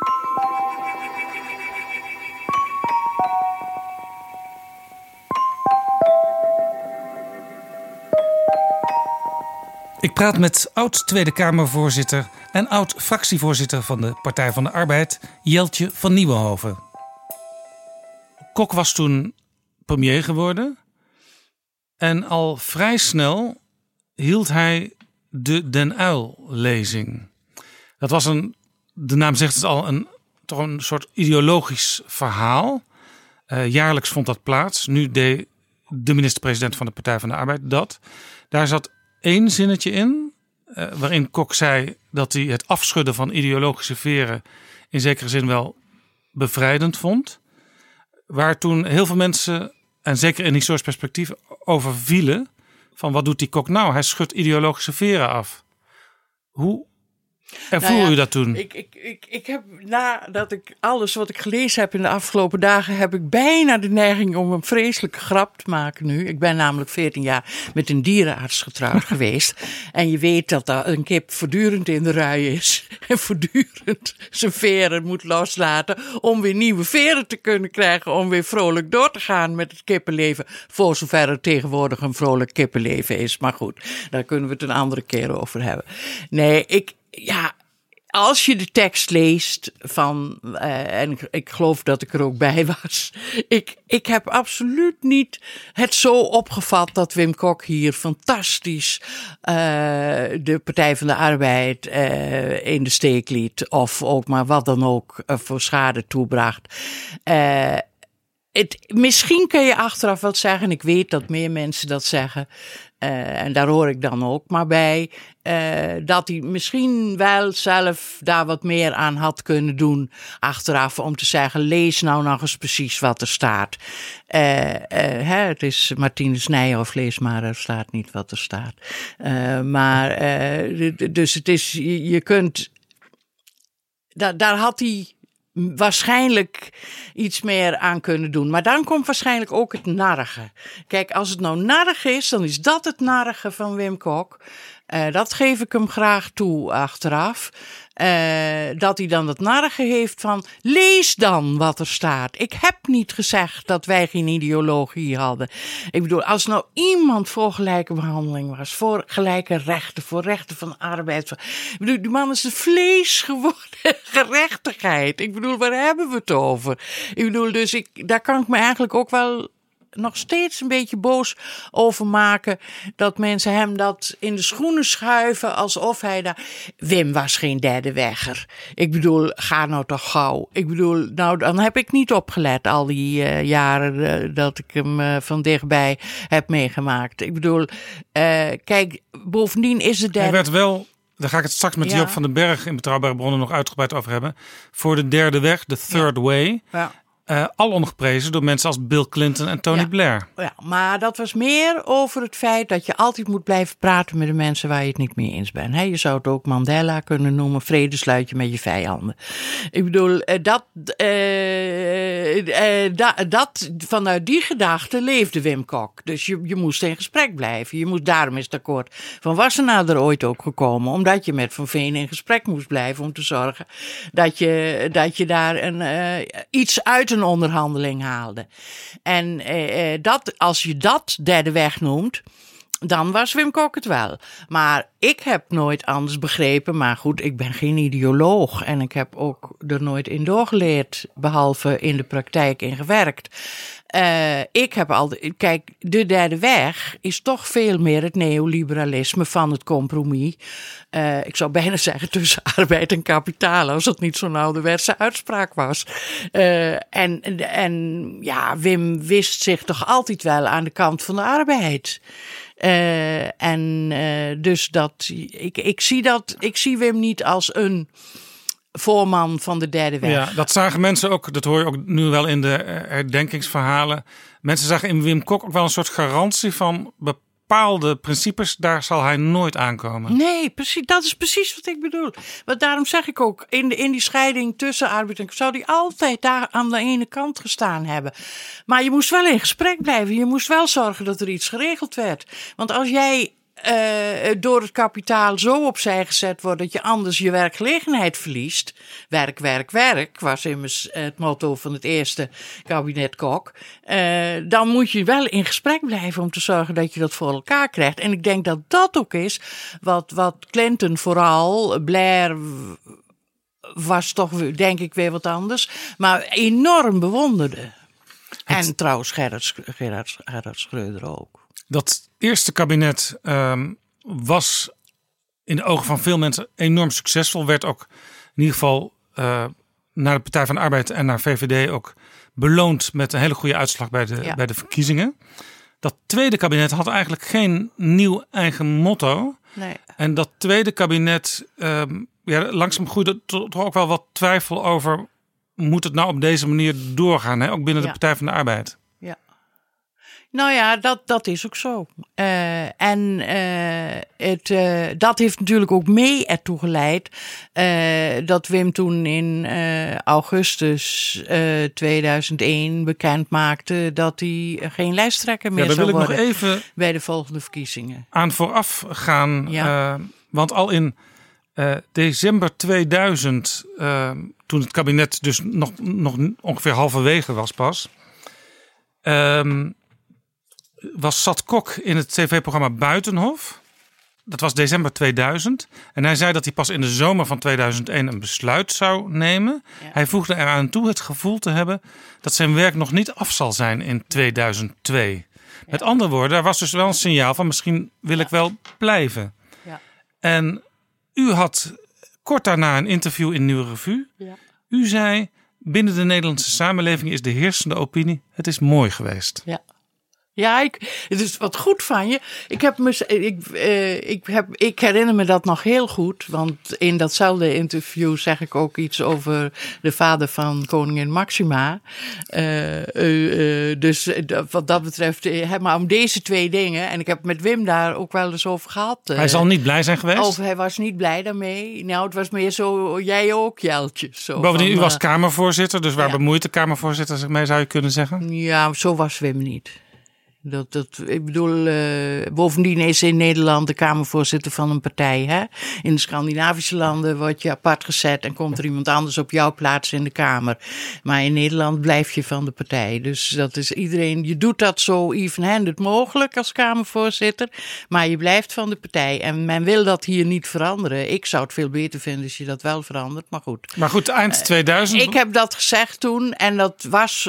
Ik praat met oud-Tweede Kamervoorzitter en oud-fractievoorzitter van de Partij van de Arbeid, Jeltje van Nieuwenhoven. Kok was toen premier geworden en al vrij snel hield hij de Den Uyl-lezing. Dat was de naam zegt het al, toch een soort ideologisch verhaal. Jaarlijks vond dat plaats. Nu deed de minister-president van de Partij van de Arbeid dat. Daar zat 1 zinnetje in, waarin Kok zei dat hij het afschudden van ideologische veren in zekere zin wel bevrijdend vond. Waar toen heel veel mensen, en zeker in historisch perspectief, over vielen. Van wat doet die Kok nou? Hij schudt ideologische veren af. Hoe ervoer u dat toen? Ik heb, nadat ik alles wat ik gelezen heb in de afgelopen dagen, heb ik bijna de neiging om een vreselijke grap te maken nu. Ik ben namelijk 14 jaar met een dierenarts getrouwd geweest. En je weet dat een kip voortdurend in de rui is. En voortdurend zijn veren moet loslaten om weer nieuwe veren te kunnen krijgen. Om weer vrolijk door te gaan met het kippenleven. Voor zover er tegenwoordig een vrolijk kippenleven is. Maar goed, daar kunnen we het een andere keer over hebben. Nee, als je de tekst leest van, en ik geloof dat ik er ook bij was. Ik heb absoluut niet het zo opgevat dat Wim Kok hier fantastisch de Partij van de Arbeid in de steek liet. Of ook maar wat dan ook voor schade toebracht. Misschien kun je achteraf wat zeggen, en ik weet dat meer mensen dat zeggen, en daar hoor ik dan ook maar bij, dat hij misschien wel zelf daar wat meer aan had kunnen doen achteraf, om te zeggen, lees nou nog eens precies wat er staat. Het is Martinus Nijhoff, lees maar, er staat niet wat er staat. Dus het is, je kunt, daar had hij waarschijnlijk iets meer aan kunnen doen. Maar dan komt waarschijnlijk ook het narrige. Kijk, als het nou narrig is, dan is dat het narrige van Wim Kok. Dat geef ik hem graag toe achteraf. Dat hij dan het narrige heeft van, lees dan wat er staat. Ik heb niet gezegd dat wij geen ideologie hadden. Ik bedoel, als nou iemand voor gelijke behandeling was, voor gelijke rechten, voor rechten van arbeid. Ik bedoel, die man is het vlees geworden. Gerechtigheid. Ik bedoel, waar hebben we het over? Ik bedoel, dus daar kan ik me eigenlijk ook wel nog steeds een beetje boos over maken, dat mensen hem dat in de schoenen schuiven alsof hij daar... Wim was geen derde wegger. Ik bedoel, ga nou toch gauw. Ik bedoel, nou dan heb ik niet opgelet al die jaren dat ik hem van dichtbij heb meegemaakt. Ik bedoel, kijk, bovendien is de derde... Hij werd wel, daar ga ik het straks met Joop van den Berg in Betrouwbare Bronnen nog uitgebreid over hebben, voor de derde weg, de third way. Ja. alom geprezen door mensen als Bill Clinton en Tony Blair. Ja, maar dat was meer over het feit dat je altijd moet blijven praten met de mensen waar je het niet mee eens bent. Je zou het ook Mandela kunnen noemen, vrede sluit je met je vijanden. Ik bedoel, vanuit die gedachte leefde Wim Kok. Dus je moest in gesprek blijven. Daarom is het akkoord van Wassenaar er ooit ook gekomen. Omdat je met Van Veen in gesprek moest blijven om te zorgen dat je daar iets uit een onderhandeling haalde. En als je dat derde weg noemt, dan was Wim Kok het wel. Maar ik heb nooit anders begrepen. Maar goed, ik ben geen ideoloog. En ik heb ook er nooit in doorgeleerd. Behalve in de praktijk in gewerkt. Ik heb altijd... Kijk, de derde weg is toch veel meer het neoliberalisme van het compromis. Ik zou bijna zeggen tussen arbeid en kapitaal. Als het niet zo'n ouderwetse uitspraak was. En Wim wist zich toch altijd wel aan de kant van de arbeid. Dus ik zie Wim niet als een voorman van de derde weg. Ja, dat zagen mensen ook, dat hoor je ook nu wel in de herdenkingsverhalen. Mensen zagen in Wim Kok ook wel een soort garantie van bepaalde principes, daar zal hij nooit aankomen. Nee, precies, dat is precies wat ik bedoel. Want daarom zeg ik ook, in die scheiding tussen arbeid en zou die altijd daar aan de ene kant gestaan hebben. Maar je moest wel in gesprek blijven. Je moest wel zorgen dat er iets geregeld werd. Want als jij door het kapitaal zo opzij gezet wordt dat je anders je werkgelegenheid verliest. Werk, werk, werk was immers het motto van het eerste kabinet Kok. Dan moet je wel in gesprek blijven om te zorgen dat je dat voor elkaar krijgt. En ik denk dat dat ook is wat Clinton vooral, Blair was toch denk ik weer wat anders, maar enorm bewonderde. En trouwens Gerhard Schröder ook. Dat eerste kabinet was in de ogen van veel mensen enorm succesvol. Werd ook in ieder geval naar de Partij van de Arbeid en naar VVD ook beloond met een hele goede uitslag bij de verkiezingen. Dat tweede kabinet had eigenlijk geen nieuw eigen motto. Nee. En dat tweede kabinet, langzaam groeide toch ook wel wat twijfel over, moet het nou op deze manier doorgaan, hè? Ook binnen de Partij van de Arbeid. Nou ja, dat is ook zo. Dat heeft natuurlijk ook mee ertoe geleid dat Wim toen in augustus 2001 bekend maakte dat hij geen lijsttrekker meer zou worden. Daar wil ik nog even bij de volgende verkiezingen aan vooraf gaan. Ja. Want al in december 2000, toen het kabinet dus nog ongeveer halverwege was pas, zat Kok in het tv-programma Buitenhof. Dat was december 2000. En hij zei dat hij pas in de zomer van 2001 een besluit zou nemen. Ja. Hij voegde eraan toe het gevoel te hebben dat zijn werk nog niet af zal zijn in 2002. Ja. Met andere woorden, daar was dus wel een signaal van misschien wil ik wel blijven. Ja. En u had kort daarna een interview in Nieuwe Revue. Ja. U zei, binnen de Nederlandse samenleving is de heersende opinie, het is mooi geweest. Ja. Ja, het is wat goed van je. Ik herinner me dat nog heel goed. Want in datzelfde interview zeg ik ook iets over de vader van koningin Maxima. Dus wat dat betreft, maar om deze twee dingen. En ik heb met Wim daar ook wel eens over gehad. Hij zal niet blij zijn geweest? Of hij was niet blij daarmee. Nou, het was meer zo, jij ook, Jeltje. Bovendien, u was Kamervoorzitter. Dus waar bemoeit de Kamervoorzitter zich mee, zou je kunnen zeggen? Ja, zo was Wim niet. Ik bedoel, bovendien is in Nederland de Kamervoorzitter van een partij. Hè? In de Scandinavische landen word je apart gezet en komt er iemand anders op jouw plaats in de Kamer. Maar in Nederland blijf je van de partij. Dus dat is iedereen, je doet dat zo even-handed mogelijk als Kamervoorzitter. Maar je blijft van de partij. En men wil dat hier niet veranderen. Ik zou het veel beter vinden als je dat wel verandert, maar goed. Maar goed, eind 2000? Ik heb dat gezegd toen en dat was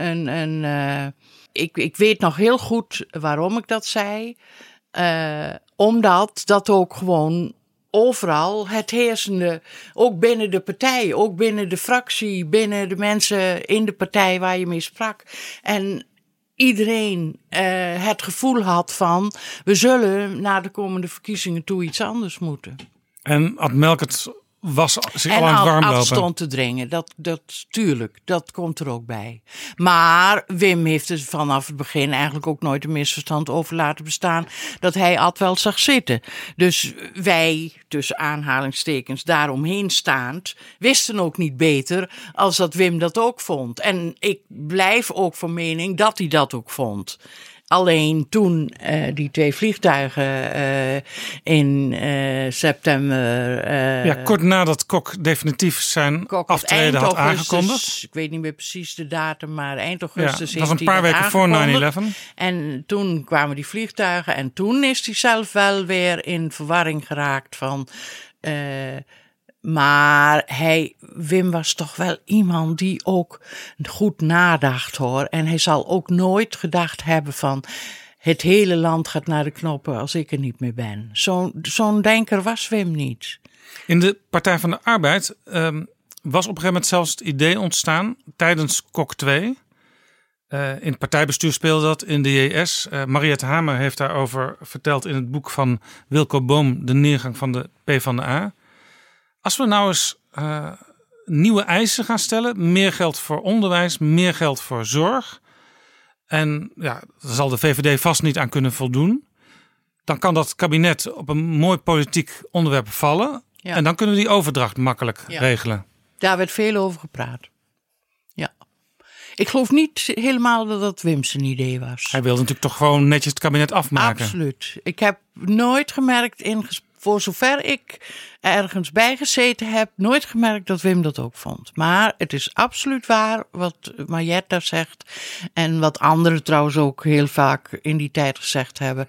Ik weet nog heel goed waarom ik dat zei. Omdat dat ook gewoon overal het heersende, ook binnen de partij, ook binnen de fractie, binnen de mensen in de partij waar je mee sprak. En iedereen het gevoel had van, we zullen naar de komende verkiezingen toe iets anders moeten. En had Melkert was zich al aan het warm lopen. En stond te dringen. Tuurlijk, dat komt er ook bij. Maar Wim heeft er vanaf het begin eigenlijk ook nooit een misverstand over laten bestaan dat hij Ad wel zag zitten. Dus wij, tussen aanhalingstekens, daaromheen staand, wisten ook niet beter als dat Wim dat ook vond. En ik blijf ook van mening dat hij dat ook vond. Alleen toen die 2 vliegtuigen in september... kort nadat Kok definitief zijn aftreden had aangekondigd. Ik weet niet meer precies de datum, maar eind augustus dat was een paar weken voor 9/11. En toen kwamen die vliegtuigen en toen is hij zelf wel weer in verwarring geraakt van... Maar Wim was toch wel iemand die ook goed nadacht, hoor. En hij zal ook nooit gedacht hebben van... het hele land gaat naar de knoppen als ik er niet meer ben. Zo'n denker was Wim niet. In de Partij van de Arbeid was op een gegeven moment zelfs het idee ontstaan... tijdens Kok 2. In het partijbestuur speelde dat, in de JS. Mariette Hamer heeft daarover verteld in het boek van Wilco Boom... De neergang van de PvdA... Als we nou eens nieuwe eisen gaan stellen, meer geld voor onderwijs, meer geld voor zorg. En daar zal de VVD vast niet aan kunnen voldoen. Dan kan dat kabinet op een mooi politiek onderwerp vallen. Ja. En dan kunnen we die overdracht makkelijk regelen. Daar werd veel over gepraat. Ja. Ik geloof niet helemaal dat dat Wim zijn idee was. Hij wilde natuurlijk toch gewoon netjes het kabinet afmaken. Absoluut. Ik heb nooit gemerkt voor zover ik ergens bijgezeten heb, nooit gemerkt dat Wim dat ook vond. Maar het is absoluut waar wat Mariette zegt. En wat anderen trouwens ook heel vaak in die tijd gezegd hebben.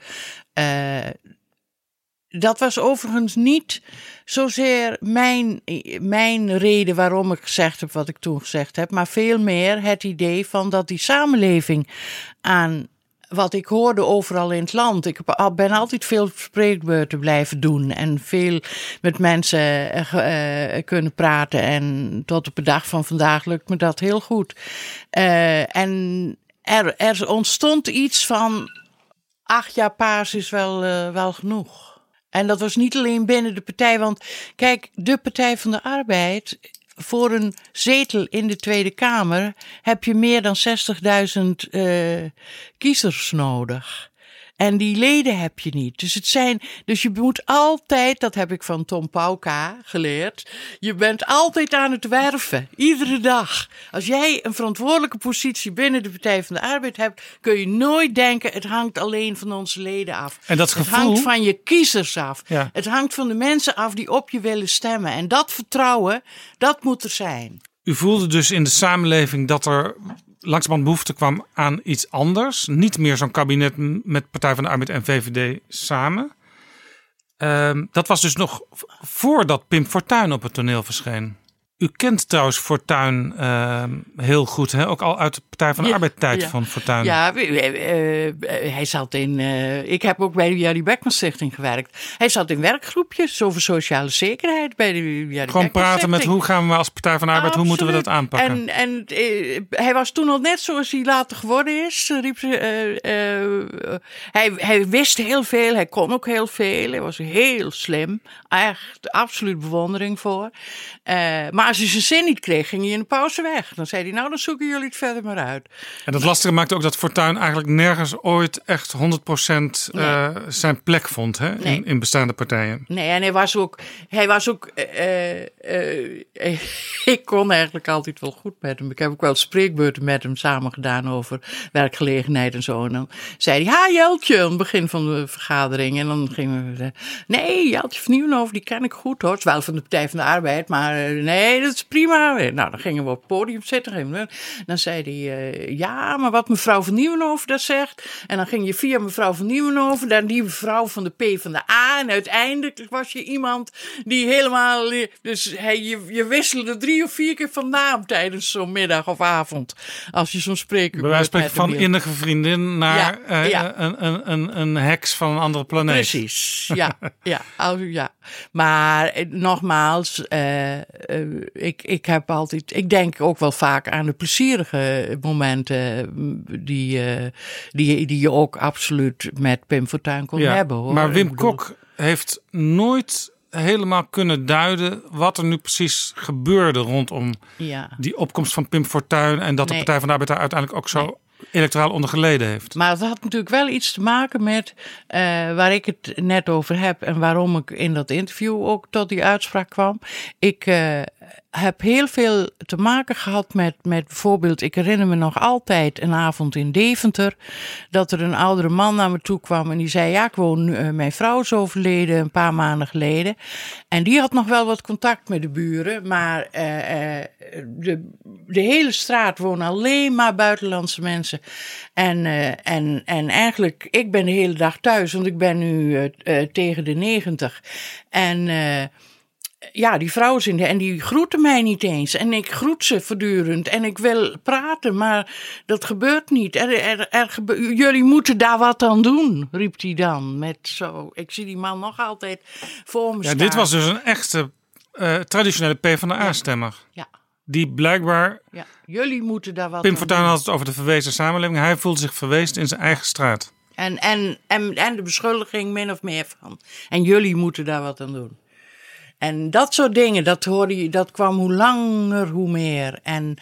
Dat was overigens niet zozeer mijn reden waarom ik gezegd heb wat ik toen gezegd heb. Maar veel meer het idee van dat die samenleving aan... Wat ik hoorde overal in het land. Ik ben altijd veel spreekbeurten blijven doen. En veel met mensen kunnen praten. En tot op de dag van vandaag lukt me dat heel goed. En er ontstond iets van... 8 jaar paars is wel genoeg. En dat was niet alleen binnen de partij. Want kijk, de Partij van de Arbeid... Voor een zetel in de Tweede Kamer heb je meer dan 60.000 kiezers nodig. En die leden heb je niet. Dus je moet altijd, dat heb ik van Tom Pauka geleerd, je bent altijd aan het werven. Iedere dag. Als jij een verantwoordelijke positie binnen de Partij van de Arbeid hebt, kun je nooit denken, het hangt alleen van onze leden af. En dat gevoel... Het hangt van je kiezers af. Ja. Het hangt van de mensen af die op je willen stemmen. En dat vertrouwen, dat moet er zijn. U voelde dus in de samenleving dat er langzamerhand behoefte kwam aan iets anders. Niet meer zo'n kabinet met Partij van de Arbeid en VVD samen. Dat was dus nog voordat Pim Fortuyn op het toneel verscheen. U kent trouwens Fortuyn heel goed, hè? Ook al uit de Partij van de Arbeid tijd van Fortuyn. Ja, hij zat in... ik heb ook bij de Jari Beckman Stichting gewerkt. Hij zat in werkgroepjes over sociale zekerheid bij de Jari Beckman Stichting. Gewoon praten met hoe gaan we als Partij van de Arbeid, hoe moeten we dat aanpakken? En hij was toen al net zoals hij later geworden is. Hij wist heel veel, hij kon ook heel veel. Hij was heel slim. Echt absoluut bewondering voor. Maar als hij zijn zin niet kreeg, ging hij in de pauze weg. Dan zei hij, nou, dan zoeken jullie het verder maar uit. En dat lastige maakte ook dat Fortuyn eigenlijk nergens ooit echt 100% zijn plek vond, hè? In bestaande partijen. Nee, en hij was ook ik kon eigenlijk altijd wel goed met hem. Ik heb ook wel spreekbeurten met hem samen gedaan over werkgelegenheid en zo. En dan zei hij, ha Jeltje, aan het begin van de vergadering. En dan gingen we, nee, Jeltje van Nieuwenhoven, die ken ik goed hoor. Het is wel van de Partij van de Arbeid, maar nee, dat is prima. Nou, dan gingen we op het podium zitten. Dan zei hij, ja, maar wat mevrouw van Nieuwenhoven dat zegt. En dan ging je via mevrouw van Nieuwenhoven, dan die mevrouw van de P van de A. En uiteindelijk was je iemand die helemaal... Dus je wisselde 3 of 4 keer van naam tijdens zo'n middag of avond. Als je zo'n spreker... Bij wijze van spreken van innige vriendin naar een heks van een andere planeet. Precies, ja. Maar nogmaals, ik heb altijd... Ik denk ook wel vaak aan de plezierige momenten die je ook absoluut met Pim Fortuyn kon hebben. Hoor. Maar Wim Kok heeft nooit helemaal kunnen duiden wat er nu precies gebeurde rondom die opkomst van Pim Fortuyn en dat de Partij van de Arbeid daar uiteindelijk ook zo electoraal onder geleden heeft. Maar het had natuurlijk wel iets te maken met waar ik het net over heb en waarom ik in dat interview ook tot die uitspraak kwam. Ik heb heel veel te maken gehad met bijvoorbeeld, ik herinner me nog altijd een avond in Deventer, dat er een oudere man naar me toe kwam en die zei, ja, mijn vrouw is overleden een paar maanden geleden. En die had nog wel wat contact met de buren, maar de hele straat wonen alleen maar buitenlandse mensen. En eigenlijk, ik ben de hele dag thuis, want ik ben nu tegen de 90. En die vrouw is en die groeten mij niet eens. En ik groet ze voortdurend. En ik wil praten, maar dat gebeurt niet. Jullie moeten daar wat aan doen, riep hij dan. Met zo. Ik zie die man nog altijd voor me staan. Dit was dus een echte traditionele PvdA-stemmer. Ja. Die blijkbaar... Ja, jullie moeten daar wat Pim Fortuyn had het over de verwezen samenleving. Hij voelde zich verwezen in zijn eigen straat. En de beschuldiging min of meer van. En jullie moeten daar wat aan doen. En dat soort dingen, dat kwam hoe langer hoe meer. En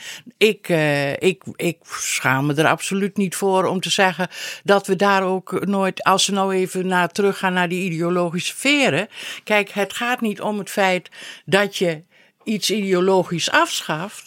ik schaam me er absoluut niet voor om te zeggen dat we daar ook nooit, als we nou even teruggaan naar die ideologische sferen. Kijk, het gaat niet om het feit dat je iets ideologisch afschaft.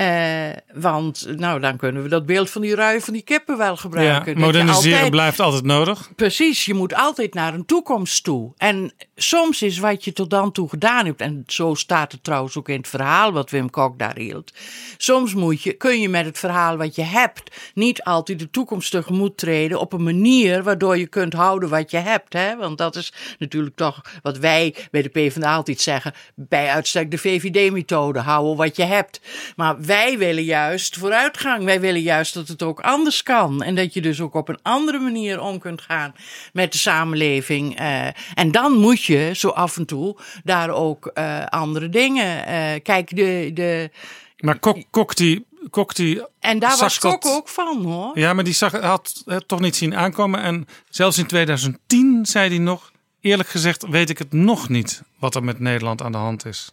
Want dan kunnen we dat beeld van die rui van die kippen wel gebruiken. Ja, moderniseren blijft altijd nodig. Precies, je moet altijd naar een toekomst toe. En soms is wat je tot dan toe gedaan hebt, en zo staat het trouwens ook in het verhaal wat Wim Kok daar hield. Soms kun je met het verhaal wat je hebt niet altijd de toekomst tegemoet treden op een manier waardoor je kunt houden wat je hebt. Hè? Want dat is natuurlijk toch wat wij bij de PvdA altijd zeggen, bij uitstek de VVD-methode, houden wat je hebt. Maar wij willen juist vooruitgang. Wij willen juist dat het ook anders kan. En dat je dus ook op een andere manier om kunt gaan met de samenleving. En dan moet je zo af en toe daar ook andere dingen. Kijk, Maar Kok die en daar was Kok ook van, hoor. Ja, maar die had het toch niet zien aankomen. En zelfs in 2010 zei hij nog, eerlijk gezegd weet ik het nog niet wat er met Nederland aan de hand is.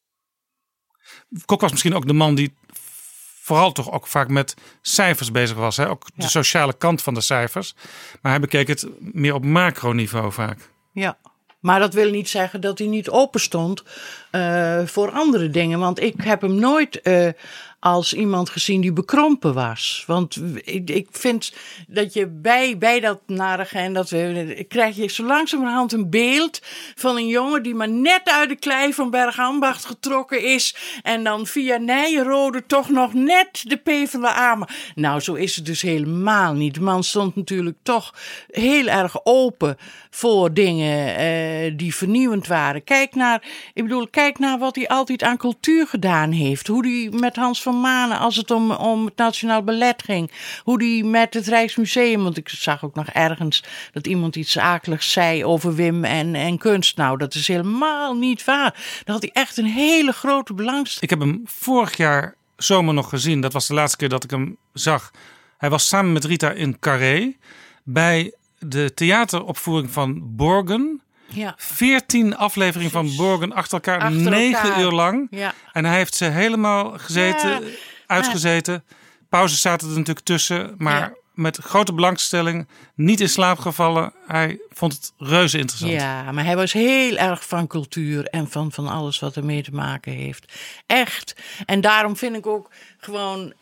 Kok was misschien ook de man die vooral toch ook vaak met cijfers bezig was. Hè? Ook de sociale kant van de cijfers. Maar hij bekeek het meer op macroniveau vaak. Ja, maar dat wil niet zeggen dat hij niet open stond voor andere dingen. Want ik heb hem nooit als iemand gezien die bekrompen was. Want ik vind dat je bij dat narige en krijg je zo langzamerhand een beeld van een jongen die maar net uit de klei van Bergambacht getrokken is en dan via Nijenrode toch nog net de PvdA. Nou, zo is het dus helemaal niet. De man stond natuurlijk toch heel erg open voor dingen die vernieuwend waren. Kijk naar wat hij altijd aan cultuur gedaan heeft. Hoe hij met Hans van Manen, als het om het Nationaal Ballet ging. Hoe hij met het Rijksmuseum, want ik zag ook nog ergens dat iemand iets akeligs zei over Wim en kunst. Nou, dat is helemaal niet waar. Daar had hij echt een hele grote belangstelling. Ik heb hem vorig jaar zomer nog gezien. Dat was de laatste keer dat ik hem zag. Hij was samen met Rita in Carré bij de theateropvoering van Borgen. Ja. 14 afleveringen van Borgen achter elkaar. 9 uur lang. Ja. En hij heeft ze helemaal uitgezeten. Pauzes zaten er natuurlijk tussen. Maar met grote belangstelling. Niet in slaap gevallen. Hij vond het reuze interessant. Ja, maar hij was heel erg van cultuur. En van alles wat ermee te maken heeft. Echt. En daarom vind ik ook gewoon...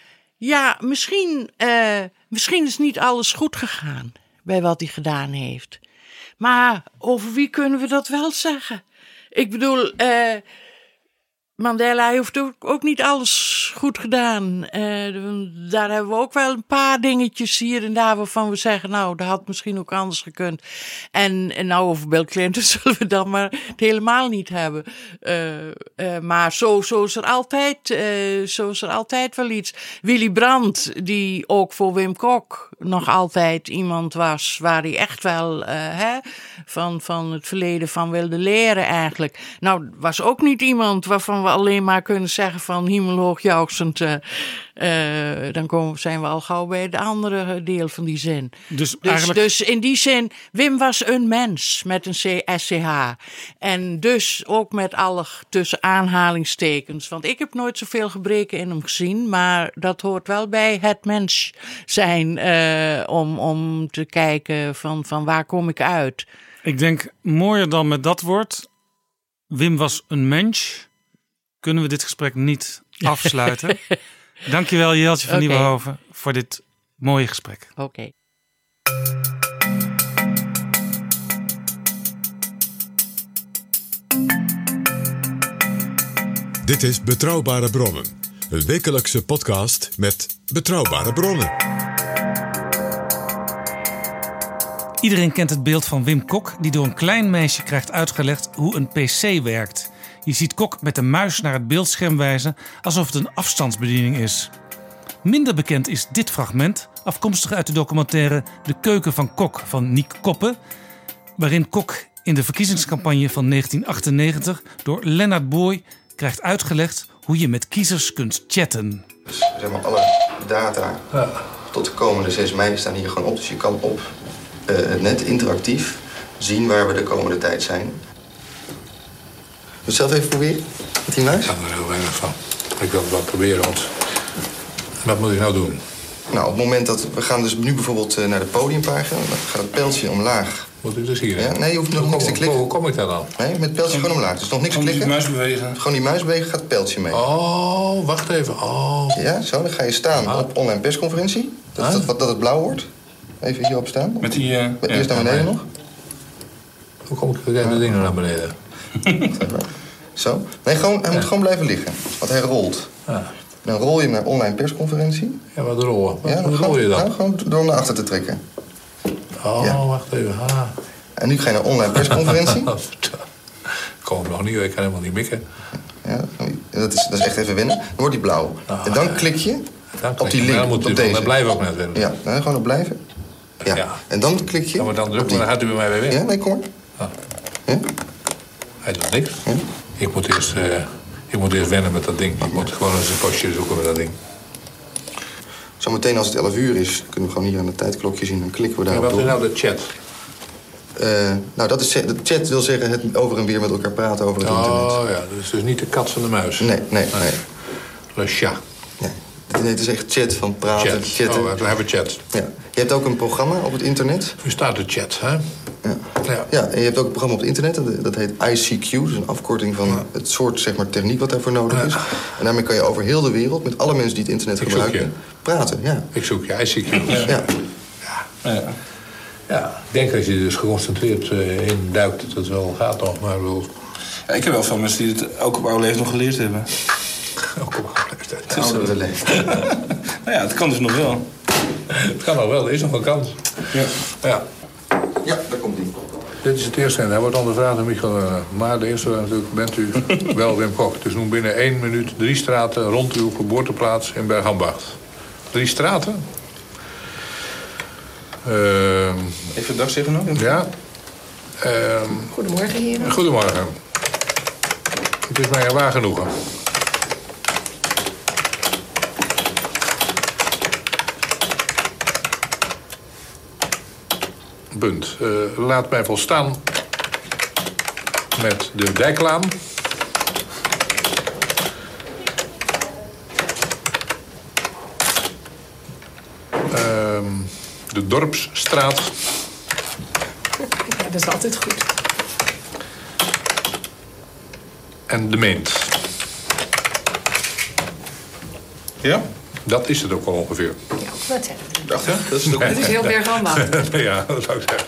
misschien is niet alles goed gegaan. Bij wat hij gedaan heeft. Maar over wie kunnen we dat wel zeggen? Ik bedoel, Mandela heeft ook niet alles goed gedaan. Daar hebben we ook wel een paar dingetjes hier en daar waarvan we zeggen, nou, dat had misschien ook anders gekund. En nou, over Bill Clinton zullen we dan maar het helemaal niet hebben. Maar zo is er altijd wel iets. Willy Brandt, die ook voor Wim Kok nog altijd iemand was waar hij echt wel van het verleden van wilde leren eigenlijk. Nou, was ook niet iemand waarvan we alleen maar kunnen zeggen van hemelhoog jauchzend. Dan zijn we al gauw bij het andere deel van die zin. Dus in die zin, Wim was een mens met een SCH. En dus ook met alle tussen aanhalingstekens. Want ik heb nooit zoveel gebreken in hem gezien. Maar dat hoort wel bij het mens zijn om te kijken van waar kom ik uit. Ik denk, mooier dan met dat woord, Wim was een mens, kunnen we dit gesprek niet afsluiten. Dankjewel Jeeltje van Nieuwenhoven voor dit mooie gesprek. Oké. Dit is Betrouwbare Bronnen, een wekelijkse podcast met betrouwbare bronnen. Iedereen kent het beeld van Wim Kok, die door een klein meisje krijgt uitgelegd hoe een PC werkt. Je ziet Kok met de muis naar het beeldscherm wijzen alsof het een afstandsbediening is. Minder bekend is dit fragment, afkomstig uit de documentaire De Keuken van Kok van Niek Koppe, waarin Kok in de verkiezingscampagne van 1998 door Lennart Boy krijgt uitgelegd hoe je met kiezers kunt chatten. Dus zeg maar alle data tot de komende 6 mei staan hier gewoon op. Dus je kan op het net interactief zien waar we de komende tijd zijn. Wil je het zelf even proberen met die muis? Ik kan er heel weinig van. Ik wil het wel proberen, want wat moet ik nou doen? Nou, op het moment dat we gaan dus nu bijvoorbeeld naar de podiumpagina, dan gaat het pijltje omlaag. Moet ik dus hier? Ja, nee, je hoeft nog niks te klikken. Hoe kom ik daar dan? Nee, met het pijltje gewoon omlaag. Dus nog niks klikken. Gewoon die muis bewegen. Gewoon die muis bewegen, gaat het pijltje mee. Oh, wacht even. Oh. Ja, zo, dan ga je staan op online persconferentie. Dat het blauw wordt. Even hierop staan. Met die... Eerst naar beneden nog. Hoe kom ik de dingen naar beneden? Zo. Nee, hij moet gewoon blijven liggen. Want hij rolt. Dan rol je hem naar online persconferentie. Ja, wat rollen? Ja, Wat rol je dan? Nou, gewoon door hem naar achter te trekken. Oh, ja. Wacht even. En nu ga je naar online persconferentie. Kom ik nog niet, ik kan helemaal niet mikken. Ja, dat is echt even wennen. Dan wordt die blauw. En dan klik je op die link, op deze. Dan blijven we ook net wennen. Ja, dan gewoon op blijven. Ja. En dan klik je. Ja, maar dan drukt, maar dan gaat u bij mij weer weg. Ja, nee, kom maar. Ja? Hij doet niks. Ja? Ik moet eerst wennen met dat ding. Ik moet gewoon eens een postje zoeken met dat ding. Zometeen als het 11 uur is, kunnen we gewoon hier aan het tijdklokje zien. Dan klikken we daarop. Ja, wat is nou de chat? Nou, de chat wil zeggen het over en weer met elkaar praten over het internet. Oh ja, dus niet de kat van de muis. Nee. Le chat. Nee, het is echt chat van praten, chatten. Oh, we hebben chat. Ja. Je hebt ook een programma op het internet. U staat de chat, hè? Ja, en je hebt ook een programma op het internet. Dat heet ICQ, dus een afkorting van het soort zeg maar, techniek wat daarvoor nodig is. En daarmee kan je over heel de wereld, met alle mensen die het internet gebruiken, praten. Ja. Ik zoek je ICQ. Ja, ik denk als je er dus geconcentreerd in duikt dat het wel gaat nog, maar wel... Ja, ik heb wel veel mensen die het ook op oude leeftijd nog geleerd hebben. Ook op oude leeftijd. Oudere leeftijd. Nou ja, het kan dus nog wel. Het kan nog wel, er is nog een kans. Ja, daar komt die. Dit is het eerste en hij wordt ondervraagd door Michael. Maar de eerste natuurlijk bent u wel Wim Kok. Dus noem binnen 1 minuut 3 straten rond uw geboorteplaats in Bergambacht. 3 straten? Even dag zeggen nog? Ja. Goedemorgen, heren. Goedemorgen. Het is mij een waar genoegen. Punt. Laat mij volstaan met de Dijklaan. De Dorpsstraat. Ja, dat is altijd goed. En de Meent. Ja? Dat is het ook wel ongeveer. Ja, wat heb je? Dacht je? Dat is ook... Het is heel Bergambacht. Ja, dat zou ik zeggen.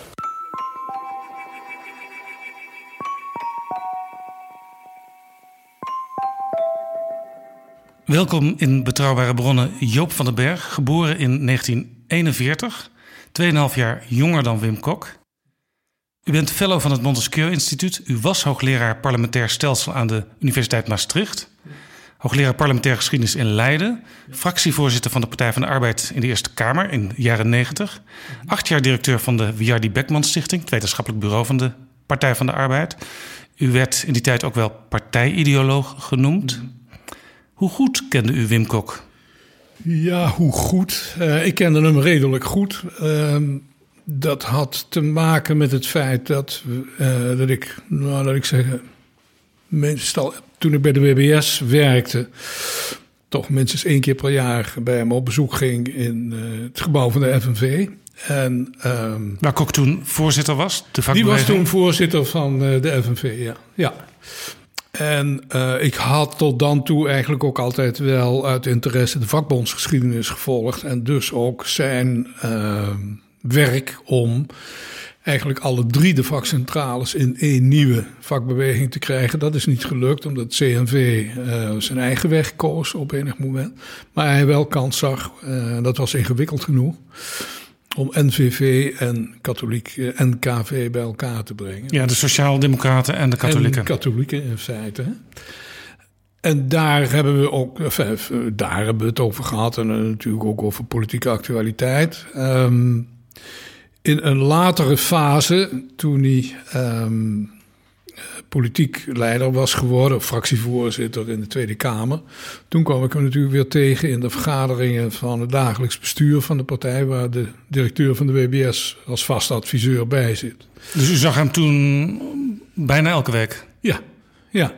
Welkom in Betrouwbare Bronnen Joop van den Berg, geboren in 1941, 2,5 jaar jonger dan Wim Kok. U bent fellow van het Montesquieu Instituut. U was hoogleraar parlementair stelsel aan de Universiteit Maastricht. Hoogleraar parlementaire geschiedenis in Leiden. Fractievoorzitter van de Partij van de Arbeid in de Eerste Kamer in de jaren 90. 8 jaar directeur van de Wiardi Beckman Stichting, het wetenschappelijk bureau van de Partij van de Arbeid. U werd in die tijd ook wel partijideoloog genoemd. Hoe goed kende u Wim Kok? Ja, hoe goed? Ik kende hem redelijk goed. Dat had te maken met het feit dat ik zeggen, meestal toen ik bij de WBS werkte, toch minstens 1 keer per jaar bij hem op bezoek ging in het gebouw van de FNV. Waar Kok toen voorzitter was? Die was toen voorzitter van de FNV, ja. En ik had tot dan toe eigenlijk ook altijd wel uit interesse de vakbondsgeschiedenis gevolgd. En dus ook zijn werk om eigenlijk alle 3 de vakcentrales in 1 nieuwe vakbeweging te krijgen. Dat is niet gelukt, omdat het CNV zijn eigen weg koos op enig moment. Maar hij wel kans zag, dat was ingewikkeld genoeg, om NVV en NKV bij elkaar te brengen. Ja, de Sociaaldemocraten en de Katholieken. En katholieken in feite. En daar hebben we het over gehad. En natuurlijk ook over politieke actualiteit. In een latere fase, toen hij politiek leider was geworden, fractievoorzitter in de Tweede Kamer, toen kwam ik hem natuurlijk weer tegen in de vergaderingen van het dagelijks bestuur van de partij, waar de directeur van de WBS als vast adviseur bij zit. Dus u zag hem toen bijna elke week? Ja.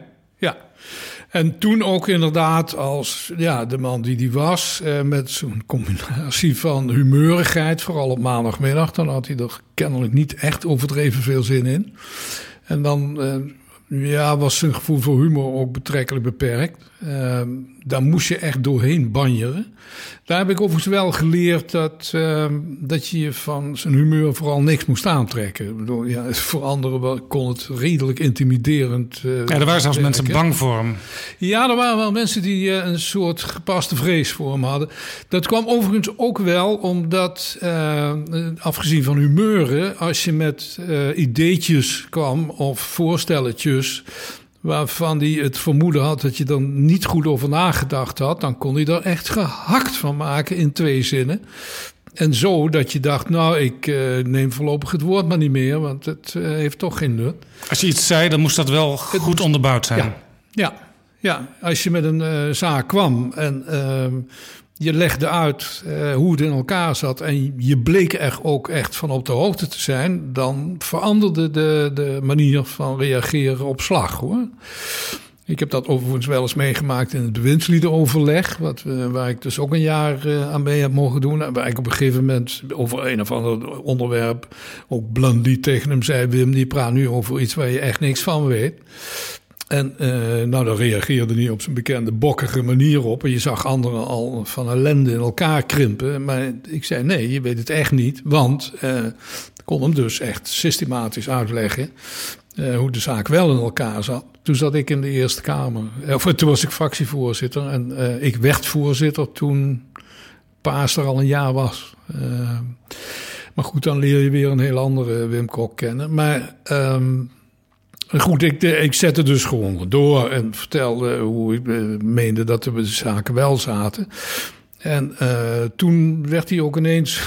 En toen ook inderdaad als de man die was, met zo'n combinatie van humeurigheid, vooral op maandagmiddag. Dan had hij er kennelijk niet echt overdreven veel zin in. En dan was zijn gevoel voor humor ook betrekkelijk beperkt. Daar moest je echt doorheen banjeren. Daar heb ik overigens wel geleerd dat je van zijn humeur vooral niks moest aantrekken. Ik bedoel, voor anderen kon het redelijk intimiderend er waren zelfs mensen bang voor hem. Ja, er waren wel mensen die een soort gepaste vrees voor hem hadden. Dat kwam overigens ook wel omdat, afgezien van humeuren, als je met ideetjes kwam of voorstelletjes waarvan hij het vermoeden had dat je er niet goed over nagedacht had, dan kon hij er echt gehakt van maken in 2 zinnen. En zo dat je dacht, ik neem voorlopig het woord maar niet meer, want het heeft toch geen nut. Als je iets zei, dan moest dat wel goed onderbouwd zijn. Ja, als je met een zaak kwam en je legde uit hoe het in elkaar zat en je bleek er ook echt van op de hoogte te zijn, dan veranderde de manier van reageren op slag, hoor. Ik heb dat overigens wel eens meegemaakt in het bewindsliedenoverleg, waar ik dus ook een jaar aan mee heb mogen doen. Waar ik op een gegeven moment over een of ander onderwerp ook blandiet tegen hem zei: Wim, die praat nu over iets waar je echt niks van weet. En daar reageerde hij op zijn bekende bokkige manier op. En je zag anderen al van ellende in elkaar krimpen. Maar ik zei, nee, je weet het echt niet. Want ik kon hem dus echt systematisch uitleggen hoe de zaak wel in elkaar zat. Toen zat ik in de Eerste Kamer. Toen was ik fractievoorzitter. En ik werd voorzitter toen Paas er al een jaar was. Maar goed, dan leer je weer een heel andere Wim Kok kennen. Maar goed, ik zette dus gewoon door en vertelde hoe ik meende dat de zaken wel zaten. En toen werd hij ook ineens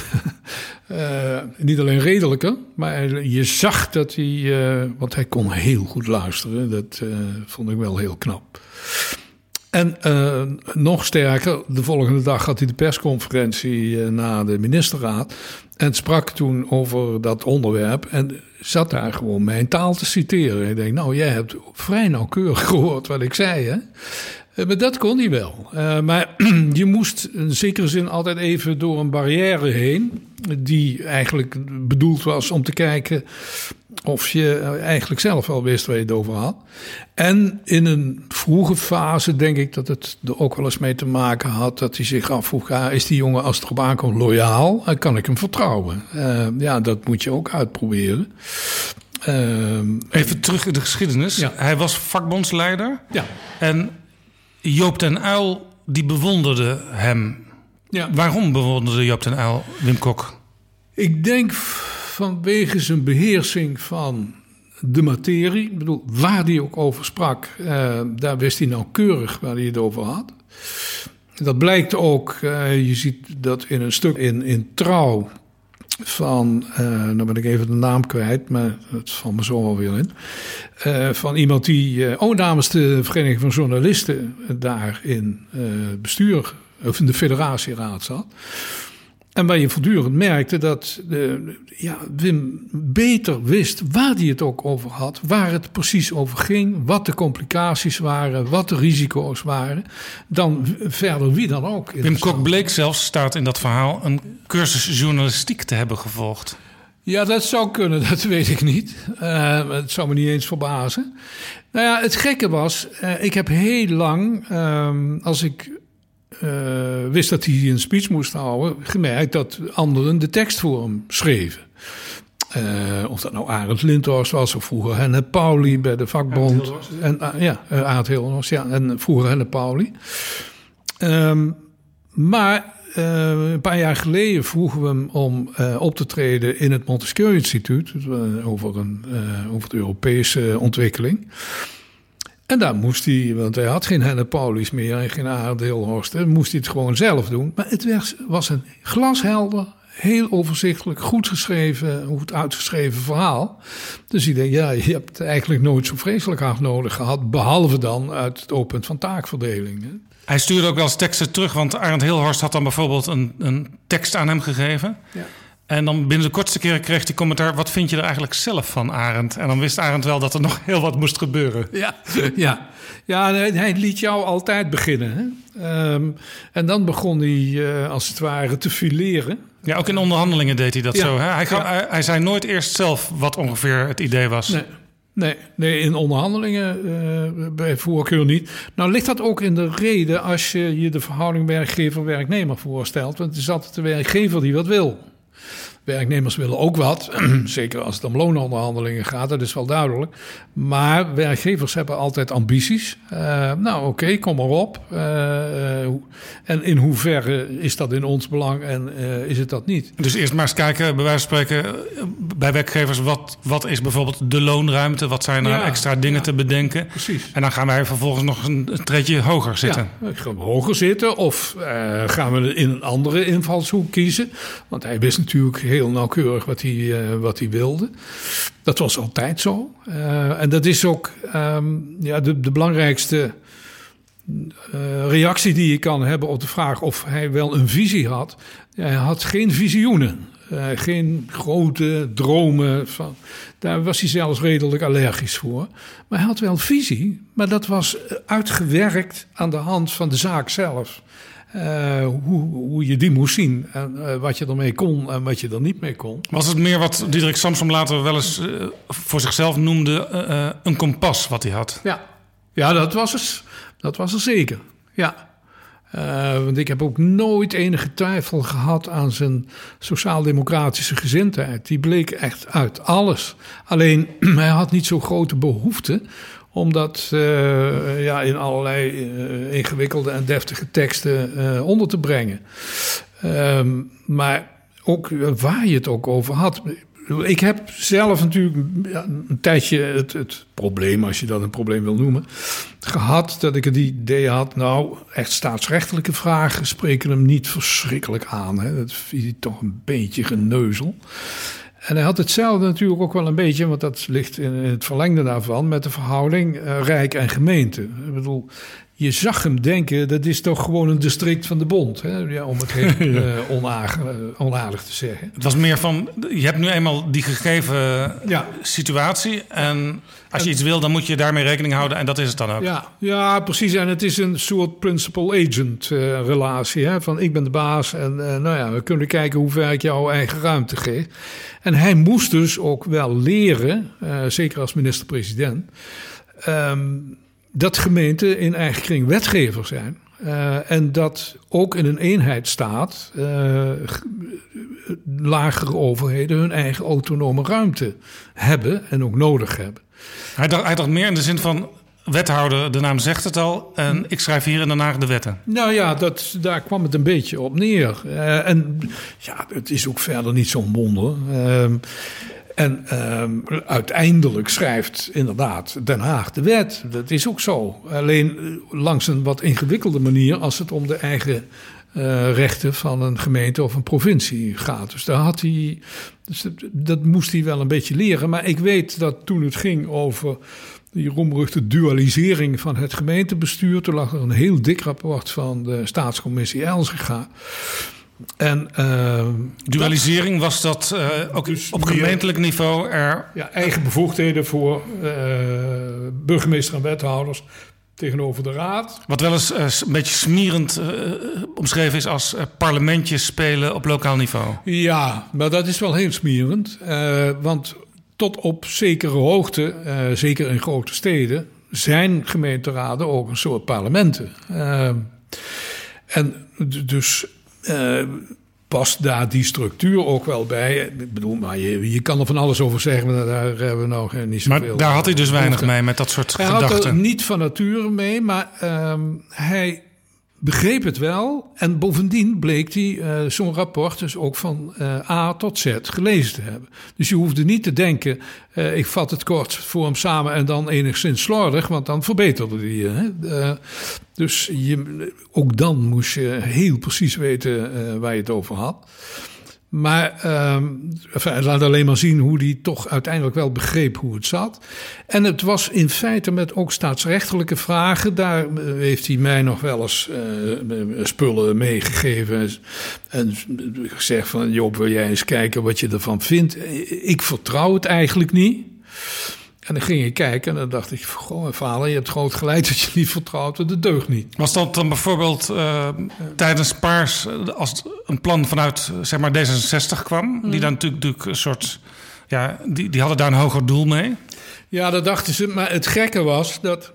niet alleen redelijker, maar je zag dat hij, want hij kon heel goed luisteren. Dat vond ik wel heel knap. En nog sterker, de volgende dag had hij de persconferentie na de ministerraad en sprak toen over dat onderwerp en zat daar gewoon mijn taal te citeren. Ik denk, jij hebt vrij nauwkeurig gehoord wat ik zei, hè? Maar dat kon hij wel. Maar je moest in zekere zin altijd even door een barrière heen, die eigenlijk bedoeld was om te kijken of je eigenlijk zelf wel wist waar je het over had. En in een vroege fase denk ik dat het er ook wel eens mee te maken had dat hij zich afvroeg, is die jongen als het erop aankomt loyaal? Kan ik hem vertrouwen? Dat moet je ook uitproberen. Even terug in de geschiedenis. Ja. Hij was vakbondsleider. Ja. En Joop den Uyl, die bewonderde hem. Ja. Waarom bewonderde Joop den Uyl Wim Kok? Ik denk vanwege zijn beheersing van de materie. Ik bedoel, waar hij ook over sprak, daar wist hij nauwkeurig waar hij het over had. Dat blijkt ook, je ziet dat in een stuk in Trouw, van, nou ben ik even de naam kwijt, maar dat valt me zo wel weer in. Van iemand die namens de Vereniging van Journalisten daar in het bestuur, of in de federatieraad zat. En waar je voortdurend merkte dat Wim beter wist waar hij het ook over had, waar het precies over ging, wat de complicaties waren, wat de risico's waren, dan verder wie dan ook. Wim Kok bleek zelfs, staat in dat verhaal, een cursus journalistiek te hebben gevolgd. Ja, dat zou kunnen, dat weet ik niet. Het zou me niet eens verbazen. Nou ja, het gekke was, ik heb heel lang, als ik wist dat hij een speech moest houden, gemerkt dat anderen de tekst voor hem schreven. Of dat nou Arend Lindhorst was, of vroeger Henne Pauli bij de vakbond. Arend Hilhorst, ja, en vroeger Henne Pauli. Maar een paar jaar geleden vroegen we hem om op te treden in het Montesquieu Instituut over de Europese ontwikkeling. En daar moest hij, want hij had geen Henne Pauli's meer en geen Arend Hilhorst, moest hij het gewoon zelf doen. Maar het was een glashelder, heel overzichtelijk, goed geschreven, goed uitgeschreven verhaal. Dus ik denk, ja, je hebt het eigenlijk nooit zo vreselijk hard nodig gehad, behalve dan uit het oogpunt van taakverdeling. Hè. Hij stuurde ook wel eens teksten terug, want Arend Hilhorst had dan bijvoorbeeld een tekst aan hem gegeven. Ja. En dan binnen de kortste keren kreeg hij commentaar, wat vind je er eigenlijk zelf van, Arend? En dan wist Arend wel dat er nog heel wat moest gebeuren. Ja, hij liet jou altijd beginnen. Hè? En dan begon hij als het ware te fileren. Ja, ook in onderhandelingen deed hij dat zo. Hè? Hij zei nooit eerst zelf wat ongeveer het idee was. Nee, in onderhandelingen bij voorkeur niet. Nou ligt dat ook in de reden als je je de verhouding werkgever-werknemer voorstelt. Want het is altijd de werkgever die wat wil. Werknemers willen ook wat, zeker als het om loononderhandelingen gaat, dat is wel duidelijk. Maar werkgevers hebben altijd ambities. Oké, kom maar op. En in hoeverre is dat in ons belang en is het dat niet? Dus eerst maar eens kijken, bij wijze van spreken, bij werkgevers, wat is bijvoorbeeld de loonruimte? Wat zijn er extra dingen te bedenken? Precies. En dan gaan wij vervolgens nog een treedje hoger zitten. Ja, gaan we hoger zitten of gaan we in een andere invalshoek kiezen? Want hij wist natuurlijk heel nauwkeurig wat hij wilde. Dat was altijd zo. En dat is ook de belangrijkste reactie die je kan hebben op de vraag of hij wel een visie had. Hij had geen visioenen. Geen grote dromen. Daar was hij zelfs redelijk allergisch voor. Maar hij had wel visie. Maar dat was uitgewerkt aan de hand van de zaak zelf. Hoe je die moest zien en wat je ermee kon en wat je er niet mee kon. Was het meer wat Diederik Samsom later wel eens voor zichzelf noemde een kompas wat hij had? Ja, dat was er zeker. Ja. Want ik heb ook nooit enige twijfel gehad aan zijn sociaal-democratische gezindheid. Die bleek echt uit alles. Alleen, hij had niet zo grote behoefte om dat in allerlei ingewikkelde en deftige teksten onder te brengen. Maar ook waar je het ook over had. Ik heb zelf natuurlijk een tijdje het probleem, als je dat een probleem wil noemen, gehad dat ik het idee had, nou, echt staatsrechtelijke vragen spreken hem niet verschrikkelijk aan. Hè? Dat vind je toch een beetje geneuzel. En hij had hetzelfde natuurlijk ook wel een beetje, want dat ligt in het verlengde daarvan, met de verhouding Rijk en gemeente. Ik bedoel, je zag hem denken, dat is toch gewoon een district van de Bond. Hè? Ja, om het heel onaardig te zeggen. Het was meer van, je hebt nu eenmaal die gegeven situatie. En als je iets wil, dan moet je daarmee rekening houden. En dat is het dan ook. Ja, precies. En het is een soort principal-agent relatie. Hè? Van ik ben de baas en we kunnen kijken hoe ver ik jouw eigen ruimte geef. En hij moest dus ook wel leren, zeker als minister-president, dat gemeenten in eigen kring wetgever zijn. En dat ook in een eenheidsstaat lagere overheden hun eigen autonome ruimte hebben en ook nodig hebben. Hij dacht meer in de zin van wethouder, de naam zegt het al, en ik schrijf hier in Den Haag de wetten. Nou ja, daar kwam het een beetje op neer. Het is ook verder niet zo'n wonder. En uiteindelijk schrijft inderdaad Den Haag de wet. Dat is ook zo. Alleen langs een wat ingewikkelde manier als het om de eigen rechten van een gemeente of een provincie gaat. Dus daar had hij, dat moest hij wel een beetje leren. Maar ik weet dat toen het ging over die roemruchte dualisering van het gemeentebestuur, toen lag er een heel dik rapport van de Staatscommissie Elzega. En, dualisering was dat ook dus op gemeentelijk niveau eigen bevoegdheden voor burgemeester en wethouders tegenover de raad. Wat wel eens een beetje smerend omschreven is als parlementjes spelen op lokaal niveau. Ja, maar dat is wel heel smerend. Want tot op zekere hoogte, zeker in grote steden, zijn gemeenteraden ook een soort parlementen. En dus past daar die structuur ook wel bij. Ik bedoel, maar je kan er van alles over zeggen, maar daar hebben we nog niet zoveel. Maar daar had hij dus weinig mee met dat soort gedachten. Hij had er niet van nature mee, maar hij begreep het wel. En bovendien bleek hij zo'n rapport dus ook van A tot Z gelezen te hebben. Dus je hoefde niet te denken, ik vat het kort voor hem samen en dan enigszins slordig, want dan verbeterde hij. Dus ook dan moest je heel precies weten waar je het over had. Maar laat alleen maar zien hoe hij toch uiteindelijk wel begreep hoe het zat. En het was in feite met ook staatsrechtelijke vragen. Daar heeft hij mij nog wel eens spullen meegegeven. En gezegd van, Joop, wil jij eens kijken wat je ervan vindt? Ik vertrouw het eigenlijk niet. En dan ging ik kijken en dan dacht ik, goh, vader, je hebt groot gelijk dat je niet vertrouwt, dat deugt niet. Was dat dan bijvoorbeeld tijdens Paars als een plan vanuit zeg maar D66 kwam? Die dan natuurlijk een soort, ja, die hadden daar een hoger doel mee? Ja, dat dachten ze. Maar het gekke was dat,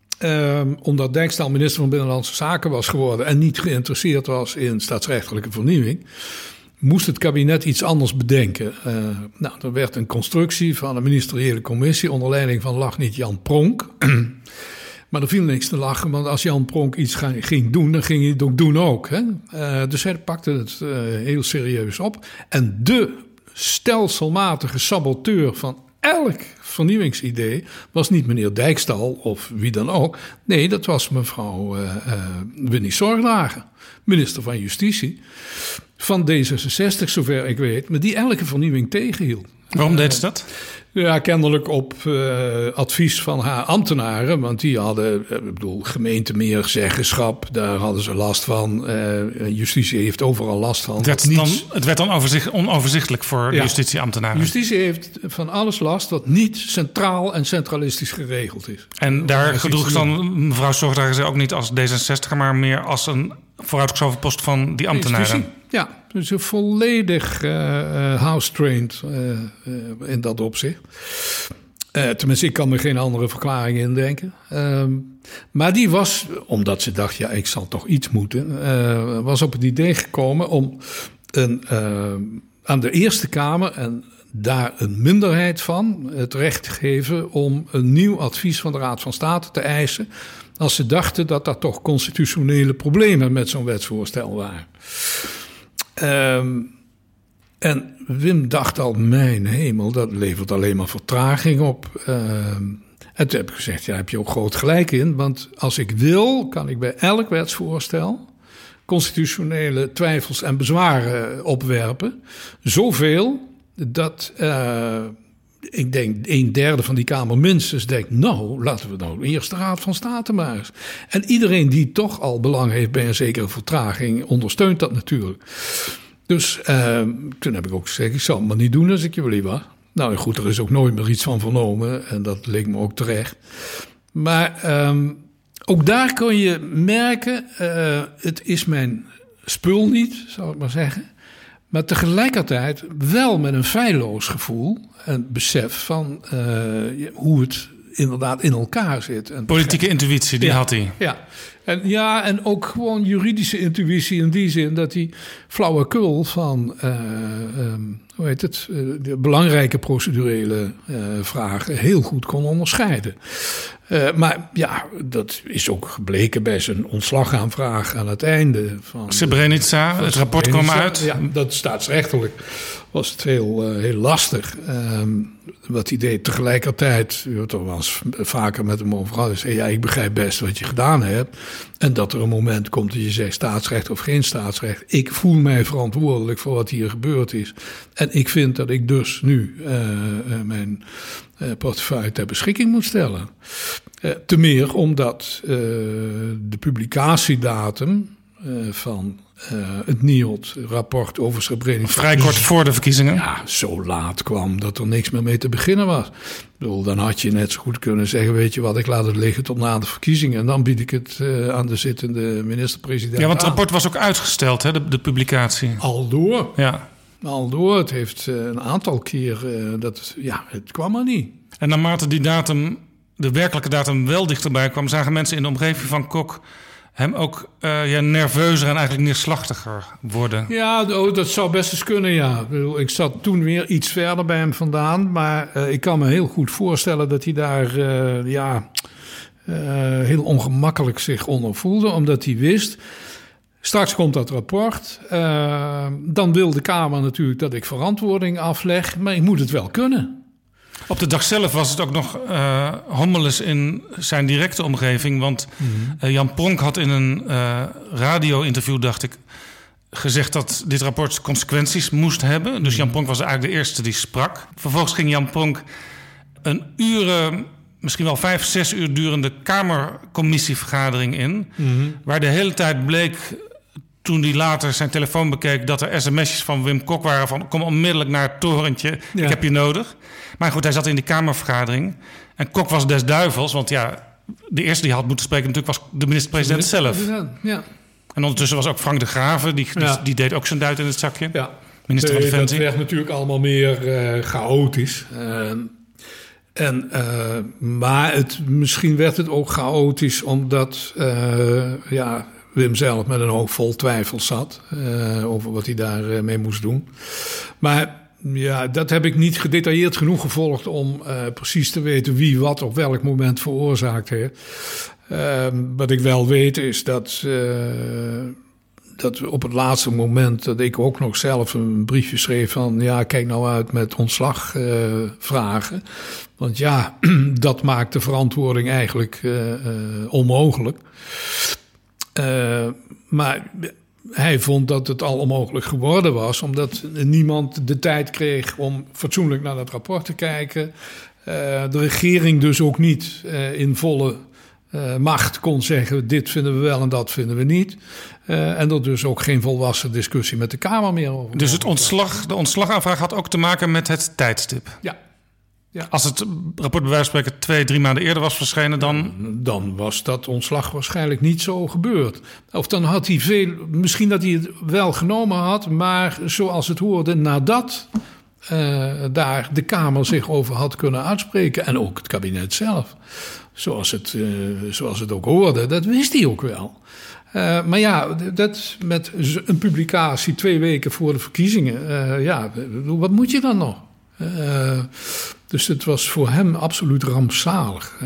omdat Dijkstal minister van Binnenlandse Zaken was geworden en niet geïnteresseerd was in staatsrechtelijke vernieuwing, moest het kabinet iets anders bedenken. Er werd een constructie van een ministeriële commissie onder leiding van Lachniet Jan Pronk. Maar er viel niks te lachen, want als Jan Pronk iets ging doen, dan ging hij het ook doen ook. Hè? Dus hij pakte het heel serieus op. En de stelselmatige saboteur van elk vernieuwingsidee was niet meneer Dijkstal of wie dan ook. Nee, dat was mevrouw Winnie Zorgdrager, minister van Justitie van D66, zover ik weet, maar die elke vernieuwing tegenhield. Waarom deed ze dat? Ja, kennelijk op advies van haar ambtenaren, want die hadden, gemeente meer zeggenschap, daar hadden ze last van. Justitie heeft overal last van. Het werd dan onoverzichtelijk voor de justitieambtenaren. Justitie heeft van alles last wat niet centraal en centralistisch geregeld is. En daar gedroeg dan mevrouw Zorgdrager ook niet als D66, maar meer als een vooruitgeschoven post van die ambtenaren. Justitie. Ja, dus volledig house-trained in dat opzicht. Tenminste, ik kan me geen andere verklaring indenken. Maar die was, omdat ze dacht, ja, ik zal toch iets moeten, was op het idee gekomen om aan de Eerste Kamer en daar een minderheid van het recht te geven om een nieuw advies van de Raad van State te eisen, als ze dachten dat er toch constitutionele problemen met zo'n wetsvoorstel waren. En Wim dacht al, mijn hemel, dat levert alleen maar vertraging op. En toen heb ik gezegd, ja, heb je ook groot gelijk in. Want als ik wil, kan ik bij elk wetsvoorstel constitutionele twijfels en bezwaren opwerpen. Zoveel dat ik denk 1/3 van die Kamer minstens denkt, nou, laten we nou eerst de Raad van State maar eens. En iedereen die toch al belang heeft bij een zekere vertraging, ondersteunt dat natuurlijk. Dus toen heb ik ook gezegd, ik zal het maar niet doen als ik jullie was. Nou goed, er is ook nooit meer iets van vernomen en dat leek me ook terecht. Maar ook daar kon je merken, het is mijn spul niet, zou ik maar zeggen. Maar tegelijkertijd wel met een feilloos gevoel en besef van hoe het inderdaad in elkaar zit. En politieke intuïtie, die had hij. Ja. En ook gewoon juridische intuïtie in die zin dat hij flauwekul van de belangrijke procedurele vragen heel goed kon onderscheiden. Maar ja, dat is ook gebleken bij zijn ontslagaanvraag aan het einde van Srebrenica, het rapport kwam uit. Ja, dat staatsrechtelijk was het heel lastig. Wat hij deed tegelijkertijd, er was vaker met hem over gehad, zei, ja, ik begrijp best wat je gedaan hebt. En dat er een moment komt dat je zegt staatsrecht of geen staatsrecht. Ik voel mij verantwoordelijk voor wat hier gebeurd is. En ik vind dat ik dus nu mijn portefeuille ter beschikking moet stellen. Te meer omdat de publicatiedatum van het NIOD-rapport over Srebrenica vrij kort voor de verkiezingen. Ja, zo laat kwam dat er niks meer mee te beginnen was. Ik bedoel, dan had je net zo goed kunnen zeggen, weet je wat, ik laat het liggen tot na de verkiezingen. En dan bied ik het aan de zittende minister-president Ja, want het aan. rapport was ook uitgesteld, hè, de publicatie. Aldoor. Ja. Aldoor. Het heeft een aantal keer, het kwam er niet. En naarmate die datum, de werkelijke datum, wel dichterbij kwam, zagen mensen in de omgeving van Kok hem ook nerveuzer en eigenlijk neerslachtiger worden. Ja, dat zou best eens kunnen, ja. Ik zat toen weer iets verder bij hem vandaan. Maar ik kan me heel goed voorstellen dat hij daar heel ongemakkelijk zich onder voelde. Omdat hij wist, straks komt dat rapport. Dan wil de Kamer natuurlijk dat ik verantwoording afleg. Maar ik moet het wel kunnen. Op de dag zelf was het ook nog hommeles in zijn directe omgeving. Want Jan Pronk had in een radio-interview, dacht ik, gezegd dat dit rapport consequenties moest hebben. Dus Jan Pronk was eigenlijk de eerste die sprak. Vervolgens ging Jan Pronk een misschien wel 5-6 uur durende Kamercommissievergadering in. Waar de hele tijd bleek, toen hij later zijn telefoon bekeek, dat er sms'jes van Wim Kok waren van kom onmiddellijk naar het torentje, ik heb je nodig. Maar goed, hij zat in die Kamervergadering. En Kok was des duivels, want de eerste die had moeten spreken natuurlijk was de minister-president zelf. Ja. En ondertussen was ook Frank de Graven, die deed ook zijn duit in het zakje. Ja. Minister van Defensie. Dat werd natuurlijk allemaal meer chaotisch. Maar misschien werd het ook chaotisch omdat Wim zelf met een hoofd vol twijfels zat over wat hij daarmee moest doen. Maar ja, dat heb ik niet gedetailleerd genoeg gevolgd om precies te weten wie wat op welk moment veroorzaakt heeft. Wat ik wel weet is dat op het laatste moment dat ik ook nog zelf een briefje schreef van kijk nou uit met ontslag vragen. Want dat maakt de verantwoording eigenlijk onmogelijk. Maar hij vond dat het al onmogelijk geworden was, omdat niemand de tijd kreeg om fatsoenlijk naar dat rapport te kijken. De regering dus ook niet in volle macht kon zeggen, dit vinden we wel en dat vinden we niet. En er dus ook geen volwassen discussie met de Kamer meer over. Dus de ontslagaanvraag had ook te maken met het tijdstip? Ja. Als het rapport bij wijze van spreken 2-3 maanden eerder was verschenen, dan was dat ontslag waarschijnlijk niet zo gebeurd. Of dan had hij misschien dat hij het wel genomen had, maar zoals het hoorde, nadat daar de Kamer zich over had kunnen uitspreken. En ook het kabinet zelf. Zoals het ook hoorde, dat wist hij ook wel. Maar dat met een publicatie 2 weken voor de verkiezingen, wat moet je dan nog? Dus het was voor hem absoluut rampzalig.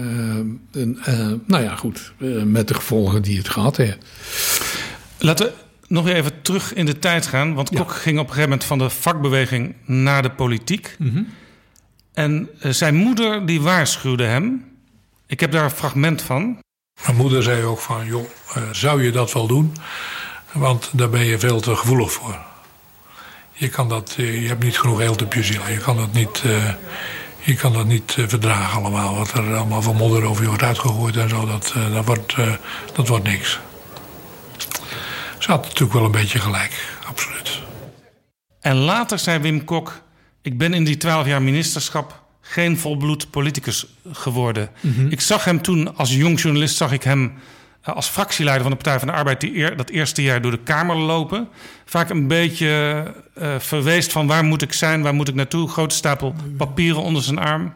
Met de gevolgen die het gehad heeft. Laten we nog even terug in de tijd gaan. Want Kok ging op een gegeven moment van de vakbeweging naar de politiek. En zijn moeder die waarschuwde hem. Ik heb daar een fragment van. Mijn moeder zei ook van, zou je dat wel doen? Want daar ben je veel te gevoelig voor. Je hebt niet genoeg eelt op je ziel. Je kan dat niet verdragen allemaal. Wat er allemaal van modder over je wordt uitgegooid en zo. Dat wordt niks. Ze had natuurlijk wel een beetje gelijk, absoluut. En later zei Wim Kok, ik ben in die 12 jaar ministerschap geen volbloed politicus geworden. Ik zag hem toen als jong journalist, zag ik hem als fractieleider van de Partij van de Arbeid dat eerste jaar door de Kamer lopen. Vaak een beetje verweest van waar moet ik zijn, waar moet ik naartoe. Grote stapel papieren onder zijn arm.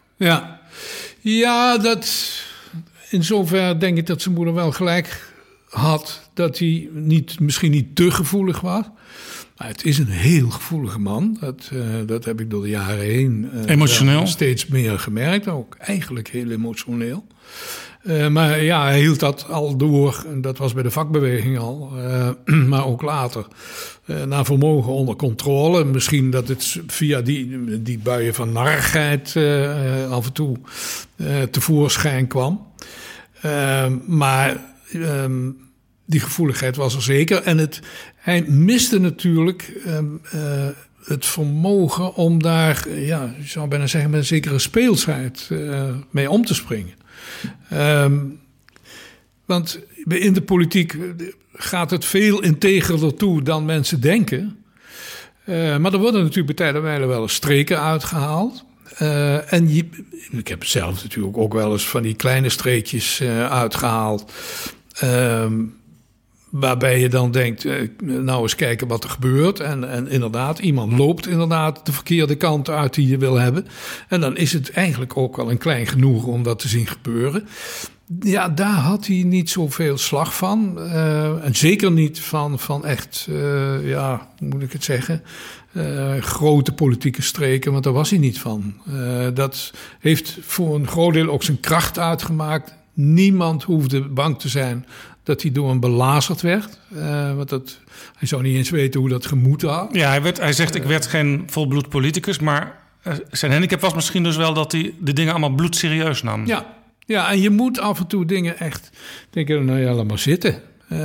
Ja, dat in zover denk ik dat zijn moeder wel gelijk had. Dat hij misschien niet te gevoelig was. Maar het is een heel gevoelige man. Dat heb ik door de jaren heen emotioneel steeds meer gemerkt. Ook eigenlijk heel emotioneel. Maar hij hield dat al door. En dat was bij de vakbeweging al. Maar ook later. Naar vermogen onder controle. Misschien dat het via die buien van narigheid af en toe tevoorschijn kwam. Maar die gevoeligheid was er zeker. En hij miste natuurlijk het vermogen om daar, je zou bijna zeggen, met een zekere speelsheid mee om te springen. Want in de politiek gaat het veel integerder toe dan mensen denken. Maar er worden natuurlijk bij tijden wijle wel eens streken uitgehaald. En ik heb zelf natuurlijk ook wel eens van die kleine streekjes uitgehaald. Waarbij je dan denkt, nou eens kijken wat er gebeurt. En inderdaad, iemand loopt inderdaad de verkeerde kant uit die je wil hebben. En dan is het eigenlijk ook wel een klein genoegen om dat te zien gebeuren. Ja, daar had hij niet zoveel slag van. En zeker niet van echt, hoe moet ik het zeggen, grote politieke streken, want daar was hij niet van. Dat heeft voor een groot deel ook zijn kracht uitgemaakt. Niemand hoefde bang te zijn dat hij door hem belazerd werd. Want hij zou niet eens weten hoe dat gemoeten had. Ja, hij zegt, ik werd geen volbloed politicus, maar zijn handicap was misschien dus wel dat hij de dingen allemaal bloedserieus nam. Ja, en je moet af en toe dingen echt denken, nou ja, laat maar zitten.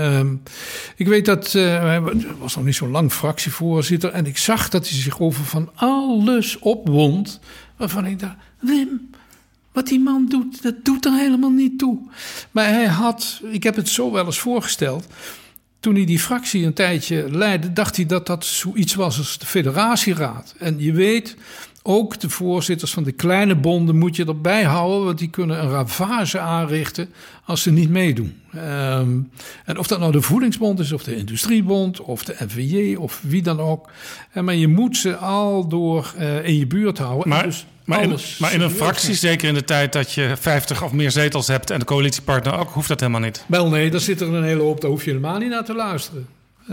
Ik weet dat, hij was nog niet zo lang fractievoorzitter, en ik zag dat hij zich over van alles opwond, waarvan ik dacht, Wim, wat die man doet, dat doet er helemaal niet toe. Maar ik heb het zo wel eens voorgesteld, toen hij die fractie een tijdje leidde, dacht hij dat dat zoiets was als de federatieraad. En je weet, ook de voorzitters van de kleine bonden moet je erbij houden, want die kunnen een ravage aanrichten als ze niet meedoen. En of dat nou de Voedingsbond is, of de Industriebond, of de NVJ, of wie dan ook. Maar je moet ze al door in je buurt houden. Maar in een fractie, zeker in de tijd dat je 50 of meer zetels hebt en de coalitiepartner ook, hoeft dat helemaal niet. Wel nee, daar zit er een hele hoop, daar hoef je helemaal niet naar te luisteren.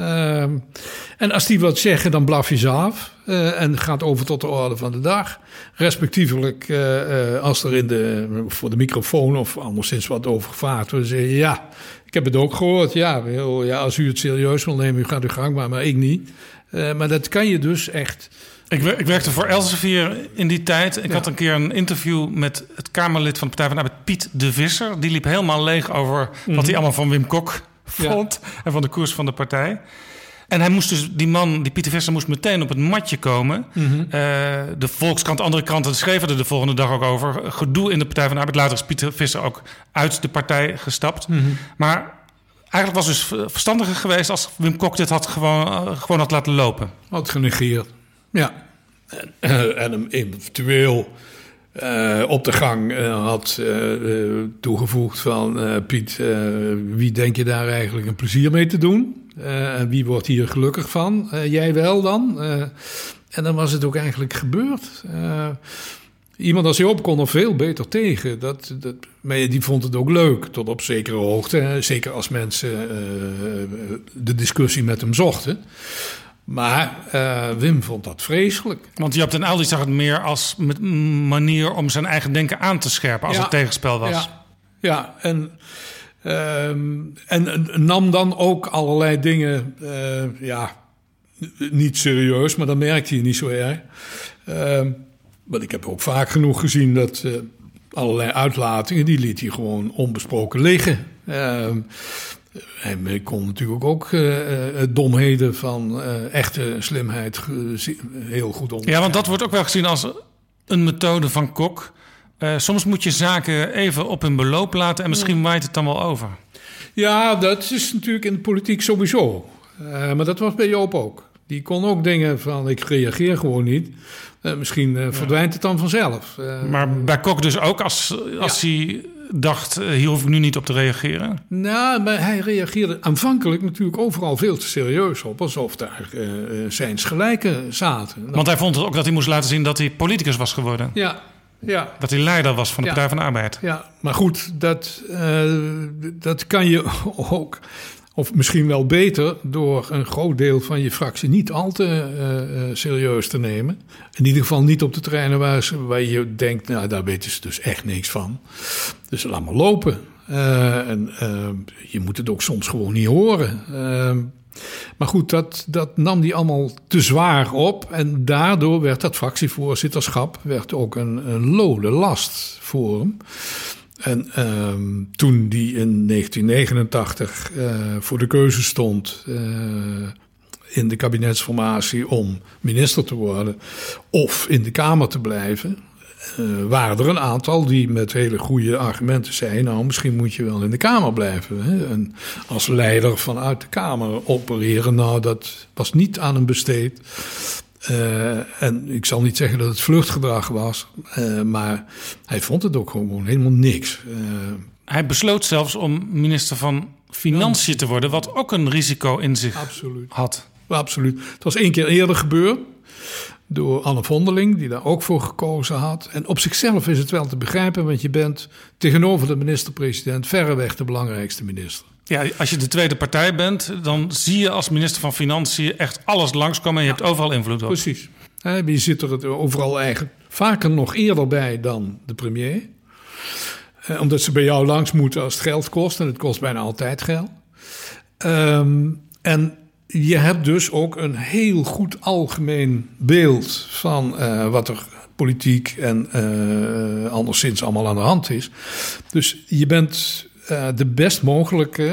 En als die wat zeggen, dan blaf je ze af en gaat over tot de orde van de dag. Respectievelijk als er voor de microfoon of anderszins wat over vaart, we zeggen ja, ik heb het ook gehoord. Ja, als u het serieus wil nemen, u gaat uw gang maar ik niet. Maar dat kan je dus echt. Ik werkte voor Elsevier in die tijd. Ik had een keer een interview met het Kamerlid van de Partij van de Arbeid, Piet de Visser. Die liep helemaal leeg over wat hij allemaal van Wim Kok vond en van de koers van de partij. En hij moest dus, die Piet de Visser moest meteen op het matje komen. De Volkskrant, andere kranten schreven er de volgende dag ook over. Gedoe in de Partij van de Arbeid. Later is Piet de Visser ook uit de partij gestapt. Maar eigenlijk was het dus verstandiger geweest als Wim Kok dit gewoon had laten lopen. Had genegeerd. Ja. En hem eventueel op de gang had toegevoegd van Piet, wie denk je daar eigenlijk een plezier mee te doen? En wie wordt hier gelukkig van? Jij wel dan? En dan was het ook eigenlijk gebeurd. Iemand als Joop kon er veel beter tegen. Maar die vond het ook leuk, tot op zekere hoogte. Zeker als mensen de discussie met hem zochten. Maar Wim vond dat vreselijk. Want Joop den Uyl die zag het meer als manier om zijn eigen denken aan te scherpen als het tegenspel was. Ja, en nam dan ook allerlei dingen niet serieus, maar dat merkte je niet zo erg. Want ik heb ook vaak genoeg gezien dat allerlei uitlatingen, die liet hij gewoon onbesproken liggen. Hij kon natuurlijk ook domheden van echte slimheid heel goed onderscheiden. Ja, want dat wordt ook wel gezien als een methode van Kok. Soms moet je zaken even op hun beloop laten en misschien waait het dan wel over. Ja, dat is natuurlijk in de politiek sowieso. Maar dat was bij Joop ook. Die kon ook dingen van, ik reageer gewoon niet. Misschien verdwijnt het dan vanzelf. Maar bij Kok dus ook, als hij dacht, hier hoef ik nu niet op te reageren? Nou, maar hij reageerde aanvankelijk natuurlijk overal veel te serieus op. Alsof daar zijns gelijken zaten. Want hij vond het ook dat hij moest laten zien dat hij politicus was geworden. Ja. Dat hij leider was van de Partij van de Arbeid. Ja, maar goed, dat kan je ook, of misschien wel beter, door een groot deel van je fractie niet al te serieus te nemen. In ieder geval niet op de terreinen waar je denkt, nou, daar weten ze dus echt niks van. Dus laat maar lopen. En je moet het ook soms gewoon niet horen. Maar goed, dat nam hij allemaal te zwaar op. En daardoor werd dat fractievoorzitterschap ook een lode last voor hem. En toen die in 1989 voor de keuze stond in de kabinetsformatie om minister te worden of in de Kamer te blijven, waren er een aantal die met hele goede argumenten zeiden, nou, misschien moet je wel in de Kamer blijven. Hè? En als leider vanuit de Kamer opereren, nou, dat was niet aan hem besteed. En ik zal niet zeggen dat het vluchtgedrag was, maar hij vond het ook gewoon helemaal niks. Hij besloot zelfs om minister van Financiën te worden, wat ook een risico in zich had. Absoluut. Het was 1 keer eerder gebeurd door Anne Vondeling, die daar ook voor gekozen had. En op zichzelf is het wel te begrijpen, want je bent tegenover de minister-president verreweg de belangrijkste minister. Ja, als je de tweede partij bent, dan zie je als minister van Financiën echt alles langskomen en je hebt overal invloed op. Precies. Je zit er overal eigenlijk vaker nog eerder bij dan de premier. Omdat ze bij jou langs moeten als het geld kost. En het kost bijna altijd geld. En je hebt dus ook een heel goed algemeen beeld van wat er politiek en anderszins allemaal aan de hand is. Dus je bent de best mogelijke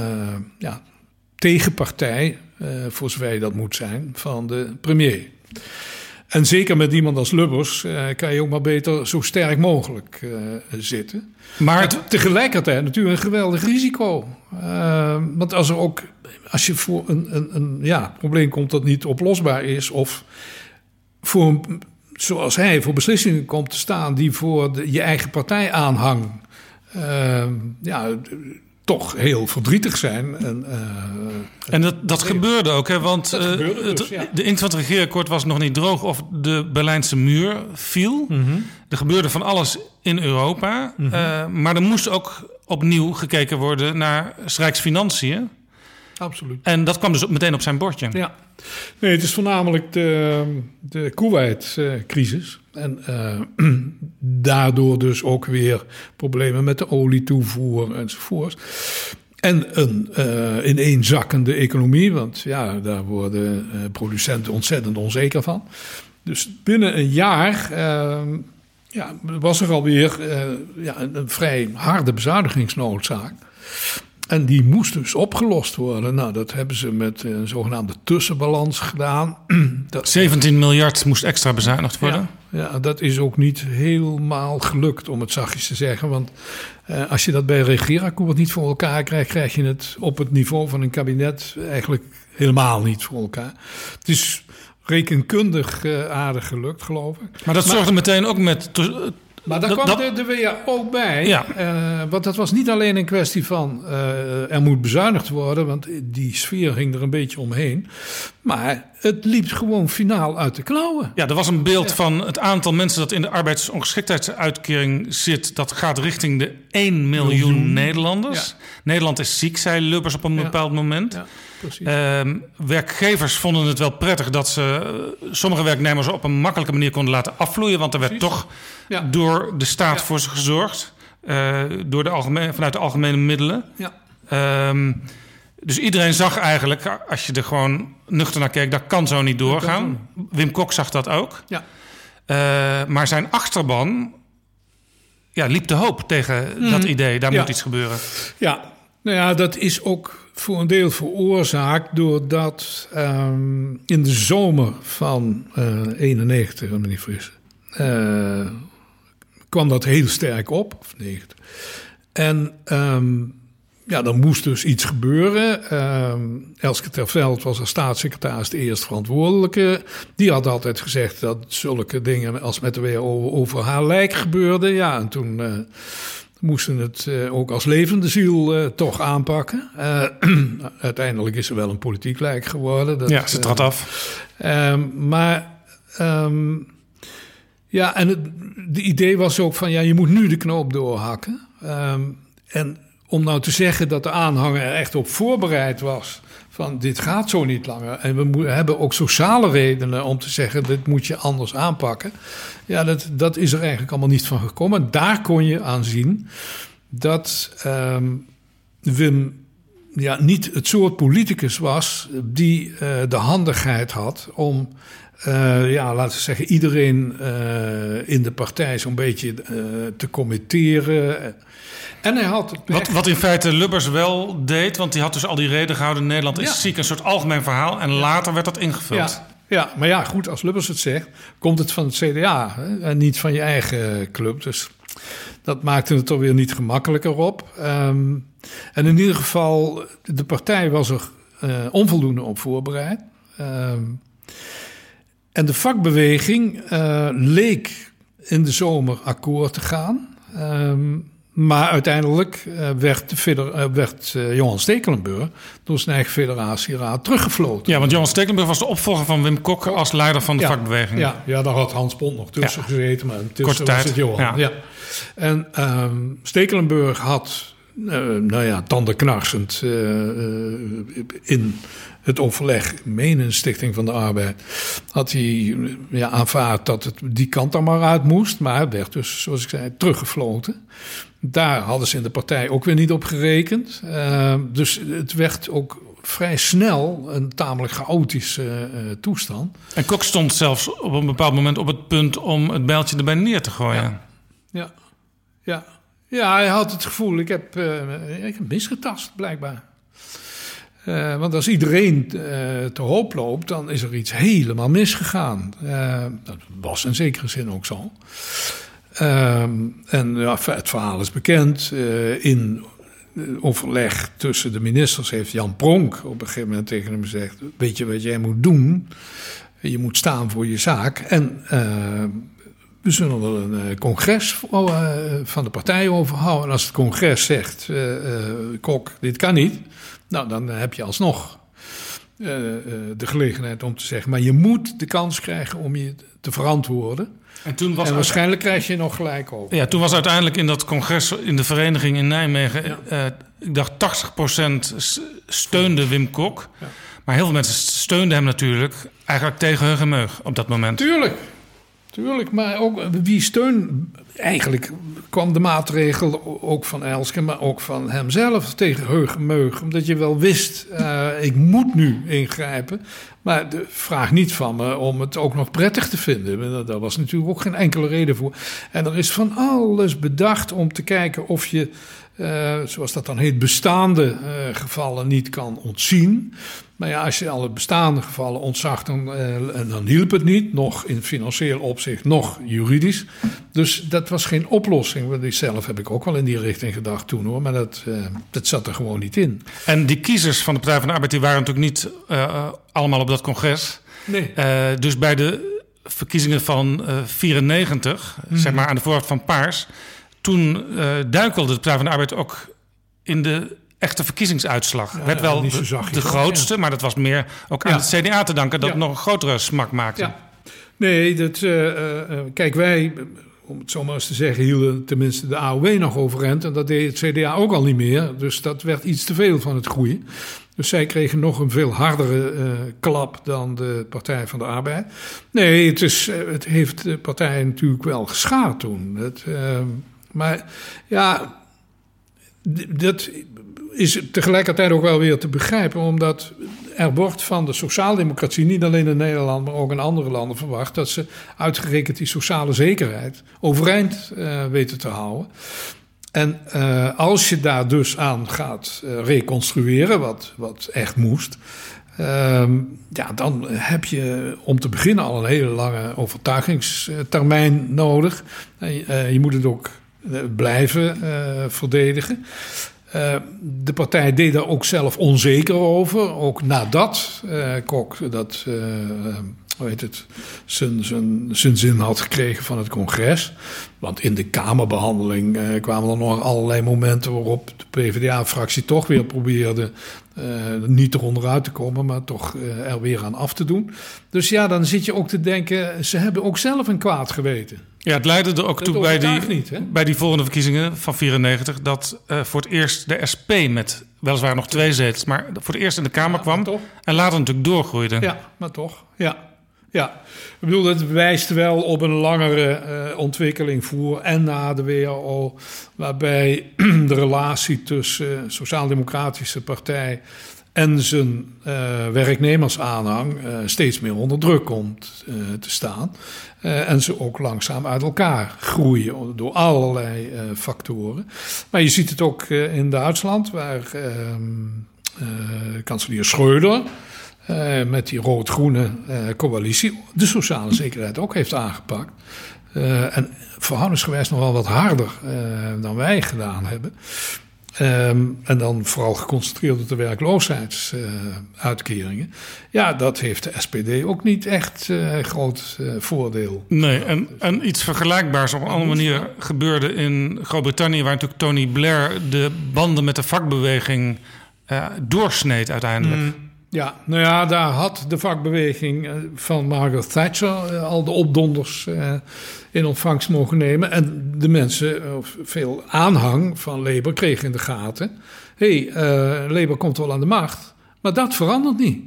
tegenpartij, voor zover je dat moet zijn, van de premier. En zeker met iemand als Lubbers kan je ook maar beter zo sterk mogelijk zitten. Maar tegelijkertijd natuurlijk een geweldig risico. Want als je voor een probleem komt dat niet oplosbaar is, of voor zoals hij voor beslissingen komt te staan die voor je eigen partij aanhang toch heel verdrietig zijn. En dat gebeurde ook, hè? Want de inkt van het regeerakkoord was nog niet droog of de Berlijnse muur viel. Mm-hmm. Er gebeurde van alles in Europa. Mm-hmm. Maar er moest ook opnieuw gekeken worden naar 's Rijksfinanciën. Absoluut. En dat kwam dus meteen op zijn bordje. Ja. Nee, het is voornamelijk de Kuwait-crisis. En daardoor dus ook weer problemen met de olietoevoer enzovoort. En een ineenzakkende economie, want ja, daar worden producenten ontzettend onzeker van. Dus binnen een jaar was er alweer een vrij harde bezuinigingsnoodzaak. En die moest dus opgelost worden. Nou, dat hebben ze met een zogenaamde tussenbalans gedaan. 17 miljard moest extra bezuinigd worden. Ja, dat is ook niet helemaal gelukt, om het zachtjes te zeggen. Want als je dat bij een regeerakkoord niet voor elkaar krijgt, krijg je het op het niveau van een kabinet eigenlijk helemaal niet voor elkaar. Het is rekenkundig aardig gelukt, geloof ik. Maar dat zorgde meteen ook met... Maar daar kwam de WHO bij. Ja. Want dat was niet alleen een kwestie van er moet bezuinigd worden, want die sfeer hing er een beetje omheen. Maar het liep gewoon finaal uit de klauwen. Ja, er was een beeld van het aantal mensen dat in de arbeidsongeschiktheidsuitkering zit. Dat gaat richting de 1 miljoen Nederlanders. Ja. Nederland is ziek, zei Lubbers op een bepaald moment. Ja. Werkgevers vonden het wel prettig dat ze sommige werknemers op een makkelijke manier konden laten afvloeien. Want er werd toch door de staat voor ze gezorgd. Vanuit de algemene middelen. Ja. Dus iedereen zag eigenlijk, als je er gewoon nuchter naar keek, dat kan zo niet doorgaan. Wim Kok zag dat ook. Ja. Maar zijn achterban liep de hoop tegen dat idee. Daar moet iets gebeuren. Ja, nou ja, dat is ook voor een deel veroorzaakt doordat in de zomer van 91, om me niet vergissen, kwam dat heel sterk op, of 90. En dan moest dus iets gebeuren. Elske ter Veld was als staatssecretaris de eerste verantwoordelijke. Die had altijd gezegd dat zulke dingen als met de WHO over haar lijk gebeurden. Ja, en toen moesten het ook als levende ziel toch aanpakken. Uiteindelijk is er wel een politiek lijk geworden. Ze trad af. En de idee was ook van, je moet nu de knoop doorhakken. En om nou te zeggen dat de aanhanger er echt op voorbereid was, van dit gaat zo niet langer. En we hebben ook sociale redenen om te zeggen, dit moet je anders aanpakken. Ja, dat is er eigenlijk allemaal niet van gekomen. En daar kon je aan zien dat Wim niet het soort politicus was die de handigheid had om, laten we zeggen, iedereen in de partij zo'n beetje te committeren. En hij had wat in feite Lubbers wel deed, want die had dus al die reden gehouden: Nederland is ziek, een soort algemeen verhaal. En later werd dat ingevuld. Ja, maar ja, goed, als Lubbers het zegt, komt het van het CDA, hè, en niet van je eigen club. Dus dat maakte het er weer niet gemakkelijker op. En in ieder geval, de partij was er onvoldoende op voorbereid. En de vakbeweging leek in de zomer akkoord te gaan. Maar uiteindelijk werd Johan Stekelenburg door zijn eigen federatieraad teruggefloten. Ja, want Johan Stekelenburg was de opvolger van Wim Kok als leider van de vakbeweging. Ja, daar had Hans Pont nog tussen gezeten, maar korte was het Johan. Ja. En Stekelenburg had, tandenknarsend in het overleg, meen Stichting van de Arbeid, had hij aanvaard dat het die kant er maar uit moest. Maar hij werd dus, zoals ik zei, teruggefloten. Daar hadden ze in de partij ook weer niet op gerekend. Dus het werd ook vrij snel een tamelijk chaotische toestand. En Kok stond zelfs op een bepaald moment op het punt om het bijltje erbij neer te gooien. Ja, hij had het gevoel, ik heb misgetast, blijkbaar. Want als iedereen te hoop loopt, dan is er iets helemaal misgegaan. Dat was in zekere zin ook zo. Het verhaal is bekend. In overleg tussen de ministers heeft Jan Pronk op een gegeven moment tegen hem gezegd: weet je wat jij moet doen? Je moet staan voor je zaak. En we zullen er een congres van de partij over houden. En als het congres zegt: Kok, dit kan niet. Nou, dan heb je alsnog de gelegenheid om te zeggen: maar je moet de kans krijgen om je te verantwoorden. En waarschijnlijk krijg je nog gelijk over. Ja, toen was uiteindelijk in dat congres in de vereniging in Nijmegen, ik dacht 80% steunde Wim Kok. Ja. Maar heel veel mensen steunden hem natuurlijk eigenlijk tegen heug en meug op dat moment. Tuurlijk, maar ook wie steun. Eigenlijk kwam de maatregel ook van Elske, maar ook van hemzelf tegen heug en meug. Omdat je wel wist, ik moet nu ingrijpen. Maar vraag niet van me om het ook nog prettig te vinden. Daar was natuurlijk ook geen enkele reden voor. En er is van alles bedacht om te kijken of je, zoals dat dan heet, bestaande gevallen niet kan ontzien. Maar ja, als je alle bestaande gevallen ontzag, dan hielp het niet. Nog in financieel opzicht, nog juridisch. Dus dat was geen oplossing. Zelf heb ik ook wel in die richting gedacht toen, hoor. Maar dat zat er gewoon niet in. En die kiezers van de Partij van de Arbeid, die waren natuurlijk niet allemaal op dat congres. Nee. Dus bij de verkiezingen van 94, zeg maar aan de voorhoofd van Paars, toen duikelde de Partij van de Arbeid ook in de echte verkiezingsuitslag. Werd wel de grootste, maar dat was meer ook aan het CDA te danken dat het nog een grotere smak maakte. Ja. Nee, kijk, wij, om het zo maar eens te zeggen, hielden tenminste de AOW nog overeind. En dat deed het CDA ook al niet meer. Dus dat werd iets te veel van het goede. Dus zij kregen nog een veel hardere klap dan de Partij van de Arbeid. Nee, het heeft de partij natuurlijk wel geschaad toen. Maar ja, dat is tegelijkertijd ook wel weer te begrijpen, omdat er wordt van de sociaaldemocratie, niet alleen in Nederland, maar ook in andere landen verwacht, dat ze uitgerekend die sociale zekerheid overeind weten te houden. En als je daar dus aan gaat reconstrueren, wat echt moest, dan heb je om te beginnen al een hele lange overtuigingstermijn nodig. Je moet het ook blijven verdedigen. De partij deed daar ook zelf onzeker over. Ook nadat Kok zijn zin had gekregen van het congres. Want in de Kamerbehandeling kwamen er nog allerlei momenten waarop de PvdA-fractie toch weer probeerde niet eronderuit te komen, maar toch er weer aan af te doen. Dus ja, dan zit je ook te denken, ze hebben ook zelf een kwaad geweten. Ja, het leidde er ook toe bij die volgende verkiezingen van 94... dat voor het eerst de SP met weliswaar nog 2 zetels, maar voor het eerst in de Kamer kwam en later natuurlijk doorgroeide. Ja, maar toch, ja. Ja, ik bedoel, het wijst wel op een langere ontwikkeling voor en na de WAO, waarbij de relatie tussen Sociaal-Democratische Partij en zijn werknemersaanhang steeds meer onder druk komt te staan. En ze ook langzaam uit elkaar groeien door allerlei factoren. Maar je ziet het ook in Duitsland, waar kanselier Schröder met die rood-groene coalitie de sociale zekerheid ook heeft aangepakt. En verhoudingsgewijs nog wel wat harder dan wij gedaan hebben. En dan vooral geconcentreerd op de werkloosheidsuitkeringen. Ja, dat heeft de SPD ook niet echt groot voordeel. Nee, en iets vergelijkbaars op een andere manier gebeurde in Groot-Brittannië, waar natuurlijk Tony Blair de banden met de vakbeweging doorsneed uiteindelijk. Ja, nou ja, daar had de vakbeweging van Margaret Thatcher al de opdonders in ontvangst mogen nemen. En de mensen, of veel aanhang van Labour, kregen in de gaten: Labour komt wel aan de macht, maar dat verandert niet.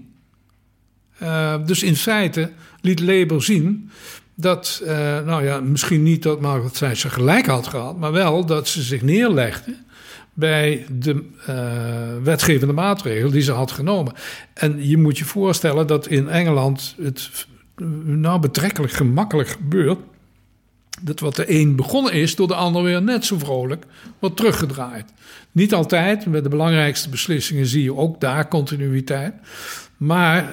Dus in feite liet Labour zien dat, misschien niet dat Margaret Thatcher gelijk had gehad, maar wel dat ze zich neerlegde bij de wetgevende maatregelen die ze had genomen. En je moet je voorstellen dat in Engeland het betrekkelijk gemakkelijk gebeurt, dat wat de een begonnen is, door de ander weer net zo vrolijk wordt teruggedraaid. Niet altijd, met de belangrijkste beslissingen zie je ook daar continuïteit. Maar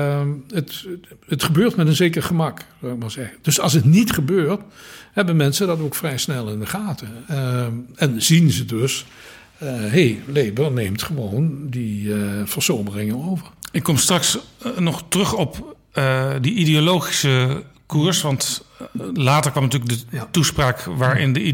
het gebeurt met een zeker gemak, zou ik maar zeggen. Dus als het niet gebeurt, hebben mensen dat ook vrij snel in de gaten. En zien ze dus, Labour neemt gewoon die verzomeringen over. Ik kom straks nog terug op die ideologische koers. Want later kwam natuurlijk de toespraak waarin de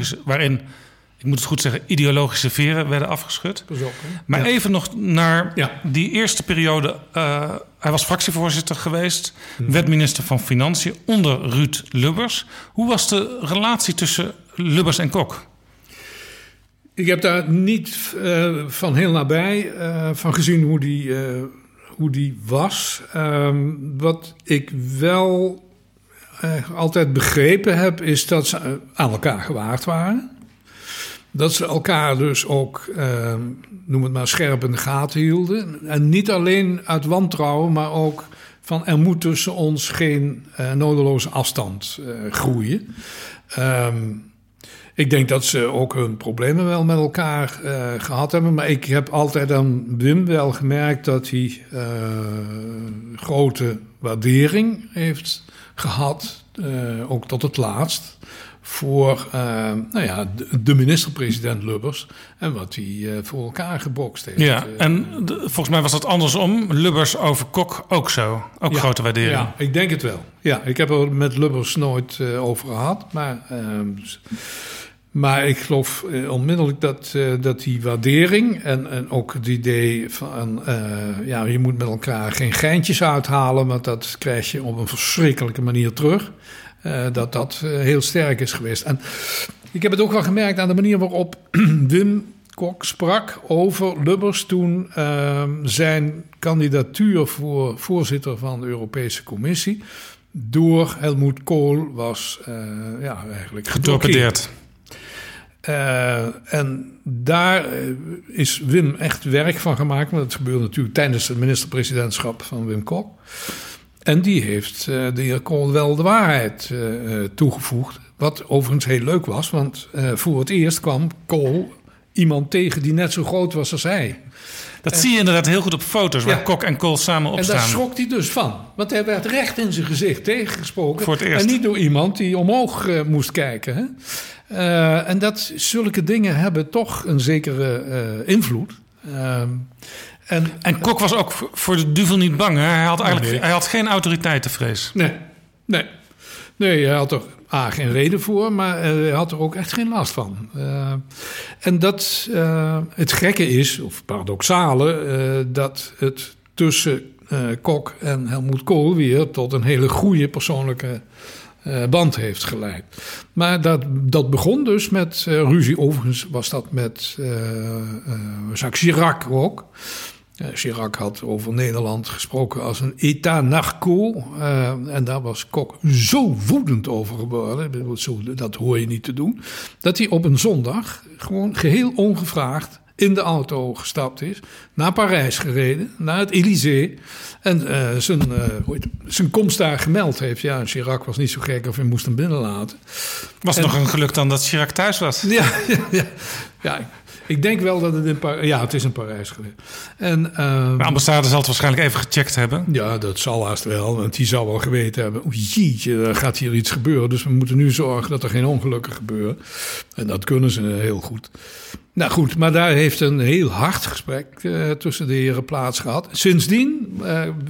ik moet het goed zeggen, ideologische veren werden afgeschud. Maar even nog naar die eerste periode. Hij was fractievoorzitter geweest, werd minister van Financiën onder Ruud Lubbers. Hoe was de relatie tussen Lubbers en Kok? Ik heb daar niet van heel nabij van gezien hoe die was. Wat ik wel altijd begrepen heb, is dat ze aan elkaar gewaagd waren. Dat ze elkaar dus ook, noem het maar, scherp in de gaten hielden. En niet alleen uit wantrouwen, maar ook van er moet tussen ons geen nodeloze afstand groeien. Ik denk dat ze ook hun problemen wel met elkaar gehad hebben. Maar ik heb altijd aan Wim wel gemerkt dat hij grote waardering heeft gehad, ook tot het laatst, voor de minister-president Lubbers en wat hij voor elkaar gebokst heeft. Ja, en volgens mij was dat andersom. Lubbers over Kok ook zo. Ook grote waardering. Ja, ik denk het wel. Ja, ik heb er met Lubbers nooit over gehad. Maar ik geloof onmiddellijk dat die waardering en ook het idee van je moet met elkaar geen geintjes uithalen, want dat krijg je op een verschrikkelijke manier terug. Dat heel sterk is geweest. En ik heb het ook wel gemerkt aan de manier waarop Wim Kok sprak over Lubbers toen zijn kandidatuur voor voorzitter van de Europese Commissie door Helmut Kohl was eigenlijk getorpedeerd. En daar is Wim echt werk van gemaakt. Maar dat gebeurde natuurlijk tijdens het ministerpresidentschap van Wim Kok. En die heeft de heer Kohl wel de waarheid toegevoegd. Wat overigens heel leuk was, want voor het eerst kwam Kohl iemand tegen die net zo groot was als hij. Dat zie je inderdaad heel goed op foto's waar Kok en Kohl samen opstaan. En daar schrok hij dus van. Want hij werd recht in zijn gezicht tegengesproken. Voor het eerst. En niet door iemand die omhoog moest kijken. Hè? En zulke dingen hebben toch een zekere invloed. En Kok was ook voor de duivel niet bang. Hè? Hij had geen autoriteitenvrees. Nee, hij had er geen reden voor, maar hij had er ook echt geen last van. En dat het gekke is, of paradoxale, dat het tussen Kok en Helmut Kohl weer tot een hele goede persoonlijke band heeft geleid. Maar dat begon dus met ruzie. Overigens was dat met Jacques Chirac ook. Chirac had over Nederland gesproken als een état narco. En daar was Kok zo woedend over geworden. Dat hoor je niet te doen. Dat hij op een zondag gewoon geheel ongevraagd in de auto gestapt is. Naar Parijs gereden. Naar het Élysée. En zijn komst daar gemeld heeft. Ja, Chirac was niet zo gek of hij moest hem binnenlaten. Was het nog een geluk dan dat Chirac thuis was? Ja. Ik denk wel dat het het is in Parijs geweest. De ambassade zal het waarschijnlijk even gecheckt hebben. Ja, dat zal haast wel. Want die zal wel geweten hebben. Jeetje, er gaat hier iets gebeuren. Dus we moeten nu zorgen dat er geen ongelukken gebeuren. En dat kunnen ze heel goed. Nou goed, maar daar heeft een heel hard gesprek tussen de heren plaats gehad. Sindsdien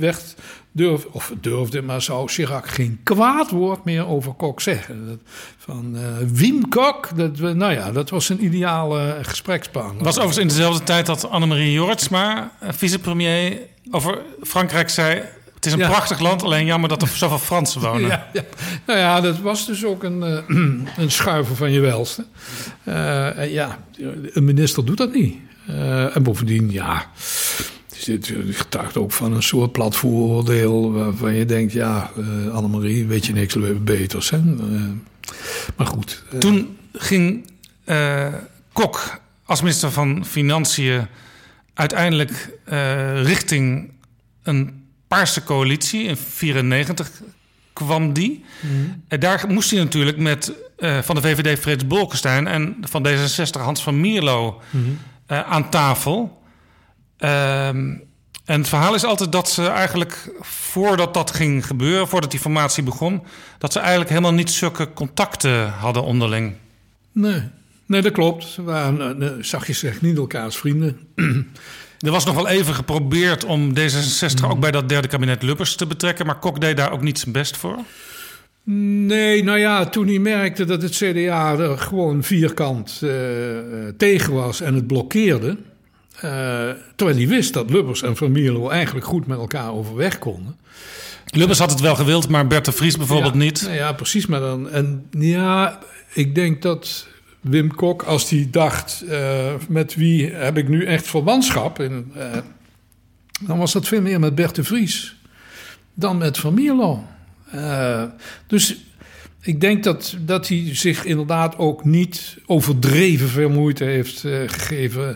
zou Chirac geen kwaad woord meer over Kok zeggen. Van Wim Kok, dat was een ideale gesprekspartner. Het was overigens in dezelfde tijd dat Annemarie Jorritsma, vicepremier, over Frankrijk zei: het is een prachtig land, alleen jammer dat er zoveel Fransen wonen. Ja. Nou ja, dat was dus ook een schuiver van je welste. Een minister doet dat niet. En bovendien, het getuigt ook van een soort plat vooroordeel waarvan je denkt, Annemarie, weet je niks beters. Hè? Maar goed. Toen ging Kok als minister van Financiën uiteindelijk richting een Paarse coalitie. In 1994 kwam die. Daar moest hij natuurlijk met van de VVD Frits Bolkestein en van D66 Hans van Mierlo aan tafel. En het verhaal is altijd dat ze eigenlijk, voordat dat ging gebeuren, voordat die formatie begon, dat ze eigenlijk helemaal niet zulke contacten hadden onderling. Nee, dat klopt. Ze waren, zachtjes gezegd, niet elkaars vrienden. Er was nog wel even geprobeerd om D66 ook bij dat derde kabinet Lubbers te betrekken, maar Kok deed daar ook niet zijn best voor. Nee, toen hij merkte dat het CDA er gewoon vierkant tegen was en het blokkeerde, terwijl hij wist dat Lubbers en Van Mierlo eigenlijk goed met elkaar overweg konden. Lubbers had het wel gewild, maar Bert de Vries bijvoorbeeld niet. Ja, precies. Maar dan, ik denk dat Wim Kok, als hij dacht, met wie heb ik nu echt verwantschap, dan was dat veel meer met Bert de Vries dan met Van Mierlo. Dus ik denk dat hij zich inderdaad ook niet overdreven veel moeite heeft gegeven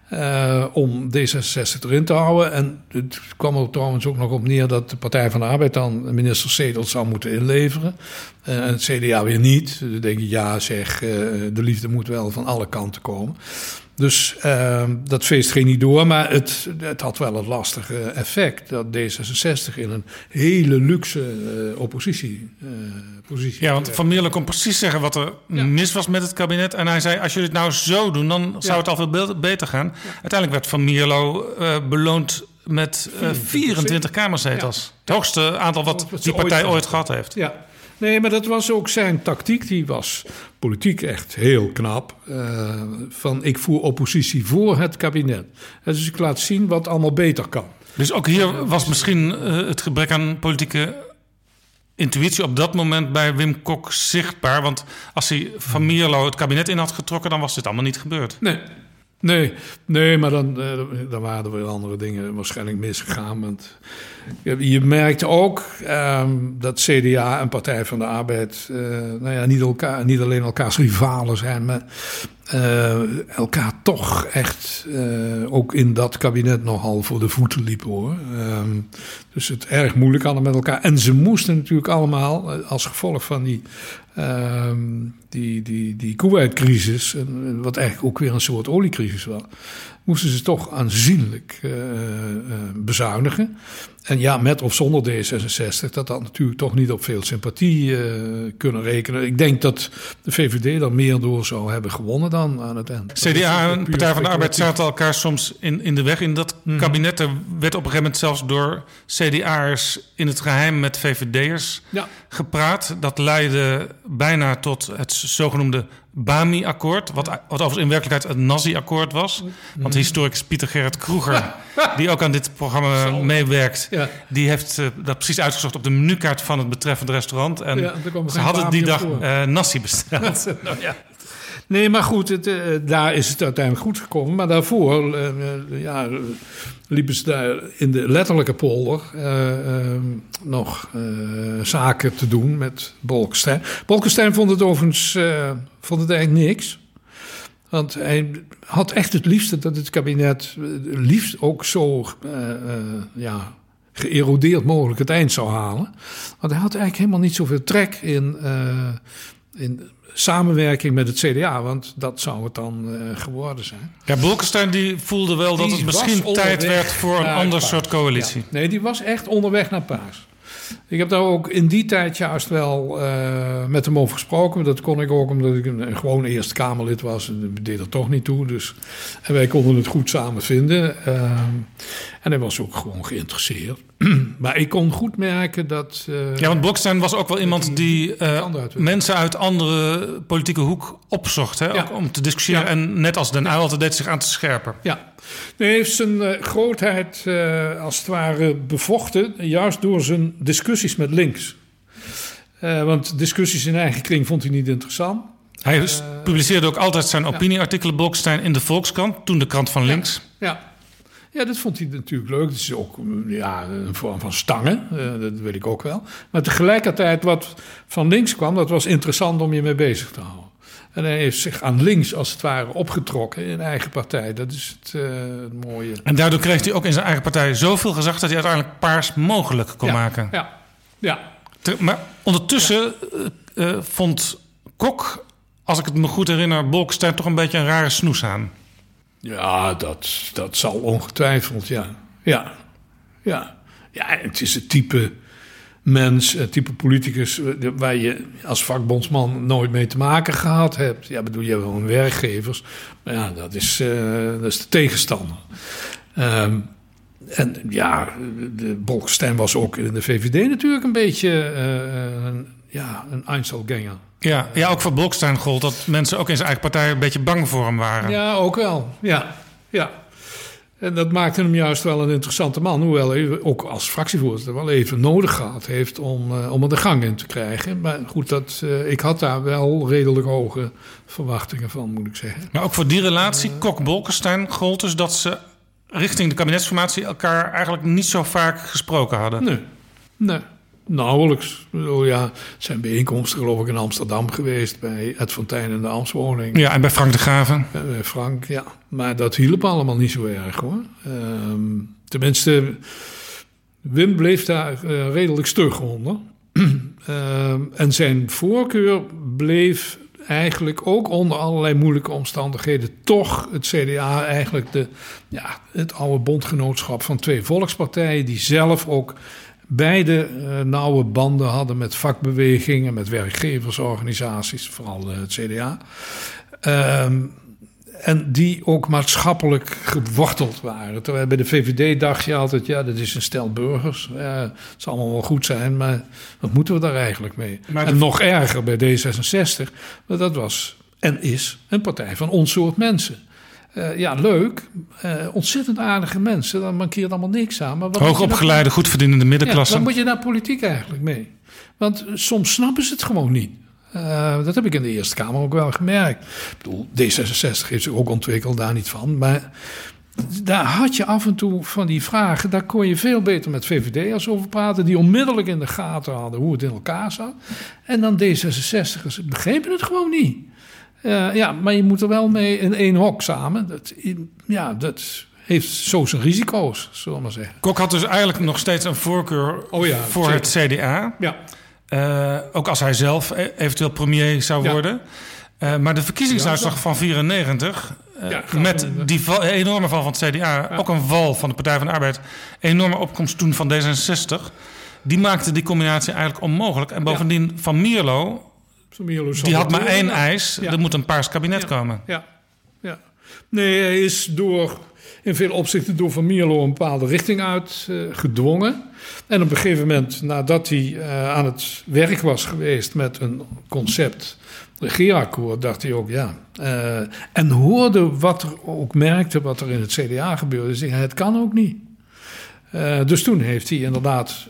om D66 erin te houden. En het kwam er trouwens ook nog op neer dat de Partij van de Arbeid dan minister Sedel zou moeten inleveren. En het CDA weer niet. Dan denk je, de liefde moet wel van alle kanten komen. Dus dat feest ging niet door, maar het had wel het lastige effect dat D66 in een hele luxe oppositiepositie. Ja, want Van Mierlo kon precies zeggen wat er mis was met het kabinet. En hij zei, als jullie het nou zo doen, dan zou het al veel beter gaan. Ja. Uiteindelijk werd Van Mierlo beloond met 24 kamerzetels. Ja. Het hoogste aantal wat die partij ooit gehad heeft. Ja. Nee, maar dat was ook zijn tactiek. Die was politiek echt heel knap. Ik voer oppositie voor het kabinet. Dus ik laat zien wat allemaal beter kan. Dus ook hier was misschien het gebrek aan politieke intuïtie op dat moment bij Wim Kok zichtbaar. Want als hij Van Mierlo het kabinet in had getrokken, dan was dit allemaal niet gebeurd. Nee, maar dan waren er weer andere dingen waarschijnlijk misgegaan. Want je merkt ook dat CDA en Partij van de Arbeid niet alleen elkaars rivalen zijn, maar elkaar toch echt ook in dat kabinet nogal voor de voeten liepen, hoor. Dus het erg moeilijk hadden met elkaar. En ze moesten natuurlijk allemaal als gevolg van die Kuwait-crisis, wat eigenlijk ook weer een soort oliecrisis was, moesten ze toch aanzienlijk bezuinigen. En met of zonder D66, dat had natuurlijk toch niet op veel sympathie kunnen rekenen. Ik denk dat de VVD daar meer door zou hebben gewonnen dan aan het eind. CDA en Partij van de Arbeid zaten elkaar soms in de weg. In dat kabinet werd op een gegeven moment zelfs door CDA'ers in het geheim met VVD'ers gepraat. Dat leidde bijna tot het zogenoemde Bami-akkoord, wat overigens in werkelijkheid het Nazi-akkoord was. Want historicus Pieter Gerrit Kroeger, die ook aan dit programma meewerkt, die heeft dat precies uitgezocht op de menukaart van het betreffende restaurant. En ze hadden die dag nasi besteld. Nee, maar goed, daar is het uiteindelijk goed gekomen. Maar daarvoor liepen ze daar in de letterlijke polder nog zaken te doen met Bolkestein. Bolkestein vond het overigens eigenlijk niks. Want hij had echt het liefste dat het kabinet liefst ook zo geërodeerd mogelijk het eind zou halen. Want hij had eigenlijk helemaal niet zoveel trek in samenwerking met het CDA, want dat zou het dan geworden zijn. Ja, Bolkestein die voelde wel dat het misschien tijd werd voor een ander soort coalitie. Ja. Nee, die was echt onderweg naar Paars. Ik heb daar ook in die tijd juist wel met hem over gesproken. Dat kon ik ook omdat ik een gewoon Eerste Kamerlid was. En dat deed er toch niet toe. Dus, en wij konden het goed samen vinden. En hij was ook gewoon geïnteresseerd. Maar ik kon goed merken dat... ja, want Bolkestein was ook wel iemand die mensen uit andere politieke hoek opzocht. Hè? Ja. Ook om te discussiëren. Ja. En net als Den Uyl altijd deed zich aan te scherpen. Ja. Nee, hij heeft zijn grootheid als het ware bevochten, juist door zijn discussies met links. Want discussies in eigen kring vond hij niet interessant. Hij publiceerde ook altijd zijn opinieartikelen, Bolkestein, in de Volkskrant, toen de krant van links. Ja, dat vond hij natuurlijk leuk. Dat is ook een vorm van stangen, dat weet ik ook wel. Maar tegelijkertijd wat van links kwam, dat was interessant om je mee bezig te houden. En hij heeft zich aan links, als het ware, opgetrokken in eigen partij. Dat is het mooie. En daardoor kreeg hij ook in zijn eigen partij zoveel gezag dat hij uiteindelijk Paars mogelijk kon maken. Ja. Maar ondertussen vond Kok, als ik het me goed herinner, Bolkestein toch een beetje een rare snoes aan. Ja, dat zal ongetwijfeld, ja. Ja, het is het type mens, het type politicus waar je als vakbondsman nooit mee te maken gehad hebt. Ja, bedoel, je hebt wel een werkgevers, maar ja, dat is de tegenstander. En ja, de Bolkestein was ook in de VVD natuurlijk een beetje een Einzelgänger. Ja, ook voor Bolkestein gold dat mensen ook in zijn eigen partij een beetje bang voor hem waren. Ja, ook wel. Ja. En dat maakte hem juist wel een interessante man. Hoewel hij ook als fractievoorzitter wel even nodig gehad heeft om er de gang in te krijgen. Maar goed, ik had daar wel redelijk hoge verwachtingen van, moet ik zeggen. Maar ook voor die relatie, Kok-Bolkestein, gold dus dat ze richting de kabinetsformatie elkaar eigenlijk niet zo vaak gesproken hadden. Nee. Nauwelijks. Het zijn bijeenkomsten geloof ik in Amsterdam geweest bij Ed Fontijn in de Amswoning. Ja, en bij Frank de Graven. Bij Frank, ja. Maar dat hielp allemaal niet zo erg hoor. Tenminste, Wim bleef daar redelijk stug onder. En zijn voorkeur bleef eigenlijk ook onder allerlei moeilijke omstandigheden toch het CDA eigenlijk het oude bondgenootschap van twee volkspartijen die zelf ook beide nauwe banden hadden met vakbewegingen, met werkgeversorganisaties, vooral het CDA. En die ook maatschappelijk geworteld waren. Terwijl bij de VVD dacht je altijd, dat is een stel burgers. Het zal allemaal wel goed zijn, maar wat moeten we daar eigenlijk mee? En nog erger bij D66, want dat was en is een partij van ons soort mensen. Leuk. Ontzettend aardige mensen. Daar mankeert allemaal niks aan. Maar hoogopgeleide, goed verdienende middenklasse. Wat moet je naar politiek eigenlijk mee? Want soms snappen ze het gewoon niet. Dat heb ik in de Eerste Kamer ook wel gemerkt. Ik bedoel, D66 heeft zich ook ontwikkeld, daar niet van. Maar daar had je af en toe van die vragen. Daar kon je veel beter met VVD'ers over praten. Die onmiddellijk in de gaten hadden hoe het in elkaar zat. En dan D66'ers begrepen het gewoon niet. Maar je moet er wel mee in één hok samen. Dat heeft zo zijn risico's, zullen we maar zeggen. Kok had dus eigenlijk nog steeds een voorkeur voor het CDA. Ja. Ook als hij zelf eventueel premier zou worden. Maar de verkiezingsuitslag van 94... met die enorme val van het CDA... ook een val van de Partij van de Arbeid... enorme opkomst toen van D66... die maakte die combinatie eigenlijk onmogelijk. En bovendien Van Mierlo... die had maar één eis. Er moet een paars kabinet komen. Ja. Nee, hij is in veel opzichten door Van Mierlo een bepaalde richting uitgedwongen. En op een gegeven moment, nadat hij aan het werk was geweest met een concept regeerakkoord, dacht hij ook en hoorde merkte wat er in het CDA gebeurde. Dus het kan ook niet. Dus toen heeft hij inderdaad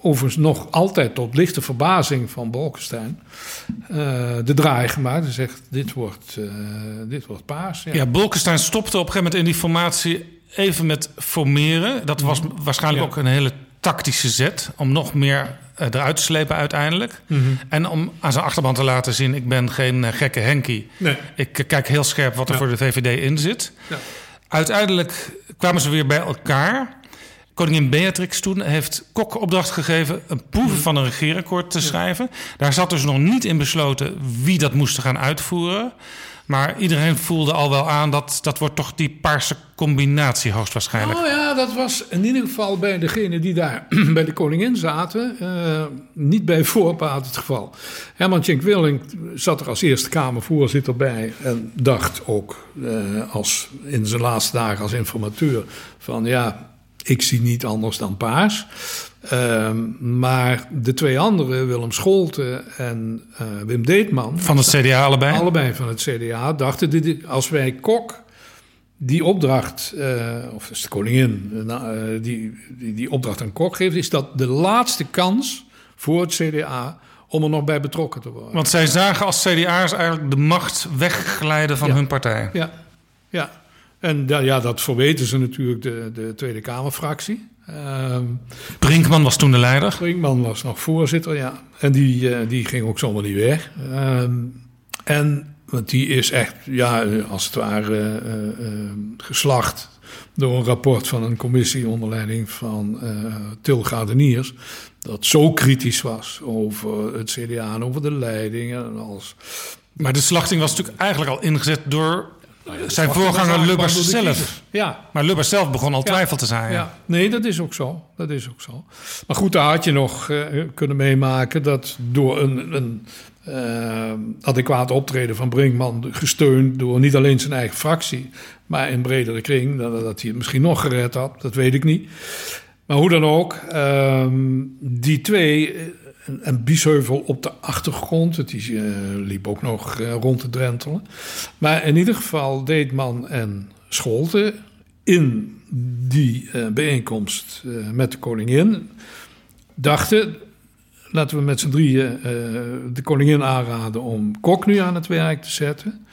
overigens nog altijd tot lichte verbazing van Bolkestein de draai gemaakt en zegt: dit wordt paars. Ja, Bolkestein stopte op een gegeven moment in die formatie even met formeren. Dat was waarschijnlijk ook een hele tactische zet om nog meer eruit te slepen uiteindelijk. Mm-hmm. En om aan zijn achterban te laten zien: ik ben geen gekke Henkie. Nee. Ik kijk heel scherp wat er voor de VVD in zit. Ja. Uiteindelijk kwamen ze weer bij elkaar. Koningin Beatrix toen heeft Kok opdracht gegeven een proeve van een regeerakkoord te schrijven. Daar zat dus nog niet in besloten wie dat moest gaan uitvoeren. Maar iedereen voelde al wel aan dat wordt toch die paarse combinatie hoogstwaarschijnlijk. Oh ja, dat was in ieder geval bij degenen die daar bij de koningin zaten niet bij voorbaat het geval. Herman Tjenk-Willink zat er als Eerste Kamervoorzitter bij en dacht ook als in zijn laatste dagen als informateur van ja, ik zie niet anders dan paars. Maar de twee anderen, Willem Scholte en Wim Deetman... Van het CDA allebei? Allebei van het CDA dachten, als wij Kok die opdracht... of is de koningin die opdracht aan Kok geeft... is dat de laatste kans voor het CDA om er nog bij betrokken te worden. Want zij zagen als CDA'ers eigenlijk de macht wegglijden van hun partij. Ja. En dat verweten ze natuurlijk de Tweede Kamerfractie. Brinkman was toen de leider. Brinkman was nog voorzitter, ja. En die ging ook zomaar niet weg. Want die is echt, als het ware, geslacht door een rapport van een commissie onder leiding van Til Gardeniers. Dat zo kritisch was over het CDA en over de leiding en alles. Maar de slachting was natuurlijk eigenlijk al ingezet door zijn voorganger Lubbers zelf. Ja. Maar Lubbers zelf begon al twijfel te zaaien. Ja. Nee, dat is ook zo. Maar goed, daar had je nog kunnen meemaken dat door een adequaat optreden van Brinkman, gesteund door niet alleen zijn eigen fractie, maar in bredere kring, dat hij het misschien nog gered had. Dat weet ik niet. Maar hoe dan ook, die twee... En Biesheuvel op de achtergrond. Die liep ook nog rond te drentelen. Maar in ieder geval Deetman en Scholte in die bijeenkomst met de koningin dachten: laten we met z'n drieën de koningin aanraden om Kok nu aan het werk te zetten.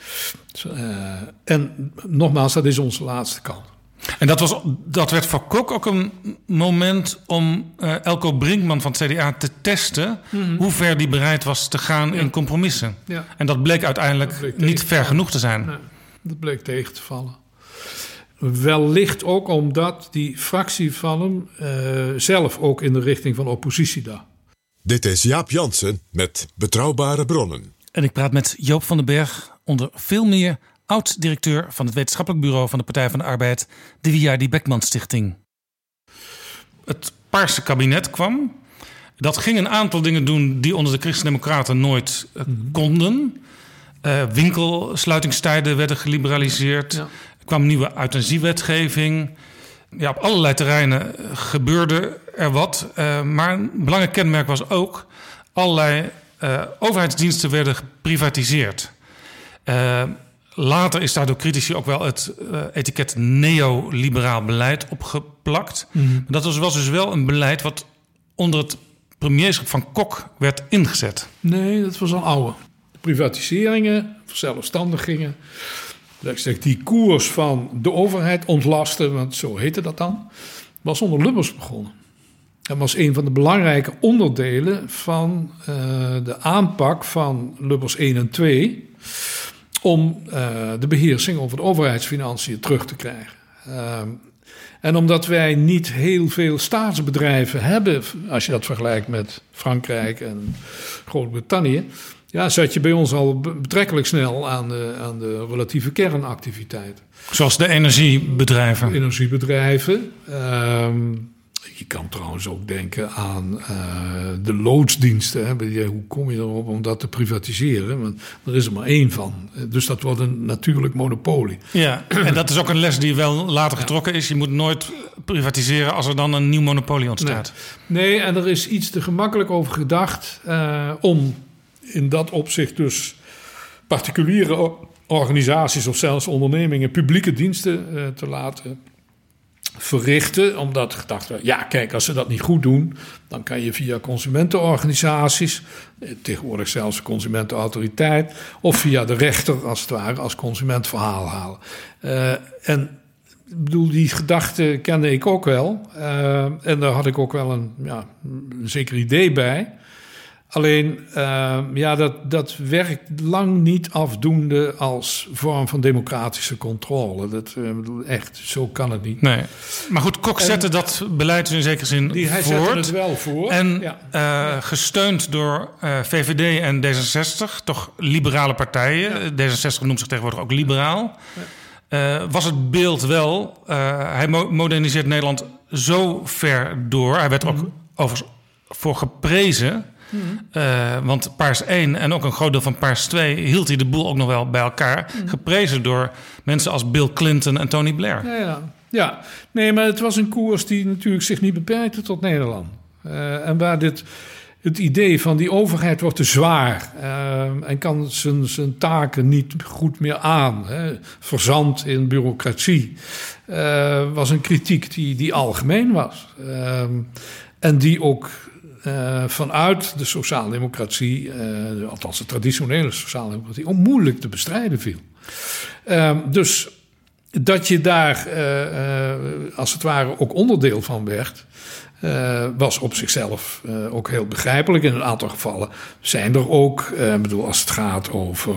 En nogmaals, dat is onze laatste kans. En dat werd voor Kok ook een moment om Elko Brinkman van het CDA te testen hoe ver die bereid was te gaan in compromissen. Ja. En dat bleek uiteindelijk niet ver genoeg te zijn. Nee, dat bleek tegen te vallen. Wellicht ook omdat die fractie van hem zelf ook in de richting van oppositie dacht. Dit is Jaap Jansen met Betrouwbare Bronnen. En ik praat met Joop van den Berg, onder veel meer oud-directeur van het wetenschappelijk bureau van de Partij van de Arbeid, de Wiardi Beckman Stichting. Het Paarse kabinet kwam. Dat ging een aantal dingen doen die onder de Christen-Democraten nooit konden. Winkelsluitingstijden werden geliberaliseerd. Ja. Er kwam nieuwe euthanasiewetgeving. Ja, op allerlei terreinen gebeurde er wat. Maar een belangrijk kenmerk was ook: allerlei overheidsdiensten werden geprivatiseerd. Later is daar door critici ook wel het etiket neoliberaal beleid opgeplakt. Mm-hmm. Dat was dus wel een beleid wat onder het premierschap van Kok werd ingezet. Nee, dat was al oude. Privatiseringen, verzelfstandigingen. Die koers van de overheid ontlasten, want zo heette dat dan, was onder Lubbers begonnen. Dat was een van de belangrijke onderdelen van de aanpak van Lubbers 1 en 2... om de beheersing over de overheidsfinanciën terug te krijgen. En omdat wij niet heel veel staatsbedrijven hebben, als je dat vergelijkt met Frankrijk en Groot-Brittannië, zat je bij ons al betrekkelijk snel aan de relatieve kernactiviteit. Zoals de energiebedrijven. Je kan trouwens ook denken aan de loodsdiensten. Hè. Hoe kom je erop om dat te privatiseren? Want er is er maar één van. Dus dat wordt een natuurlijk monopolie. Ja, en dat is ook een les die wel later getrokken is. Je moet nooit privatiseren als er dan een nieuw monopolie ontstaat. Nee, en er is iets te gemakkelijk over gedacht om in dat opzicht dus particuliere organisaties of zelfs ondernemingen publieke diensten te laten verrichten. Omdat gedacht werd, ja kijk, als ze dat niet goed doen, dan kan je via consumentenorganisaties, tegenwoordig zelfs de consumentenautoriteit, of via de rechter als het ware als consument verhaal halen. En ik bedoel, die gedachte kende ik ook wel. En daar had ik ook wel een zeker idee bij. Alleen, dat werkt lang niet afdoende als vorm van democratische controle. Echt, zo kan het niet. Nee. Maar goed, Kok zette dat beleid in zekere zin voort. Hij zette het wel voor. En gesteund door VVD en D66, toch liberale partijen. Ja. D66 noemt zich tegenwoordig ook liberaal. Ja. Was het beeld wel, hij moderniseert Nederland zo ver door. Hij werd ook overigens voor geprezen. Want Paars 1 en ook een groot deel van Paars 2 hield hij de boel ook nog wel bij elkaar. Geprezen door mensen als Bill Clinton en Tony Blair. Ja. Nee, maar het was een koers die natuurlijk zich niet beperkte tot Nederland. En waar het idee van die overheid wordt te zwaar en kan zijn taken niet goed meer aan. Verzand in bureaucratie. Was een kritiek die algemeen was. En die ook vanuit de sociaaldemocratie, althans de traditionele sociaaldemocratie, onmoeilijk te bestrijden viel. Dus dat je daar als het ware ook onderdeel van werd, was op zichzelf ook heel begrijpelijk. In een aantal gevallen zijn er ook, als het gaat over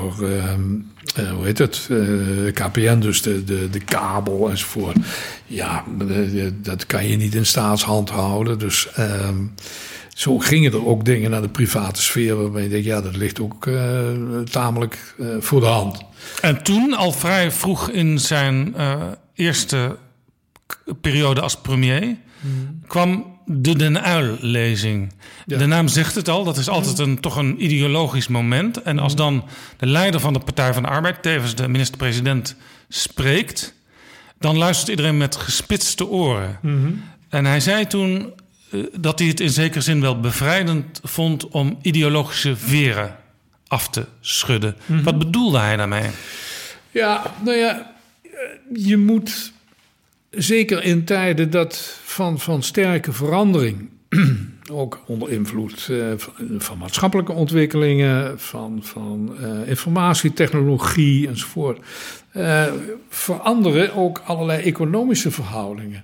KPN, dus de kabel enzovoort. Ja, dat kan je niet in staatshand houden. Dus zo gingen er ook dingen naar de private sfeer waarbij je denkt, ja, dat ligt ook tamelijk voor de hand. En toen, al vrij vroeg in zijn eerste periode als premier, kwam de Den Uyl-lezing. Ja. De naam zegt het al, dat is altijd toch een ideologisch moment. En als dan de leider van de Partij van de Arbeid, tevens de minister-president, spreekt, dan luistert iedereen met gespitste oren. En hij zei toen dat hij het in zekere zin wel bevrijdend vond om ideologische veren af te schudden. Wat bedoelde hij daarmee? Ja, nou ja, je moet zeker in tijden van sterke verandering, ook onder invloed van maatschappelijke ontwikkelingen, van informatietechnologie enzovoort, veranderen ook allerlei economische verhoudingen.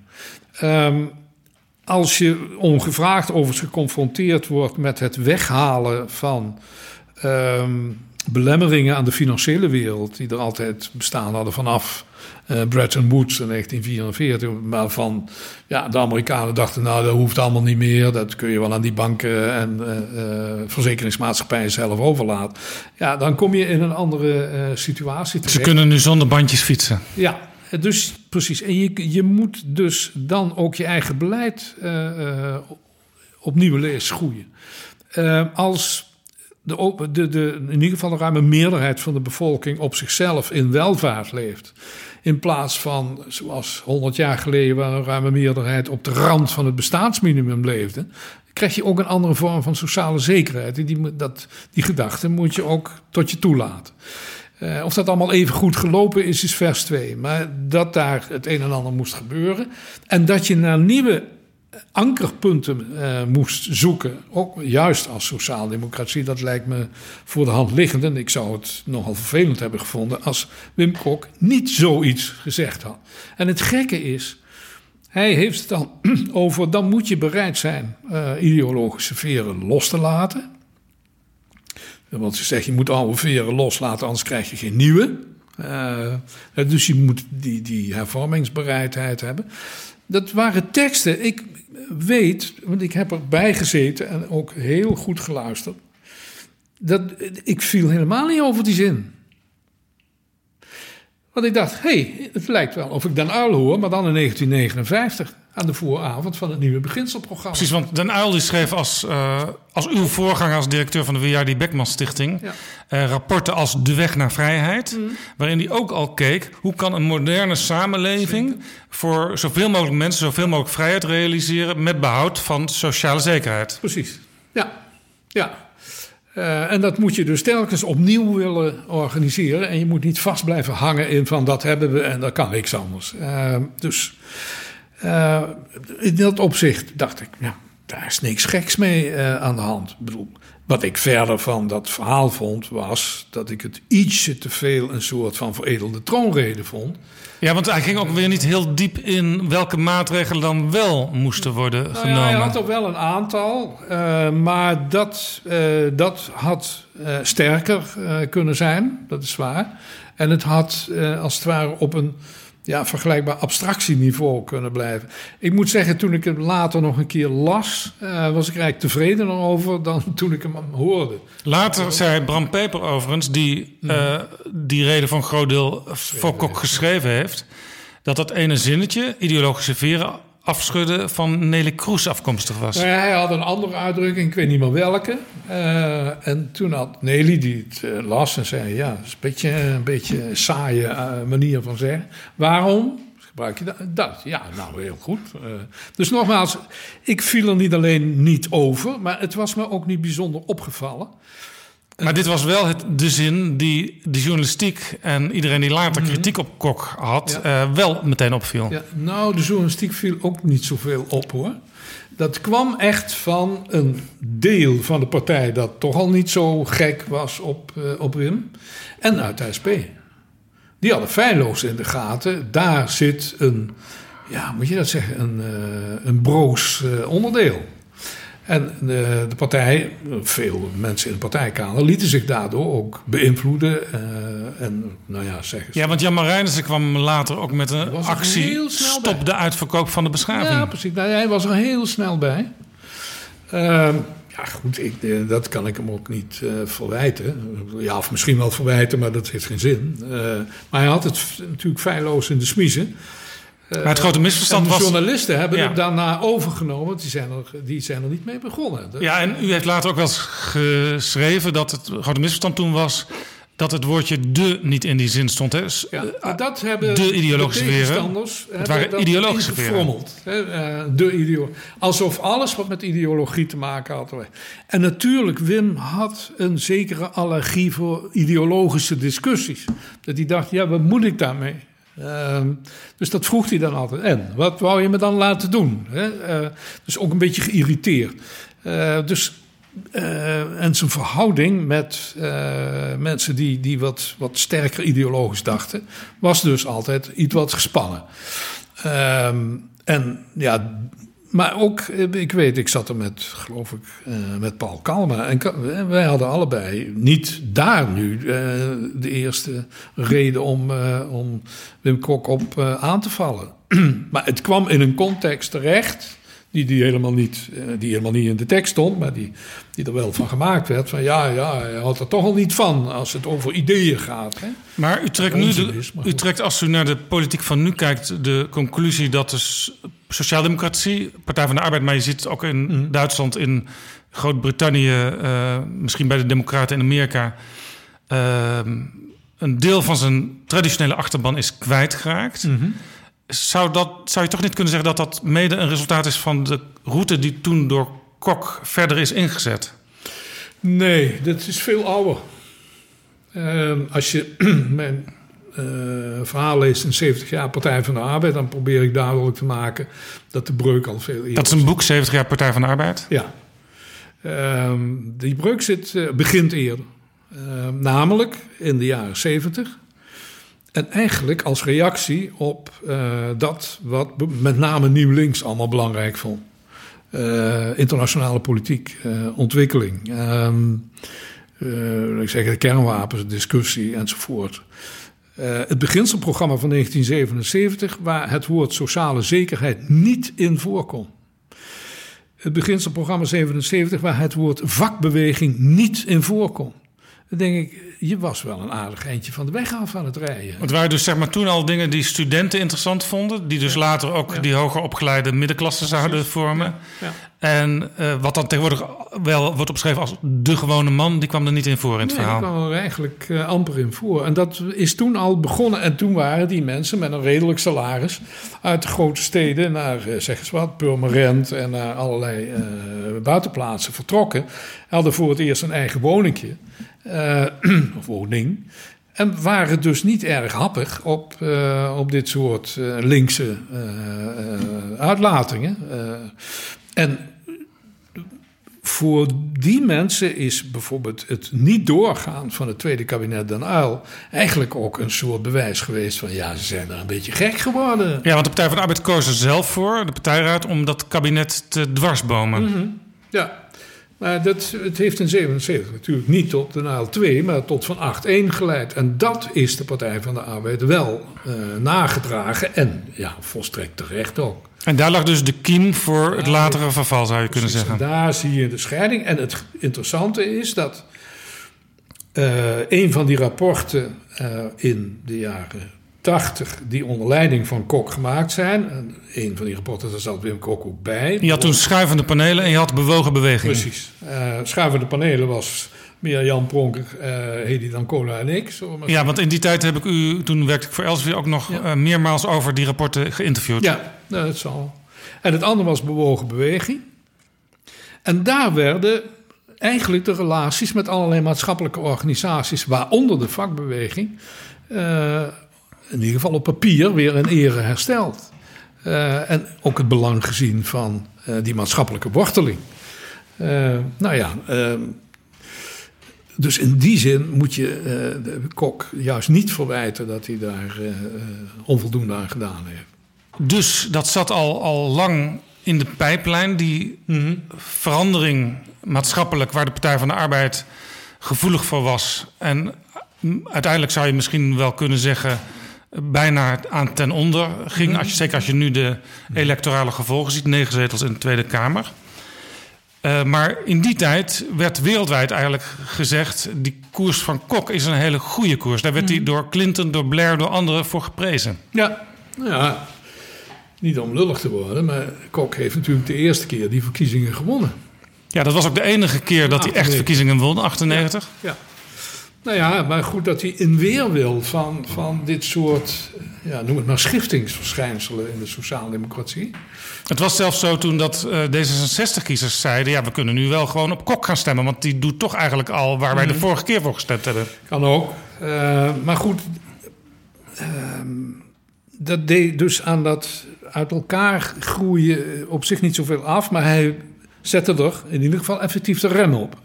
Als je ongevraagd overigens geconfronteerd wordt met het weghalen van belemmeringen aan de financiële wereld, die er altijd bestaan hadden vanaf Bretton Woods in 1944, waarvan de Amerikanen dachten, nou, dat hoeft allemaal niet meer, dat kun je wel aan die banken en verzekeringsmaatschappijen zelf overlaten. Ja, dan kom je in een andere situatie terecht. Ze kunnen nu zonder bandjes fietsen. Ja, dus precies. En je moet dus dan ook je eigen beleid op nieuwe lees schoeien. Als in ieder geval een ruime meerderheid van de bevolking op zichzelf in welvaart leeft, in plaats van, zoals 100 jaar geleden, waar een ruime meerderheid op de rand van het bestaansminimum leefde, krijg je ook een andere vorm van sociale zekerheid. Die gedachte moet je ook tot je toelaten. Of dat allemaal even goed gelopen is vers 2. Maar dat daar het een en ander moest gebeuren. En dat je naar nieuwe ankerpunten moest zoeken. Ook juist als sociaaldemocratie. Dat lijkt me voor de hand liggend. En ik zou het nogal vervelend hebben gevonden als Wim Kok niet zoiets gezegd had. En het gekke is, hij heeft het dan over, dan moet je bereid zijn ideologische veren los te laten. Want ze zegt, je moet oude veren loslaten, anders krijg je geen nieuwe. Dus je moet die hervormingsbereidheid hebben. Dat waren teksten. Ik weet, want ik heb erbij gezeten en ook heel goed geluisterd. Ik viel helemaal niet over die zin. Want ik dacht, het lijkt wel of ik Den Uyl hoor, maar dan in 1959... aan de vooravond van het nieuwe beginselprogramma. Precies, want Den Uyl die schreef als uw voorganger als directeur van de W.J.D. Beckman Stichting rapporten als De Weg naar Vrijheid, waarin hij ook al keek hoe kan een moderne samenleving voor zoveel mogelijk mensen zoveel mogelijk vrijheid realiseren met behoud van sociale zekerheid. Precies, ja. En dat moet je dus telkens opnieuw willen organiseren en je moet niet vast blijven hangen in van dat hebben we en dat kan niks anders. In dat opzicht dacht ik, ja, daar is niks geks mee aan de hand. Ik bedoel, wat ik verder van dat verhaal vond, was dat ik het ietsje te veel een soort van veredelde troonrede vond. Ja, want hij ging ook weer niet heel diep in welke maatregelen dan wel moesten worden genomen. Hij had er wel een aantal, maar dat had sterker kunnen zijn, dat is waar. En het had als het ware op een vergelijkbaar abstractieniveau kunnen blijven. Ik moet zeggen, toen ik hem later nog een keer las, was ik eigenlijk tevredener over dan toen ik hem hoorde. Later zei Bram Peper overigens, die reden van een groot deel voor Kok geschreven heeft, dat ene zinnetje, ideologische veren afschudden, van Neelie Kroes afkomstig was. Nou ja, hij had een andere uitdrukking, ik weet niet meer welke. En toen had Neelie, die het las en zei, ja, dat is een beetje een saaie manier van zeggen. Waarom gebruik je dat? Ja, nou, heel goed. Dus nogmaals, ik viel er niet alleen niet over, maar het was me ook niet bijzonder opgevallen. Maar dit was wel de zin die de journalistiek en iedereen die later kritiek op Kok had, wel meteen opviel. Ja, nou, de journalistiek viel ook niet zoveel op, hoor. Dat kwam echt van een deel van de partij dat toch al niet zo gek was op Wim. En uit de SP. Die hadden feilloos in de gaten. Daar zit een broos onderdeel. En de partij, veel mensen in de partijkamer, lieten zich daardoor ook beïnvloeden. Ja, want Jan Marijnissen kwam later ook met een actie, stop de uitverkoop van de beschaving. Ja, precies. Nou, hij was er heel snel bij. Goed, dat kan ik hem ook niet verwijten. Ja, of misschien wel verwijten, maar dat heeft geen zin. Maar hij had het natuurlijk feilloos in de smiezen. Maar het grote misverstand was... De journalisten hebben het daarna overgenomen. Die zijn er niet mee begonnen. Ja, en u heeft later ook wel eens geschreven dat het grote misverstand toen was dat het woordje de niet in die zin stond. Hè? Dat hebben de ideologische tegenstanders het waren ideologische veren. Alsof alles wat met ideologie te maken had. En natuurlijk, Wim had een zekere allergie voor ideologische discussies. Dat hij dacht, ja, wat moet ik daarmee? Dus dat vroeg hij dan altijd. En wat wou je me dan laten doen? Dus ook een beetje geïrriteerd. En zijn verhouding met mensen die wat sterker ideologisch dachten, was dus altijd iets wat gespannen. Maar ook, ik zat er met Paul Kalma. En wij hadden allebei niet daar nu de eerste reden om Wim Kok op aan te vallen. Maar het kwam in een context terecht die helemaal niet in de tekst stond, maar die er wel van gemaakt werd. Van hij houdt er toch al niet van als het over ideeën gaat. Hè? Maar u trekt als u naar de politiek van nu kijkt de conclusie dat de Sociaaldemocratie, Partij van de Arbeid, maar je ziet het ook in Duitsland, in Groot-Brittannië, misschien bij de Democraten in Amerika, een deel van zijn traditionele achterban is kwijtgeraakt. Mm-hmm. Zou je toch niet kunnen zeggen dat dat mede een resultaat is van de route die toen door Kok verder is ingezet? Nee, dat is veel ouder. Als je mijn verhaal leest in 70 jaar Partij van de Arbeid, dan probeer ik duidelijk te maken dat de breuk al veel eerder. Dat is een boek, 70 jaar Partij van de Arbeid? Ja. Die breuk begint eerder. Namelijk in de jaren 70. En eigenlijk als reactie op dat wat met name Nieuw Links allemaal belangrijk vond. Internationale politiek, ontwikkeling. Ik zeg de kernwapens, discussie enzovoort. Het beginselprogramma van 1977, waar het woord sociale zekerheid niet in voorkomt. Het beginselprogramma 77, waar het woord vakbeweging niet in voorkomt. Dan denk ik, je was wel een aardig eindje van de weg af aan het rijden. Het waren dus zeg maar toen al dingen die studenten interessant vonden, die dus later ook die hoger opgeleide middenklasse zouden vormen. Ja. En wat dan tegenwoordig wel wordt opgeschreven als de gewone man, die kwam er niet in voor in het verhaal. Die kwam er eigenlijk amper in voor. En dat is toen al begonnen. En toen waren die mensen met een redelijk salaris uit de grote steden naar, zeg eens wat, Purmerend en naar allerlei buitenplaatsen vertrokken. Hadden voor het eerst een eigen woningje. Of woning. En waren dus niet erg happig op dit soort linkse uitlatingen. En voor die mensen is bijvoorbeeld het niet doorgaan van het tweede kabinet Den Uyl eigenlijk ook een soort bewijs geweest van ze zijn er een beetje gek geworden. Ja, want de Partij van de Arbeid koos er zelf voor, de partijraad, om dat kabinet te dwarsbomen. Mm-hmm. Ja, maar het heeft in 1977 natuurlijk niet tot Den Uyl 2, maar tot Van Agt-1 geleid. En dat is de Partij van de Arbeid wel nagedragen en volstrekt terecht ook. En daar lag dus de kiem voor het latere verval, zou je kunnen zeggen. Daar zie je de scheiding. En het interessante is dat een van die rapporten in de jaren 80... die onder leiding van Kok gemaakt zijn. En een van die rapporten, daar zat Wim Kok ook bij. Je had toen schuivende panelen en je had bewogen beweging. Precies. Schuivende panelen was meer Jan Pronker, Hedy Dancona en ik. Ja, want in die tijd heb ik toen werkte ik voor Elsevier ook nog meermaals over die rapporten geïnterviewd. Ja, dat zal. En het andere was bewogen beweging. En daar werden eigenlijk de relaties met allerlei maatschappelijke organisaties, waaronder de vakbeweging, in ieder geval op papier weer in ere hersteld. En ook het belang gezien van die maatschappelijke worteling. Dus in die zin moet je Kok juist niet verwijten dat hij daar onvoldoende aan gedaan heeft. Dus dat zat al lang in de pijplijn, die verandering maatschappelijk waar de Partij van de Arbeid gevoelig voor was. En uiteindelijk zou je misschien wel kunnen zeggen bijna aan ten onder ging. Zeker als je nu de electorale gevolgen ziet, 9 zetels in de Tweede Kamer. Maar in die tijd werd wereldwijd eigenlijk gezegd, die koers van Kok is een hele goede koers. Daar werd hij door Clinton, door Blair, door anderen voor geprezen. Ja, niet om lullig te worden, maar Kok heeft natuurlijk de eerste keer die verkiezingen gewonnen. Ja, dat was ook de enige keer dat hij echt verkiezingen won, 98. Ja. Nou ja, maar goed dat hij in weerwil van dit soort, noem het maar schiftingsverschijnselen in de sociaaldemocratie. Het was zelfs zo toen dat D66-kiezers zeiden, we kunnen nu wel gewoon op Kok gaan stemmen, want die doet toch eigenlijk al waar wij de vorige keer voor gestemd hebben. Kan ook. Maar goed, dat deed dus aan dat uit elkaar groeien op zich niet zoveel af, maar hij zette er in ieder geval effectief de rem op.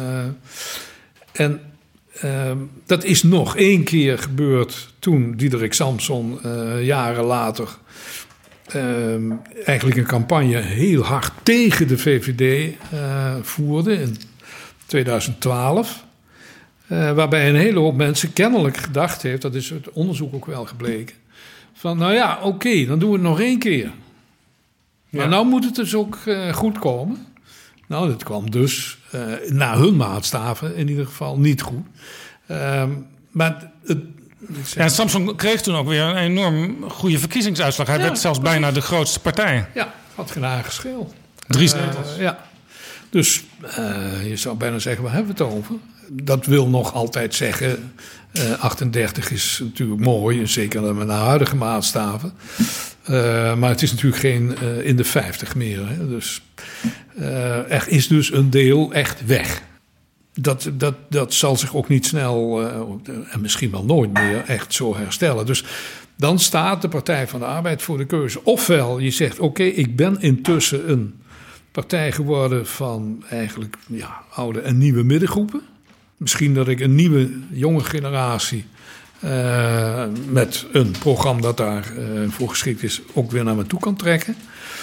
Dat is nog 1 keer gebeurd toen Diederik Samson jaren later eigenlijk een campagne heel hard tegen de VVD voerde in 2012. Waarbij een hele hoop mensen kennelijk gedacht heeft, dat is het onderzoek ook wel gebleken, van oké, dan doen we het nog 1 keer. Maar nou moet het dus ook goed komen. Nou, dat kwam dus naar hun maatstaven in ieder geval niet goed. Maar Samson kreeg toen ook weer een enorm goede verkiezingsuitslag. Hij werd zelfs bijna de grootste partij. Ja, had geen geschil. 3 zetels. Dus je zou bijna zeggen, waar hebben we het over? Dat wil nog altijd zeggen, 38 is natuurlijk mooi, zeker met de huidige maatstaven. Maar het is natuurlijk geen in de 50 meer. Hè? Dus er is dus een deel echt weg. Dat zal zich ook niet snel, en misschien wel nooit meer, echt zo herstellen. Dus dan staat de Partij van de Arbeid voor de keuze. Ofwel, je zegt, oké, ik ben intussen een partij geworden van eigenlijk oude en nieuwe middengroepen. Misschien dat ik een nieuwe, jonge generatie met een programma dat daarvoor geschikt is, ook weer naar me toe kan trekken.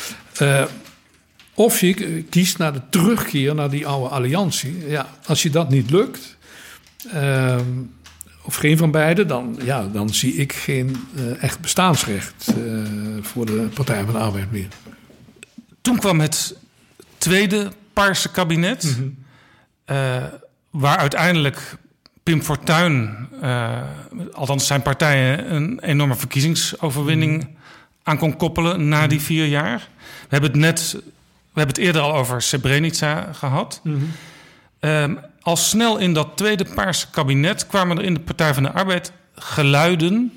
Of je kiest naar de terugkeer naar die oude alliantie. Ja, als je dat niet lukt, of geen van beide, dan zie ik geen echt bestaansrecht voor de Partij van de Arbeid meer. Toen kwam het tweede Paarse kabinet, waar uiteindelijk Pim Fortuyn, althans zijn partijen, een enorme verkiezingsoverwinning aan kon koppelen na die 4 jaar. We hebben het eerder al over Srebrenica gehad. Al snel in dat tweede Paarse kabinet kwamen er in de Partij van de Arbeid geluiden.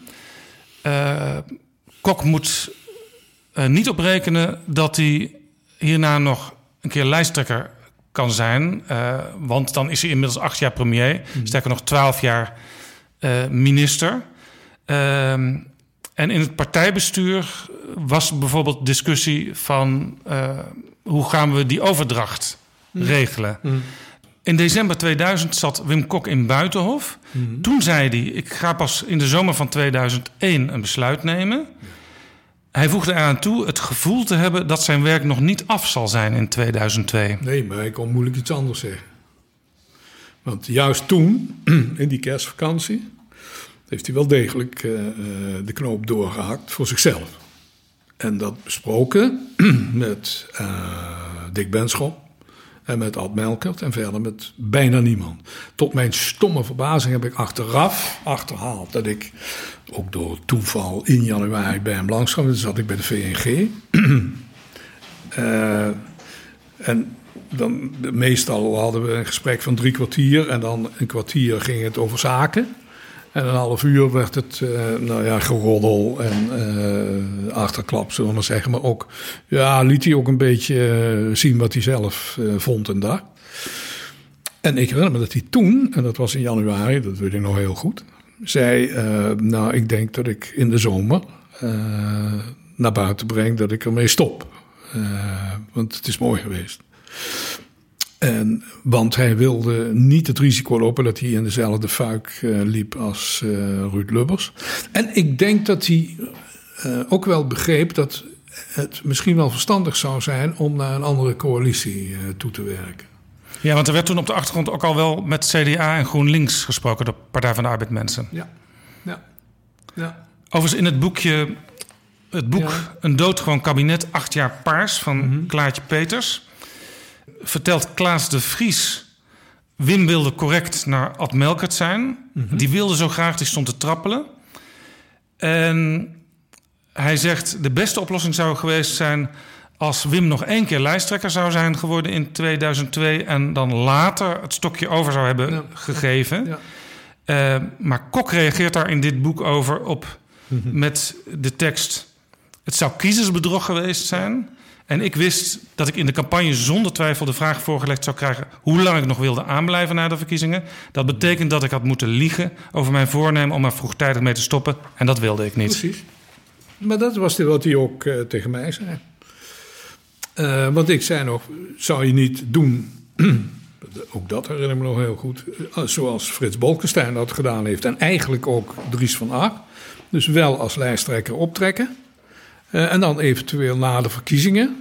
Kok moet niet op rekenen dat hij hierna nog een keer lijsttrekker kan zijn. Want dan is hij inmiddels 8 jaar premier. Sterker nog 12 jaar minister. En in het partijbestuur was bijvoorbeeld discussie van hoe gaan we die overdracht regelen. In december 2000 zat Wim Kok in Buitenhof. Toen zei hij, ik ga pas in de zomer van 2001 een besluit nemen. Hij voegde eraan toe het gevoel te hebben dat zijn werk nog niet af zal zijn in 2002. Nee, maar ik kon moeilijk iets anders zeggen. Want juist toen, in die kerstvakantie, heeft hij wel degelijk de knoop doorgehakt voor zichzelf. En dat besproken met Dick Benschop en met Ad Melkert en verder met bijna niemand. Tot mijn stomme verbazing heb ik achterhaald dat ik ook door toeval in januari bij hem langs kwam. Dus zat ik bij de VNG. En dan meestal hadden we een gesprek van 3 kwartier en dan een kwartier ging het over zaken. En een half uur werd het geroddel en achterklap, zullen we maar zeggen. Maar ook, liet hij ook een beetje zien wat hij zelf vond en dacht. En ik herinner me dat hij toen, en dat was in januari, dat weet ik nog heel goed, zei, ik denk dat ik in de zomer naar buiten breng dat ik ermee stop. Want het is mooi geweest. Want hij wilde niet het risico lopen dat hij in dezelfde fuik liep als Ruud Lubbers. En ik denk dat hij ook wel begreep dat het misschien wel verstandig zou zijn om naar een andere coalitie toe te werken. Ja, want er werd toen op de achtergrond ook al wel met CDA en GroenLinks gesproken, de Partij van de Arbeid mensen. Ja. Overigens in het boek Een doodgewoon kabinet, 8 jaar paars van Klaartje Peters vertelt Klaas de Vries, Wim wilde correct naar Ad Melkert zijn. Die wilde zo graag, die stond te trappelen. En hij zegt, de beste oplossing zou geweest zijn als Wim nog 1 keer lijsttrekker zou zijn geworden in 2002... en dan later het stokje over zou hebben gegeven. Maar Kok reageert daar in dit boek over op met de tekst: het zou kiezersbedrog geweest zijn. En ik wist dat ik in de campagne zonder twijfel de vraag voorgelegd zou krijgen hoe lang ik nog wilde aanblijven na de verkiezingen. Dat betekent dat ik had moeten liegen over mijn voornemen om er vroegtijdig mee te stoppen. En dat wilde ik niet. Precies. Maar dat was wat hij ook tegen mij zei. Want ik zei nog, zou je niet doen, ook dat herinner ik me nog heel goed, zoals Frits Bolkestein dat gedaan heeft. En eigenlijk ook Dries van Acht. Dus wel als lijsttrekker optrekken. En dan eventueel na de verkiezingen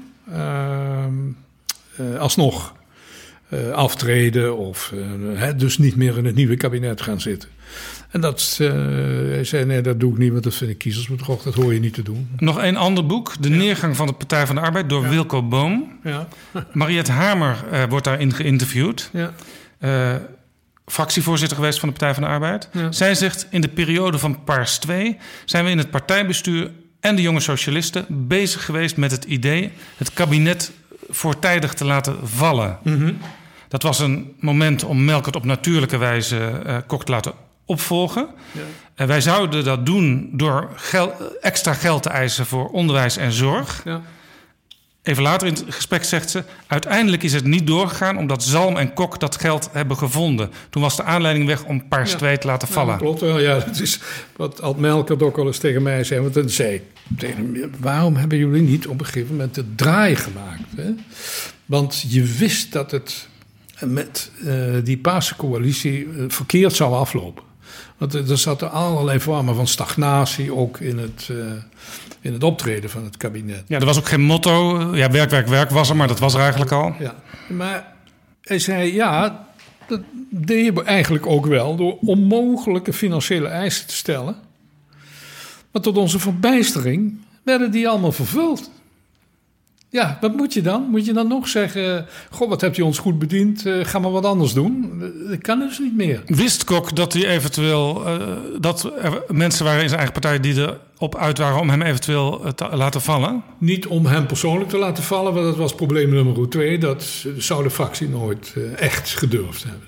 alsnog aftreden of dus niet meer in het nieuwe kabinet gaan zitten. En hij zei, nee, dat doe ik niet, want dat vind ik kiezersbedrog, dat hoor je niet te doen. Nog een ander boek, De Neergang van de Partij van de Arbeid door Wilco Boom. Ja. Mariette Hamer wordt daarin geïnterviewd. Ja. Fractievoorzitter geweest van de Partij van de Arbeid. Ja. Zij zegt, in de periode van Paars 2 zijn we in het partijbestuur en de jonge socialisten bezig geweest met het idee het kabinet voortijdig te laten vallen. Dat was een moment om Melkert op natuurlijke wijze Kok te laten opvolgen. Ja. En wij zouden dat doen door extra geld te eisen voor onderwijs en zorg. Ja. Even later in het gesprek zegt ze, uiteindelijk is het niet doorgegaan omdat Zalm en Kok dat geld hebben gevonden. Toen was de aanleiding weg om Paars 2 te laten vallen. Ja, klopt wel. Ja, dat is wat Ad Melkert ook wel eens tegen mij zei. Want dan zei ik tegen hem, waarom hebben jullie niet op een gegeven moment de draai gemaakt? Hè? Want je wist dat het met die Paarse coalitie verkeerd zou aflopen. Want er zaten allerlei vormen van stagnatie ook in het optreden van het kabinet. Ja, er was ook geen motto. Ja, werk, werk, werk was er, maar dat was er eigenlijk al. Ja, maar hij zei, ja, dat deed je eigenlijk ook wel door onmogelijke financiële eisen te stellen. Maar tot onze verbijstering werden die allemaal vervuld. Ja, wat moet je dan? Moet je dan nog zeggen, goh, wat hebt u ons goed bediend, ga maar wat anders doen? Dat kan dus niet meer. Wist Kok dat hij eventueel, dat er mensen waren in zijn eigen partij die erop uit waren om hem eventueel te laten vallen? Niet om hem persoonlijk te laten vallen, want dat was probleem nummer 2. Dat zou de fractie nooit echt gedurfd hebben.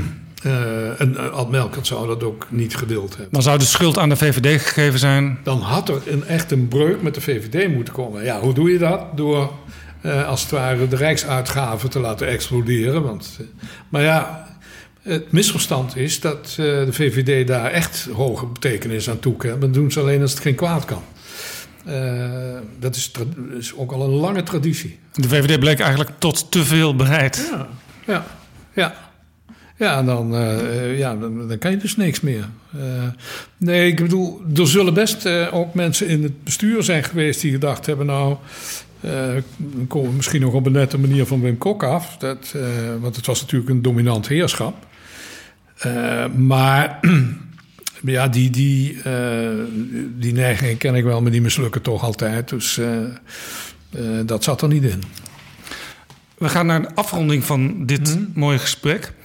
En Ad Melkert zou dat ook niet gewild hebben. Dan zou de schuld aan de VVD gegeven zijn? Dan had er echt een breuk met de VVD moeten komen. Ja, hoe doe je dat? Door als het ware de rijksuitgaven te laten exploderen. Maar ja, Het misverstand is dat de VVD daar echt hoge betekenis aan toekent. Dat doen ze alleen als het geen kwaad kan. Dat is ook al een lange traditie. De VVD bleek eigenlijk tot te veel bereid. Ja, en dan kan je dus niks meer. Nee, ik bedoel, er zullen best ook mensen in het bestuur zijn geweest die gedacht hebben, nou, dan komen we misschien nog op een nette manier van Wim Kok af. Want het was natuurlijk een dominant heerschap. Maar ja, die neiging ken ik wel, maar die mislukken toch altijd. Dus dat zat er niet in. We gaan naar de afronding van dit mooie gesprek.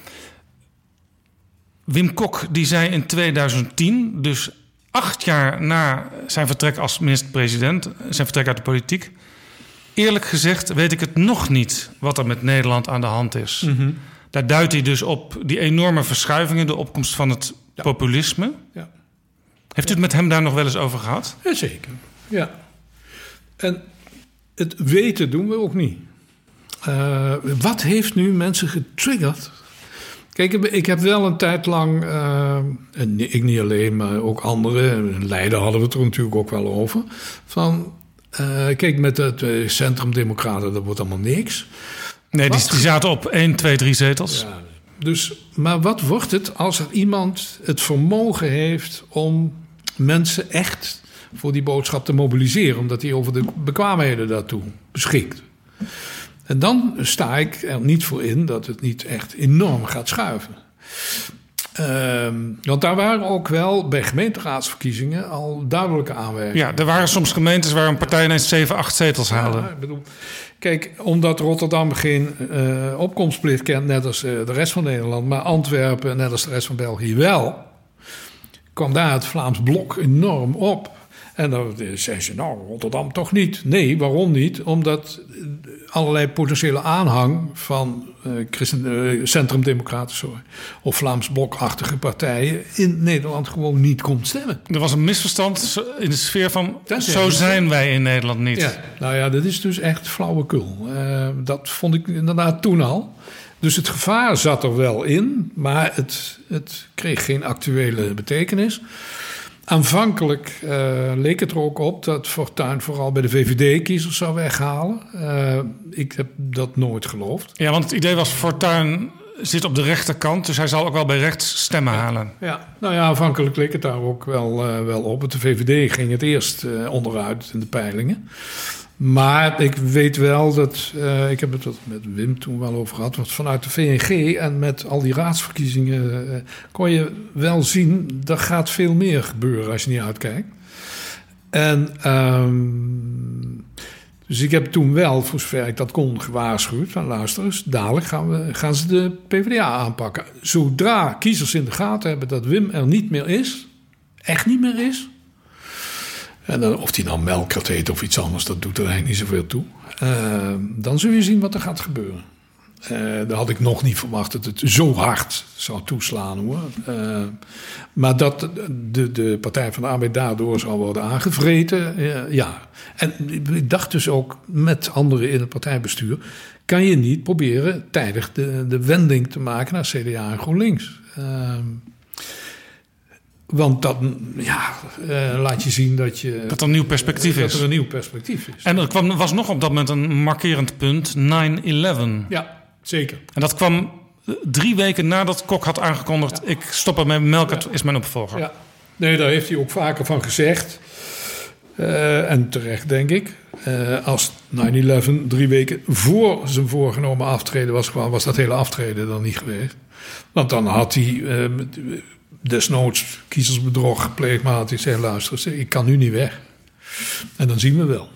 Wim Kok die zei in 2010, dus 8 jaar na zijn vertrek als minister-president, zijn vertrek uit de politiek, eerlijk gezegd weet ik het nog niet wat er met Nederland aan de hand is. Mm-hmm. Daar duidt hij dus op die enorme verschuivingen, de opkomst van het populisme. Ja. Heeft u het met hem daar nog wel eens over gehad? Jazeker, ja. En het weten doen we ook niet. Wat heeft nu mensen getriggerd? Kijk, ik heb wel een tijd lang, en ik niet alleen, maar ook anderen, in Leiden hadden we het er natuurlijk ook wel over, van, kijk, met het Centrum-Democraten, dat wordt allemaal niks. Nee, die zaten op 1, 2, 3 zetels. Ja, dus, maar wat wordt het als er iemand het vermogen heeft om mensen echt voor die boodschap te mobiliseren, omdat hij over de bekwaamheden daartoe beschikt? En dan sta ik er niet voor in dat het niet echt enorm gaat schuiven. Want daar waren ook wel bij gemeenteraadsverkiezingen al duidelijke aanwijzingen. Ja, er waren soms gemeentes waar een partij ineens 7, 8 zetels haalde. Ja, ik bedoel, kijk, omdat Rotterdam geen opkomstplicht kent, net als de rest van Nederland, maar Antwerpen, net als de rest van België wel, kwam daar het Vlaams Blok enorm op. En dan zei ze, nou, Rotterdam toch niet. Nee, waarom niet? Omdat allerlei potentiële aanhang van Centrum-Democraten of Vlaams Blokachtige partijen in Nederland gewoon niet komt stemmen. Er was een misverstand in de sfeer van, zo zijn wij in Nederland niet. Ja, nou ja, dat is dus echt flauwekul. Dat vond ik inderdaad toen al. Dus het gevaar zat er wel in, maar het kreeg geen actuele betekenis. Aanvankelijk leek het er ook op dat Fortuyn vooral bij de VVD-kiezers zou weghalen. Ik heb dat nooit geloofd. Ja, want het idee was, Fortuyn zit op de rechterkant, dus hij zal ook wel bij rechts stemmen halen. Ja, nou ja, aanvankelijk leek het daar ook wel op. De VVD ging het eerst onderuit in de peilingen. Maar ik weet wel dat, ik heb het met Wim toen wel over gehad, want vanuit de VNG en met al die raadsverkiezingen kon je wel zien, er gaat veel meer gebeuren als je niet uitkijkt. En dus ik heb toen wel, voor zover ik dat kon, gewaarschuwd van luister eens, dadelijk gaan ze de PvdA aanpakken. Zodra kiezers in de gaten hebben dat Wim er niet meer is, echt niet meer is. En dan, of die nou Melkert heet of iets anders, dat doet er eigenlijk niet zoveel toe. Dan zul je zien wat er gaat gebeuren. Daar had ik nog niet verwacht dat het zo hard zou toeslaan, hoor. Maar dat de Partij van de Arbeid daardoor zou worden aangevreten, ja. En ik dacht dus ook met anderen in het partijbestuur, kan je niet proberen tijdig de wending te maken naar CDA en GroenLinks. Want dan laat je zien dat er een nieuw perspectief is. Dat er een nieuw perspectief is. En er was nog op dat moment een markerend punt, 9/11. Ja, zeker. En dat kwam 3 weken nadat Kok had aangekondigd, ik stop ermee, Melkert is mijn opvolger. Ja. Nee, daar heeft hij ook vaker van gezegd. En terecht, denk ik. Als 9/11 3 weken voor zijn voorgenomen aftreden was dat hele aftreden dan niet geweest. Want dan had hij desnoods kiezersbedrog gepleegd, maar had hij gezegd, luister, ik kan nu niet weg. En dan zien we wel.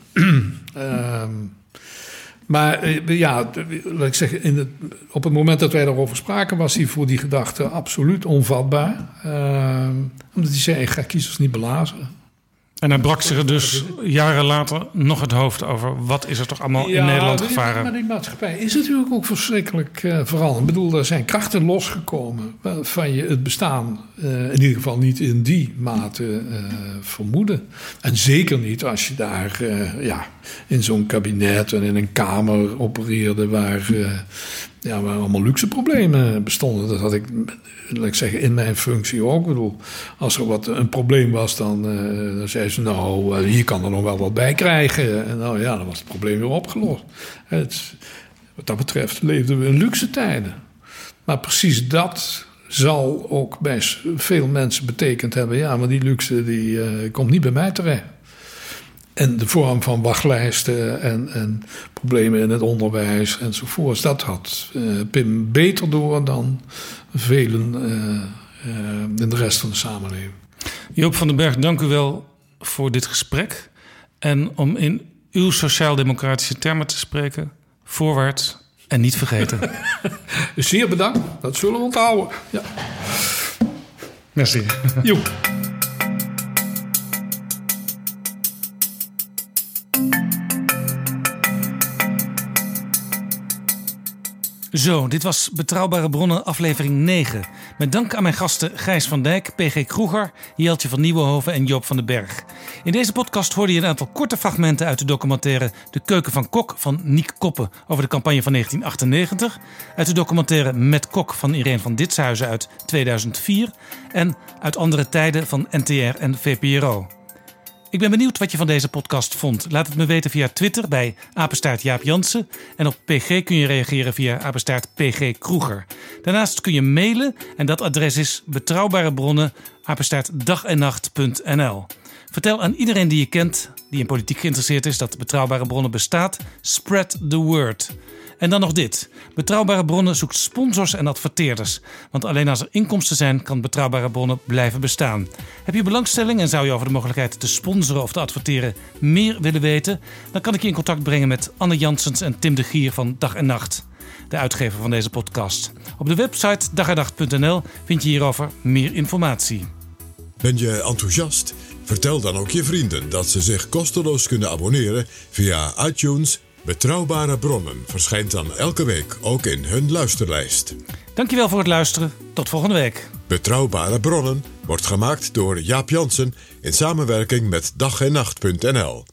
Maar ja, laat ik zeggen, op het moment dat wij daarover spraken, was hij voor die gedachte absoluut onvatbaar. Omdat hij zei, ik ga kiezers niet belazen. En hij brak zich er dus jaren later nog het hoofd over. Wat is er toch allemaal in Nederland gevaren? Maar die maatschappij is natuurlijk ook verschrikkelijk veranderd. Ik bedoel, er zijn krachten losgekomen waarvan je het bestaan in ieder geval niet in die mate vermoeden. En zeker niet als je daar in zo'n kabinet en in een kamer opereerde waar waar allemaal luxe problemen bestonden. Dat had ik, laat ik zeggen, in mijn functie ook. Ik bedoel, als er een probleem was, dan zei ze... nou, hier kan er nog wel wat bij krijgen. En dan was het probleem weer opgelost. Wat dat betreft leefden we in luxe tijden. Maar precies dat zal ook bij veel mensen betekend hebben... maar die luxe die komt niet bij mij terecht. En de vorm van wachtlijsten en problemen in het onderwijs enzovoort... dat had Pim beter door dan velen in de rest van de samenleving. Joop van den Berg, dank u wel voor dit gesprek. En om in uw sociaal-democratische termen te spreken... voorwaarts en niet vergeten. Zeer bedankt, dat zullen we onthouden. Ja. Merci. Joep. Zo, dit was Betrouwbare Bronnen aflevering 9. Met dank aan mijn gasten Gijs van Dijk, P.G. Kroeger, Jeltje van Nieuwenhoven en Joop van den Berg. In deze podcast hoorde je een aantal korte fragmenten uit de documentaire De Keuken van Kok van Niek Koppen over de campagne van 1998. Uit de documentaire Met Kok van Irene van Ditshuizen uit 2004. En uit Andere Tijden van NTR en VPRO. Ik ben benieuwd wat je van deze podcast vond. Laat het me weten via Twitter bij @Jaap Jansen. En op PG kun je reageren via @PG Kroeger. Daarnaast kun je mailen en dat adres is betrouwbarebronnen @dagennacht.nl. Vertel aan iedereen die je kent, die in politiek geïnteresseerd is, dat Betrouwbare Bronnen bestaat. Spread the word. En dan nog dit. Betrouwbare Bronnen zoekt sponsors en adverteerders. Want alleen als er inkomsten zijn, kan Betrouwbare Bronnen blijven bestaan. Heb je belangstelling en zou je over de mogelijkheid te sponsoren of te adverteren meer willen weten? Dan kan ik je in contact brengen met Anne Janssens en Tim de Gier van Dag en Nacht, de uitgever van deze podcast. Op de website dagennacht.nl vind je hierover meer informatie. Ben je enthousiast? Vertel dan ook je vrienden dat ze zich kosteloos kunnen abonneren via iTunes. Betrouwbare Bronnen verschijnt dan elke week ook in hun luisterlijst. Dankjewel voor het luisteren. Tot volgende week. Betrouwbare Bronnen wordt gemaakt door Jaap Jansen in samenwerking met dagennacht.nl.